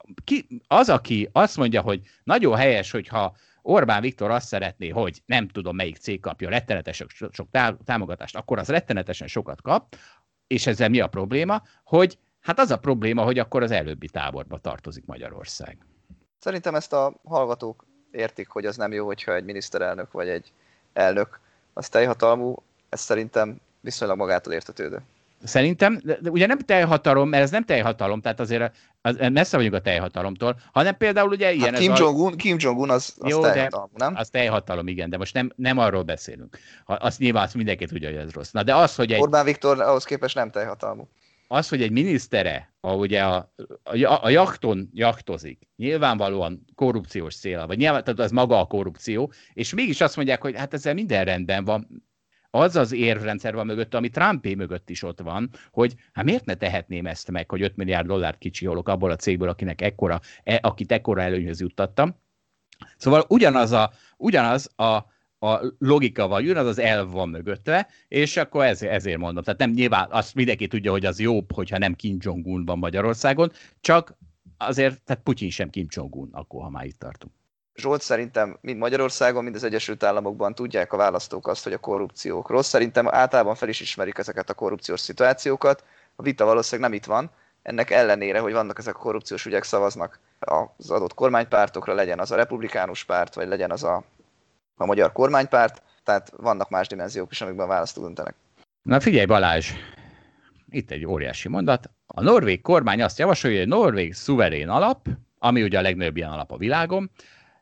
aki azt mondja, hogy nagyon helyes, hogyha Orbán Viktor azt szeretné, hogy nem tudom melyik cég kapja rettenetesen sok támogatást, akkor az rettenetesen sokat kap, és ezzel mi a probléma? Hogy hát az a probléma, hogy akkor az előbbi táborba tartozik Magyarország. Szerintem ezt a hallgatók értik, hogy az nem jó, hogyha egy miniszterelnök vagy egy elnök az teljhatalmú, ez szerintem viszonylag magától értetődő. Szerintem, de ugye nem teljhatalom, mert ez nem teljhatalom, tehát azért messze vagyunk a teljhatalomtól, hanem például ugye ilyen... Hát Kim Jong-un az jó, teljhatalom, nem? Az teljhatalom, igen, de most nem arról beszélünk. Nyilván azt mindenki tudja, hogy ez rossz. Na de az, hogy Orbán Viktor ahhoz képest nem teljhatalmú. Az, hogy egy minisztere, ugye a jachton jachtozik, nyilvánvalóan korrupciós cél, vagy nyilván, tehát ez maga a korrupció, és mégis azt mondják, hogy hát ezzel minden rendben van. Az az érvrendszer van mögött, ami Trumpé mögött is ott van, hogy hát miért ne tehetném ezt meg, hogy 5 milliárd dollárt kicsiholok abból a cégből, akit ekkora előnyhöz juttattam. Szóval ugyanaz a logika van, ugyanaz az elv van mögötte, és akkor ezért mondom. Tehát nem nyilván azt mindenki tudja, hogy az jobb, hogyha nem Kim Jong-un van Magyarországon, csak azért, tehát Putyin sem Kim Jong-un, akkor ha már itt tartunk. Zsolt, szerintem mind Magyarországon, mind az Egyesült Államokban tudják a választók azt, hogy a korrupciók rossz. Szerintem általában fel is ismerik ezeket a korrupciós szituációkat. A vita valószínűleg nem itt van. Ennek ellenére, hogy vannak ezek a korrupciós ügyek, szavaznak az adott kormánypártokra, legyen az a republikánus párt, vagy legyen az a magyar kormánypárt. Tehát vannak más dimenziók is, amikben választók döntenek. Na figyelj Balázs, itt egy óriási mondat. A norvég kormány azt javasolja, hogy a norvég szuverén alap, ami ugye a legnagyobb ilyen alap a világon,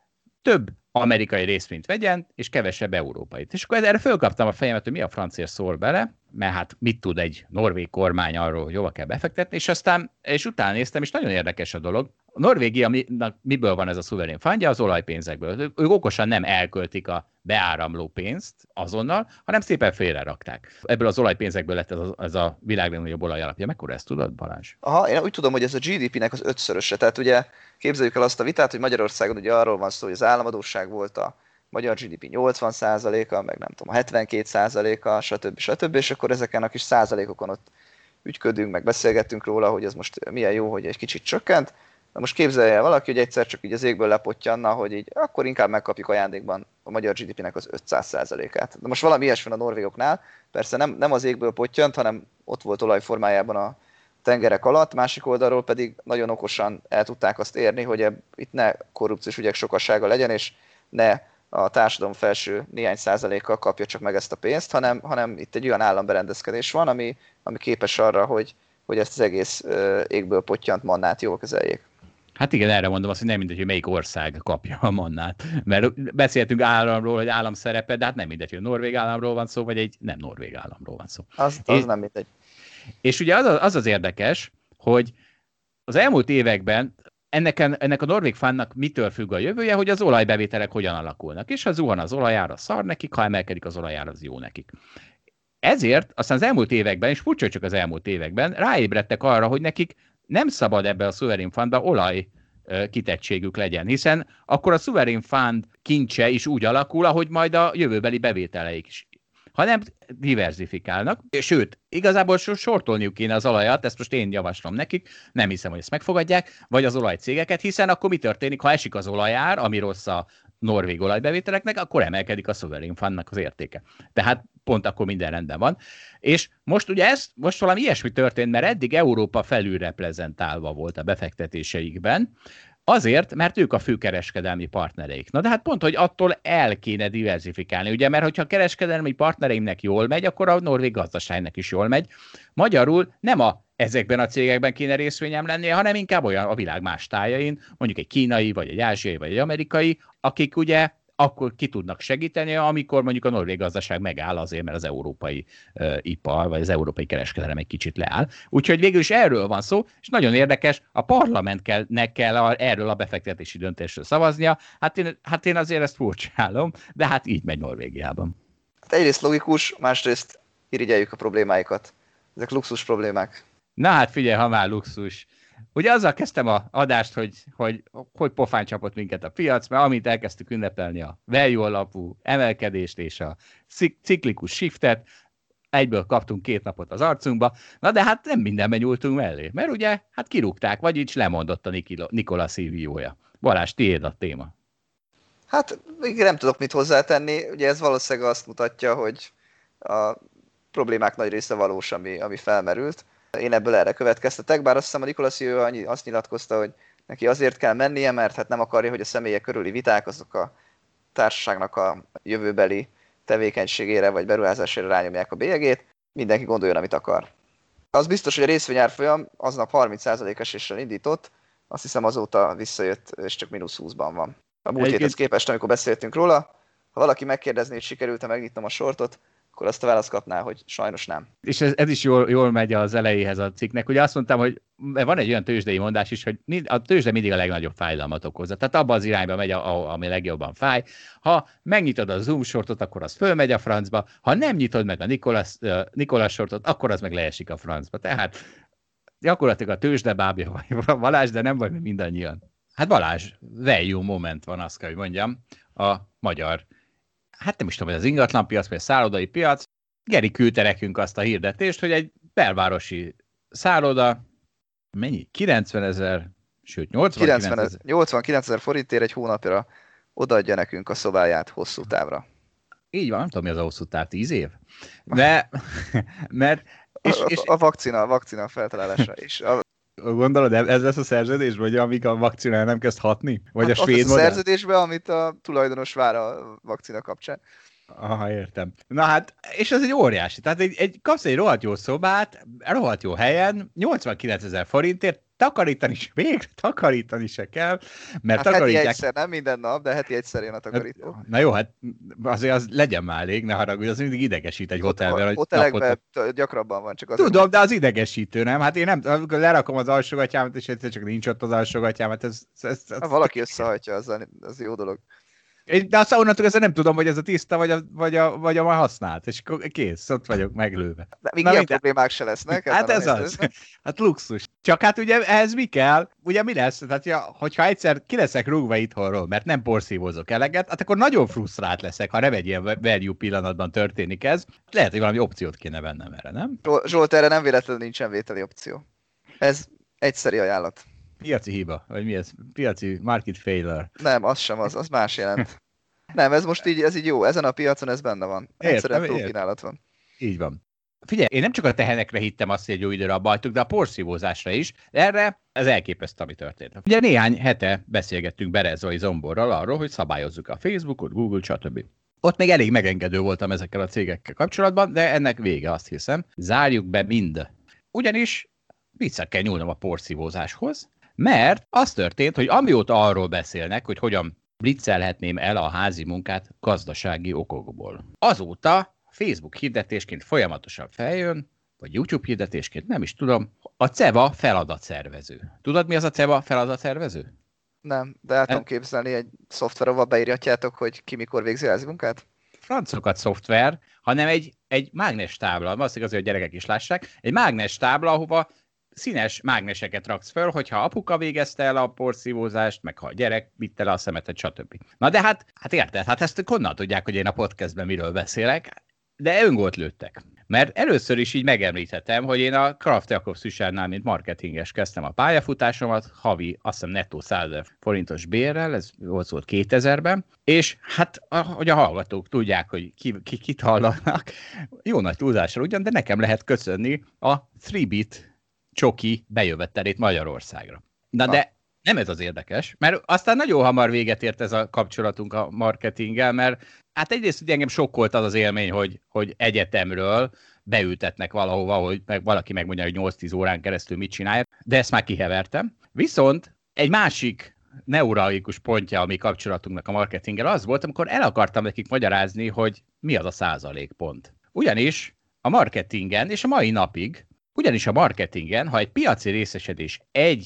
több amerikai részvényt vegyen, és kevesebb európait. És akkor erre fölkaptam a fejemet, hogy mi a francia szól bele, mert hát mit tud egy norvég kormány arról, hogy hova kell befektetni, és utána néztem, és nagyon érdekes a dolog. A Norvégia miből van ez a szuverén fundja? Az olajpénzekből. Ők okosan nem elköltik a beáramló pénzt azonnal, hanem szépen félrerakták. Ebből az olajpénzekből lett ez a világ legnagyobb olajalapja. Mekkora ezt tudod, Balázs? Aha, én úgy tudom, hogy ez a GDP-nek az 5-szöröse. Tehát ugye képzeljük el azt a vitát, hogy Magyarországon ugye arról van szó, hogy az államadósság volt a magyar GDP 80%-a, meg nem tudom, 72%-a, stb. És akkor ezeken a kis százalékokon ott ügyködünk, meg beszélgettünk róla, hogy ez most milyen jó, hogy egy kicsit csökkent. Na most képzelje el valaki, hogy egyszer csak így az égből lepottyanna, hogy így akkor inkább megkapjuk ajándékban a magyar GDP-nek az 500%-át. De most valami ilyesmi a norvégoknál, persze nem az égből pottyant, hanem ott volt olajformájában a tengerek alatt, másik oldalról pedig nagyon okosan el tudták azt érni, hogy itt ne korrupciós ügyek sokasága legyen, és ne a társadalom felső néhány százalékkal kapja csak meg ezt a pénzt, hanem itt egy olyan államberendezkedés van, ami képes arra, hogy ezt az egész égből pottyant mannát jól kezeljék. Hát igen, erre mondom azt, hogy nem mindegy, hogy melyik ország kapja a mannát. Mert beszéltünk államról, hogy állam szerepe, de hát nem mindegy, hogy a norvég államról van szó, vagy egy nem norvég államról van szó. Az nem mindegy. És ugye az érdekes, hogy az elmúlt években ennek a norvég fánnak mitől függ a jövője, hogy az olajbevételek hogyan alakulnak. És ha zuhan az olajár, az szar nekik, ha emelkedik az olajár, az jó nekik. ezért aztán az elmúlt években, és furcsa, csak az elmúlt években ráébredtek arra, hogy nekik nem szabad ebbe a Sovereign Fundba olaj kitettségük legyen, hiszen akkor a Sovereign Fund kincse is úgy alakul, ahogy majd a jövőbeli bevételeik is. Hanem diverzifikálnak, sőt, igazából sortolniuk kéne az olajat, ezt most én javaslom nekik, nem hiszem, hogy ezt megfogadják, vagy az olajcégeket, hiszen akkor mi történik, ha esik az olajár, ami rossz a norvég olajbevételeknek, akkor emelkedik a Sovereign Fundnak az értéke. Tehát pont akkor minden rendben van. És most ugye most valami ilyesmi történt, mert eddig Európa felülreprezentálva volt a befektetéseikben, azért, mert ők a főkereskedelmi partnereik. Na de hát pont, hogy attól el kéne diversifikálni, ugye, mert hogyha a kereskedelmi partnereimnek jól megy, akkor a norvég gazdaságnak is jól megy. Magyarul nem ezekben a cégekben kéne részvényem lennie, hanem inkább olyan a világ más tájain, mondjuk egy kínai, vagy egy ázsiai, vagy egy amerikai, akik ugye akkor ki tudnak segíteni, amikor mondjuk a norvég gazdaság megáll azért, mert az európai ipar, vagy az európai kereskedelem egy kicsit leáll. Úgyhogy végül is erről van szó, és nagyon érdekes, a parlamentnek kell erről a befektetési döntésről szavaznia. Hát én azért ezt furcsálom, de hát így megy Norvégiában. Hát egyrészt logikus, másrészt irigyeljük a problémáikat. Ezek luxus problémák. Na hát figyelj, ha már luxus. Ugye azzal kezdtem az adást, hogy pofán csapott minket a piac, mert amint elkezdtük ünnepelni a value alapú emelkedést és a ciklikus shiftet, egyből kaptunk 2 napot az arcunkba, na de hát nem mindenben nyúltunk mellé, mert ugye hát kirúgták, vagyis lemondott a Nikola CEO-ja. Balázs, tiéd a téma. Hát nem tudok mit hozzátenni, ugye ez valószínűleg azt mutatja, hogy a problémák nagy része valós, ami felmerült. Én ebből erre következtetek, bár azt hiszem a Nikola CEO azt nyilatkozta, hogy neki azért kell mennie, mert hát nem akarja, hogy a személyek körüli viták azok a társaságnak a jövőbeli tevékenységére vagy beruházására rányomják a bélyegét, mindenki gondoljon, amit akar. Az biztos, hogy a részvényárfolyam aznap 30% eséssel indított, azt hiszem azóta visszajött, és csak -20-ban van. A múlt héthez képest, amikor beszéltünk róla, ha valaki megkérdezné, hogy sikerült-e megnyitnom a sortot, akkor azt a választ kapná, hogy sajnos nem. És ez is jól megy az elejéhez a cikknek. Ugye azt mondtam, hogy van egy olyan tőzsdei mondás is, hogy a tőzsde mindig a legnagyobb fájdalmat okozza. Tehát abban az irányba megy, ami legjobban fáj. Ha megnyitod a Zoom sortot, akkor az fölmegy a francba. Ha nem nyitod meg a Nikola sortot, akkor az meg leesik a francba. Tehát gyakorlatilag a tőzsde bábja vagy Balázs, de nem vagy mi mindannyian. Hát Balázs, value moment van, azt kell, hogy mondjam, a magyar. Hát nem is tudom, hogy az ingatlanpiac, vagy a szállodai piac. Geri küldte nekünk azt a hirdetést, hogy egy belvárosi szálloda, mennyi? 90 000, sőt 89 000 forintért egy hónapra odaadja nekünk a szobáját hosszú távra. Így van, nem tudom, mi az a hosszú táv, 10 év? De, mert... A vakcina feltalálása. És gondolod, ez lesz a szerződés, vagy amíg a vakcina nem kezd hatni? Vagy hát a svéd az a szerződésben, amit a tulajdonos vár a vakcina kapcsán. Aha, értem. Na hát, és ez egy óriási. Tehát kapsz egy rohadt jó szobát, rohadt jó helyen, 89 000 forintért, takarítani se kell, mert hát takarítják... heti egyszer, nem minden nap, de heti egyszer jön a takarító. Na jó, hát azért az legyen már elég, ne haragudj, az mindig idegesít egy hotelben. Hotelekben gyakrabban van, csak az... Tudom, de az idegesítő, nem? Hát én nem, amikor lerakom az alsógatyámat, és egyszer csak nincs ott az alsógatyámat, ha valaki összehajtja, az jó dolog. De azt onnantól kezdve nem tudom, hogy ez a tiszta, vagy a már használt, és kész, ott vagyok meglőve. De még ilyen problémák se lesznek. Hát ez az. Hát luxus. Csak hát ugye ehhez mi kell? Ugye mi lesz? Tehát, hogyha egyszer ki leszek rúgva itthonról, mert nem porszívózok eleget, hát akkor nagyon frusztrált leszek, ha nem egy ilyen value pillanatban történik ez. Lehet, hogy valami opciót kéne vennem erre, nem? Zsolt, erre nem véletlenül nincsen vételi opció. Ez egyszeri ajánlat. Piaci hiba, vagy mi ez? Piaci market failure. Nem, az sem, az más jelent. Nem, ez most így jó, ezen a piacon ez benne van. Egyszerűen túlkínálat van. Így van. Figyelj, én nem csak a tehenekre hittem azt, hogy egy jó időre abbajtuk, de a porszívózásra is. Erre ez elképesztő, ami történt. Ugye néhány hete beszélgettünk Berezai Zomborral arról, hogy szabályozzuk a Facebookot, Google, stb. Ott még elég megengedő voltam ezekkel a cégekkel kapcsolatban, de ennek vége, azt hiszem. Zárjuk be mind. Ugyanis vissza kell nyúlnom a porszívózáshoz, mert az történt, hogy amióta arról beszélnek, hogy hogyan blitzelhetném el a házi munkát gazdasági okokból. Azóta Facebook hirdetésként folyamatosan feljön, vagy YouTube hirdetésként, nem is tudom, a CEVA feladatszervező. Tudod, mi az a CEVA feladatszervező? Nem, de el tudom képzelni, egy szoftver, ahol beírhatjátok, hogy ki mikor végzi házi munkát? Francokat szoftver, hanem egy egy mágnes tábla, valószínűleg azért, hogy a gyerekek is lássák, egy mágnes tábla, ahova színes mágneseket raksz föl, hogyha apuka végezte el a porszívózást, meg ha a gyerek vitte le a szemetet, stb. Na de hát érted, hát ezt honnan tudják, hogy én a podcastben miről beszélek, de öngolt lőttek. Mert először is így megemlíthetem, hogy én a Kraft Jakob Szüsárnál, mint marketinges kezdtem a pályafutásomat, havi, azt hiszem nettó 100 000 forintos bérrel, ez volt 2000-ben, és hát, hogy a hallgatók tudják, hogy kit hallanak, jó nagy túlzásra ugyan, de nekem lehet köszönni a 3-bit csoki bejövetelét Magyarországra. Na de nem ez az érdekes, mert aztán nagyon hamar véget ért ez a kapcsolatunk a marketinggel, mert hát egyrészt ugye engem sokkolt az élmény, hogy egyetemről beültetnek valahova, hogy valaki megmondja, hogy 8-10 órán keresztül mit csinálja, de ezt már kihevertem. Viszont egy másik neuralgikus pontja a mi kapcsolatunknak a marketinggel az volt, amikor el akartam nekik magyarázni, hogy mi az a százalékpont. Ugyanis a marketingen, és a mai napig, ha egy piaci részesedés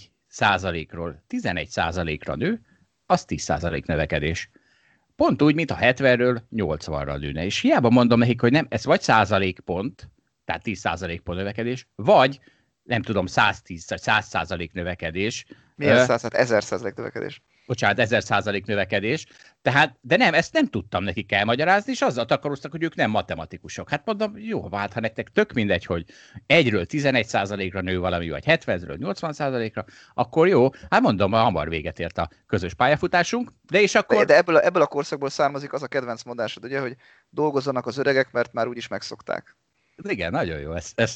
1%-ról 11%-ra nő, az 10% növekedés. Pont úgy, mint a 70-ről 80-ra nőne. És hiába mondom nekik, hogy nem, ez vagy százalékpont, tehát 10% növekedés, vagy nem tudom, 110 vagy 100% növekedés. Milyen 100? 1000% növekedés. Bocsánat, 1000% növekedés. Tehát, de nem, ezt nem tudtam nekik elmagyarázni, és azzal takaróztak, hogy ők nem matematikusok. Hát mondom, jó, hát ha nektek tök mindegy, hogy 1-ről 11%-ra nő valami, vagy 70-ről 80%-ra, akkor jó, hát mondom, hamar véget ért a közös pályafutásunk, de és akkor... De ebből a korszakból származik az a kedvenc mondásod, ugye, hogy dolgozzanak az öregek, mert már úgyis megszokták. Igen, nagyon jó.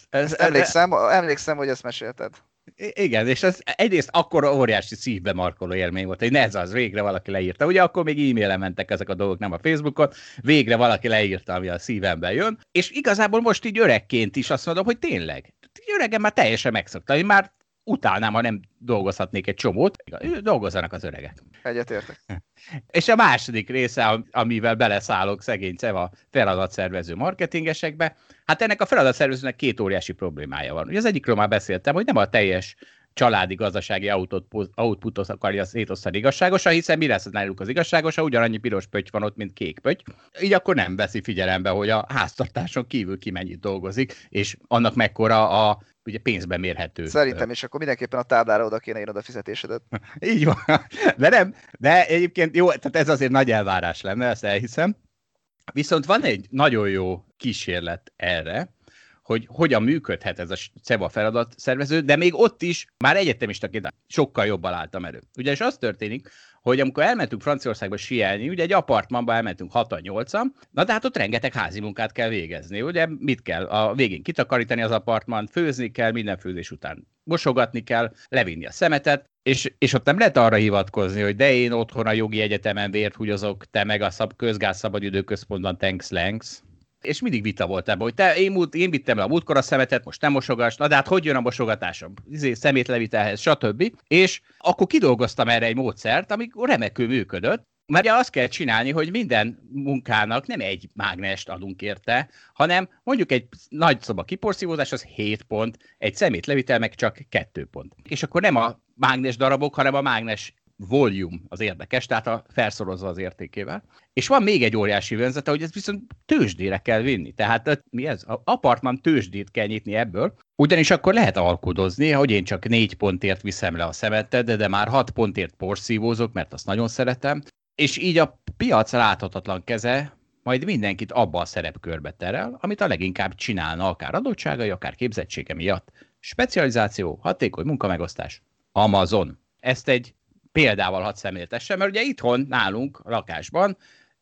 Emlékszem, hogy ezt mesélted. Igen, és ez egyrészt akkor óriási szívbe markoló élmény volt, hogy ez az, végre valaki leírta. Ugye akkor még e-mailen mentek ezek a dolgok, nem a Facebookon, végre valaki leírta, ami a szívemben jön, és igazából most így öregként is azt mondom, hogy tényleg, öregen már teljesen megszokta, én már utálnám, ha nem dolgozhatnék egy csomót, dolgozzanak az öregek. Egyetértek. És a második része, amivel beleszállok szegény Ceva feladatszervező marketingesekbe, hát ennek a feladatszervezőnek 2 óriási problémája van. Ugye az egyikről már beszéltem, hogy nem a teljes családi gazdasági outputot akarja szétosztani igazságosan, hiszen mi lesz náluk az igazságosan, ugyanannyi piros pötty van ott, mint kék pötty. Így akkor nem veszi figyelembe, hogy a háztartáson kívül ki mennyit dolgozik, és annak mekkora a ugye pénzben mérhető. Szerintem, és akkor mindenképpen a táblára oda kéne írnod a fizetésedet. Így van. De nem, de egyébként jó, tehát ez azért nagy elvárás lenne, ezt elhiszem. Viszont van egy nagyon jó kísérlet erre, hogy hogyan működhet ez a CEVA feladatszervező, de még ott is már egyetemistaként sokkal jobban álltam elő. Ugyanis az történik, hogy amikor elmentünk Franciaországba síelni, ugye egy apartmanba elmentünk 6-8-an, na de hát ott rengeteg házi munkát kell végezni, ugye mit kell? A végén kitakarítani az apartmant, főzni kell, minden főzés után mosogatni kell, levinni a szemetet, és ott nem lehet arra hivatkozni, hogy de én otthon a jogi egyetemen vért húgyozok, te meg a közgázszabadidőközpontban tanks. És mindig vita volt ebben, hogy én vittem le a múltkor a szemetet, most nem mosogass, na de hát hogy jön a mosogatásom? Szemétlevitelhez, stb. És akkor kidolgoztam erre egy módszert, amikor remekül működött, mert azt kell csinálni, hogy minden munkának nem egy mágnest adunk érte, hanem mondjuk egy nagy szoba kiporszívózás az 7 pont, egy szemétlevitel meg csak 2 pont. És akkor nem a mágnes darabok, hanem a mágnes volume az érdekes, tehát a felszorozza az értékével. És van még egy óriási vonzata, hogy ez viszont tőzsdére kell vinni. Tehát mi ez? A apartman tőzsdét kell nyitni ebből, ugyanis akkor lehet alkudozni, hogy én csak 4 pontért viszem le a szemetet, de már 6 pontért porszívózok, mert azt nagyon szeretem. És így a piac láthatatlan keze majd mindenkit abba a szerepkörbe terel, amit a leginkább csinálna, akár adottságai, akár képzettsége miatt. Specializáció, hatékony munkamegosztás. Amazon. Ezt egy példával hadd szemléltessem, mert ugye itthon nálunk a lakásban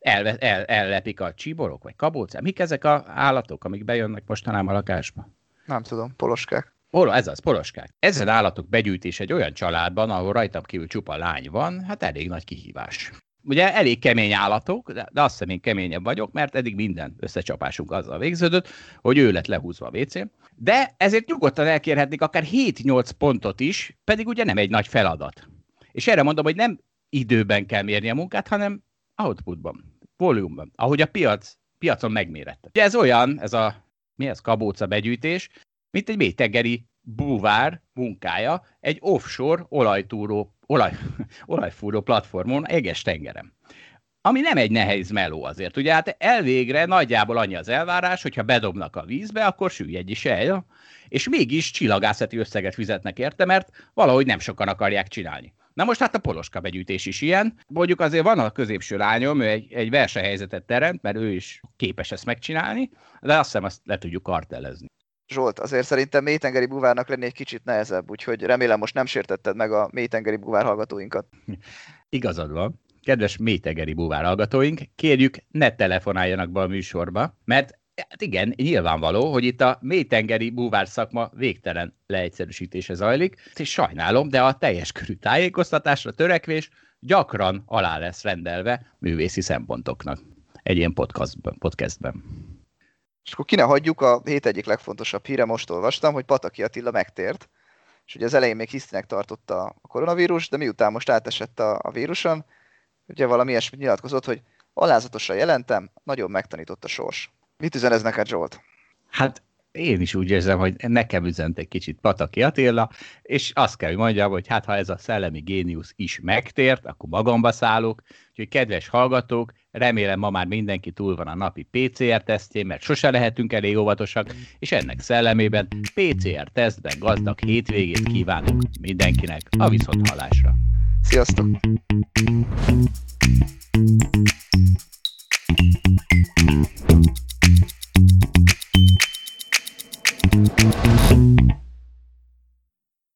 ellepik a csíborok, vagy kabócák. Mik ezek az állatok, amik bejönnek mostanában a lakásba? Nem tudom, poloskák. Ez az, poloskák. Ezen állatok begyűjtés egy olyan családban, ahol rajtam kívül csupa lány van, hát elég nagy kihívás. Ugye elég kemény állatok, de azt hiszem én keményebb vagyok, mert eddig minden összecsapásunk azzal végződött, hogy ő lett lehúzva a WC-n. De ezért nyugodtan elkérhetnék akár 7-8 pontot is, pedig ugye nem egy nagy feladat. És erre mondom, hogy nem időben kell mérni a munkát, hanem outputban, volumeban, ahogy a piacon megmérette. Ugye ez olyan, kabóca begyűjtés, mint egy mélytengeri búvár munkája egy offshore olajfúró platformon, eges tengeren. ami nem egy nehéz meló azért. Ugye hát elvégre nagyjából annyi az elvárás, hogyha bedobnak a vízbe, akkor süllyedj is el, és mégis csillagászati összeget fizetnek érte, mert valahogy nem sokan akarják csinálni. Na most hát a poloska begyűjtés is ilyen. Mondjuk azért van a középső lányom, ő egy versenyhelyzetet teremt, mert ő is képes ezt megcsinálni, de azt hiszem, azt le tudjuk kartellezni. Zsolt, azért szerintem mélytengeri búvárnak lenni egy kicsit nehezebb, úgyhogy remélem most nem sértetted meg a mélytengeri búvár hallgatóinkat. Igazad van. Kedves mélytengeri búvár hallgatóink, kérjük, ne telefonáljanak be a műsorba, mert hát igen, nyilvánvaló, hogy itt a mélytengeri búvár szakma végtelen leegyszerűsítése zajlik, és sajnálom, de a teljes körű tájékoztatásra törekvés gyakran alá lesz rendelve művészi szempontoknak egy ilyen podcastben. És akkor ki ne hagyjuk, a hét egyik legfontosabb híre, most olvastam, hogy Pataki Attila megtért, és ugye az elején még hisztinek tartotta a koronavírus, de miután most átesett a víruson, ugye valami ilyesmit nyilatkozott, hogy alázatosan jelentem, nagyon megtanított a sors. Mit üzen ez neked, Zsolt? Hát én is úgy érzem, hogy nekem üzent egy kicsit Pataki Attila, és azt kell, hogy mondjam, hogy hát ha ez a szellemi géniusz is megtért, akkor magamba szállok. Úgyhogy kedves hallgatók, remélem ma már mindenki túl van a napi PCR-tesztjén, mert sose lehetünk elég óvatosak, és ennek szellemében PCR-tesztben gazdag hétvégét kívánunk mindenkinek a viszonthallásra. Sziasztok!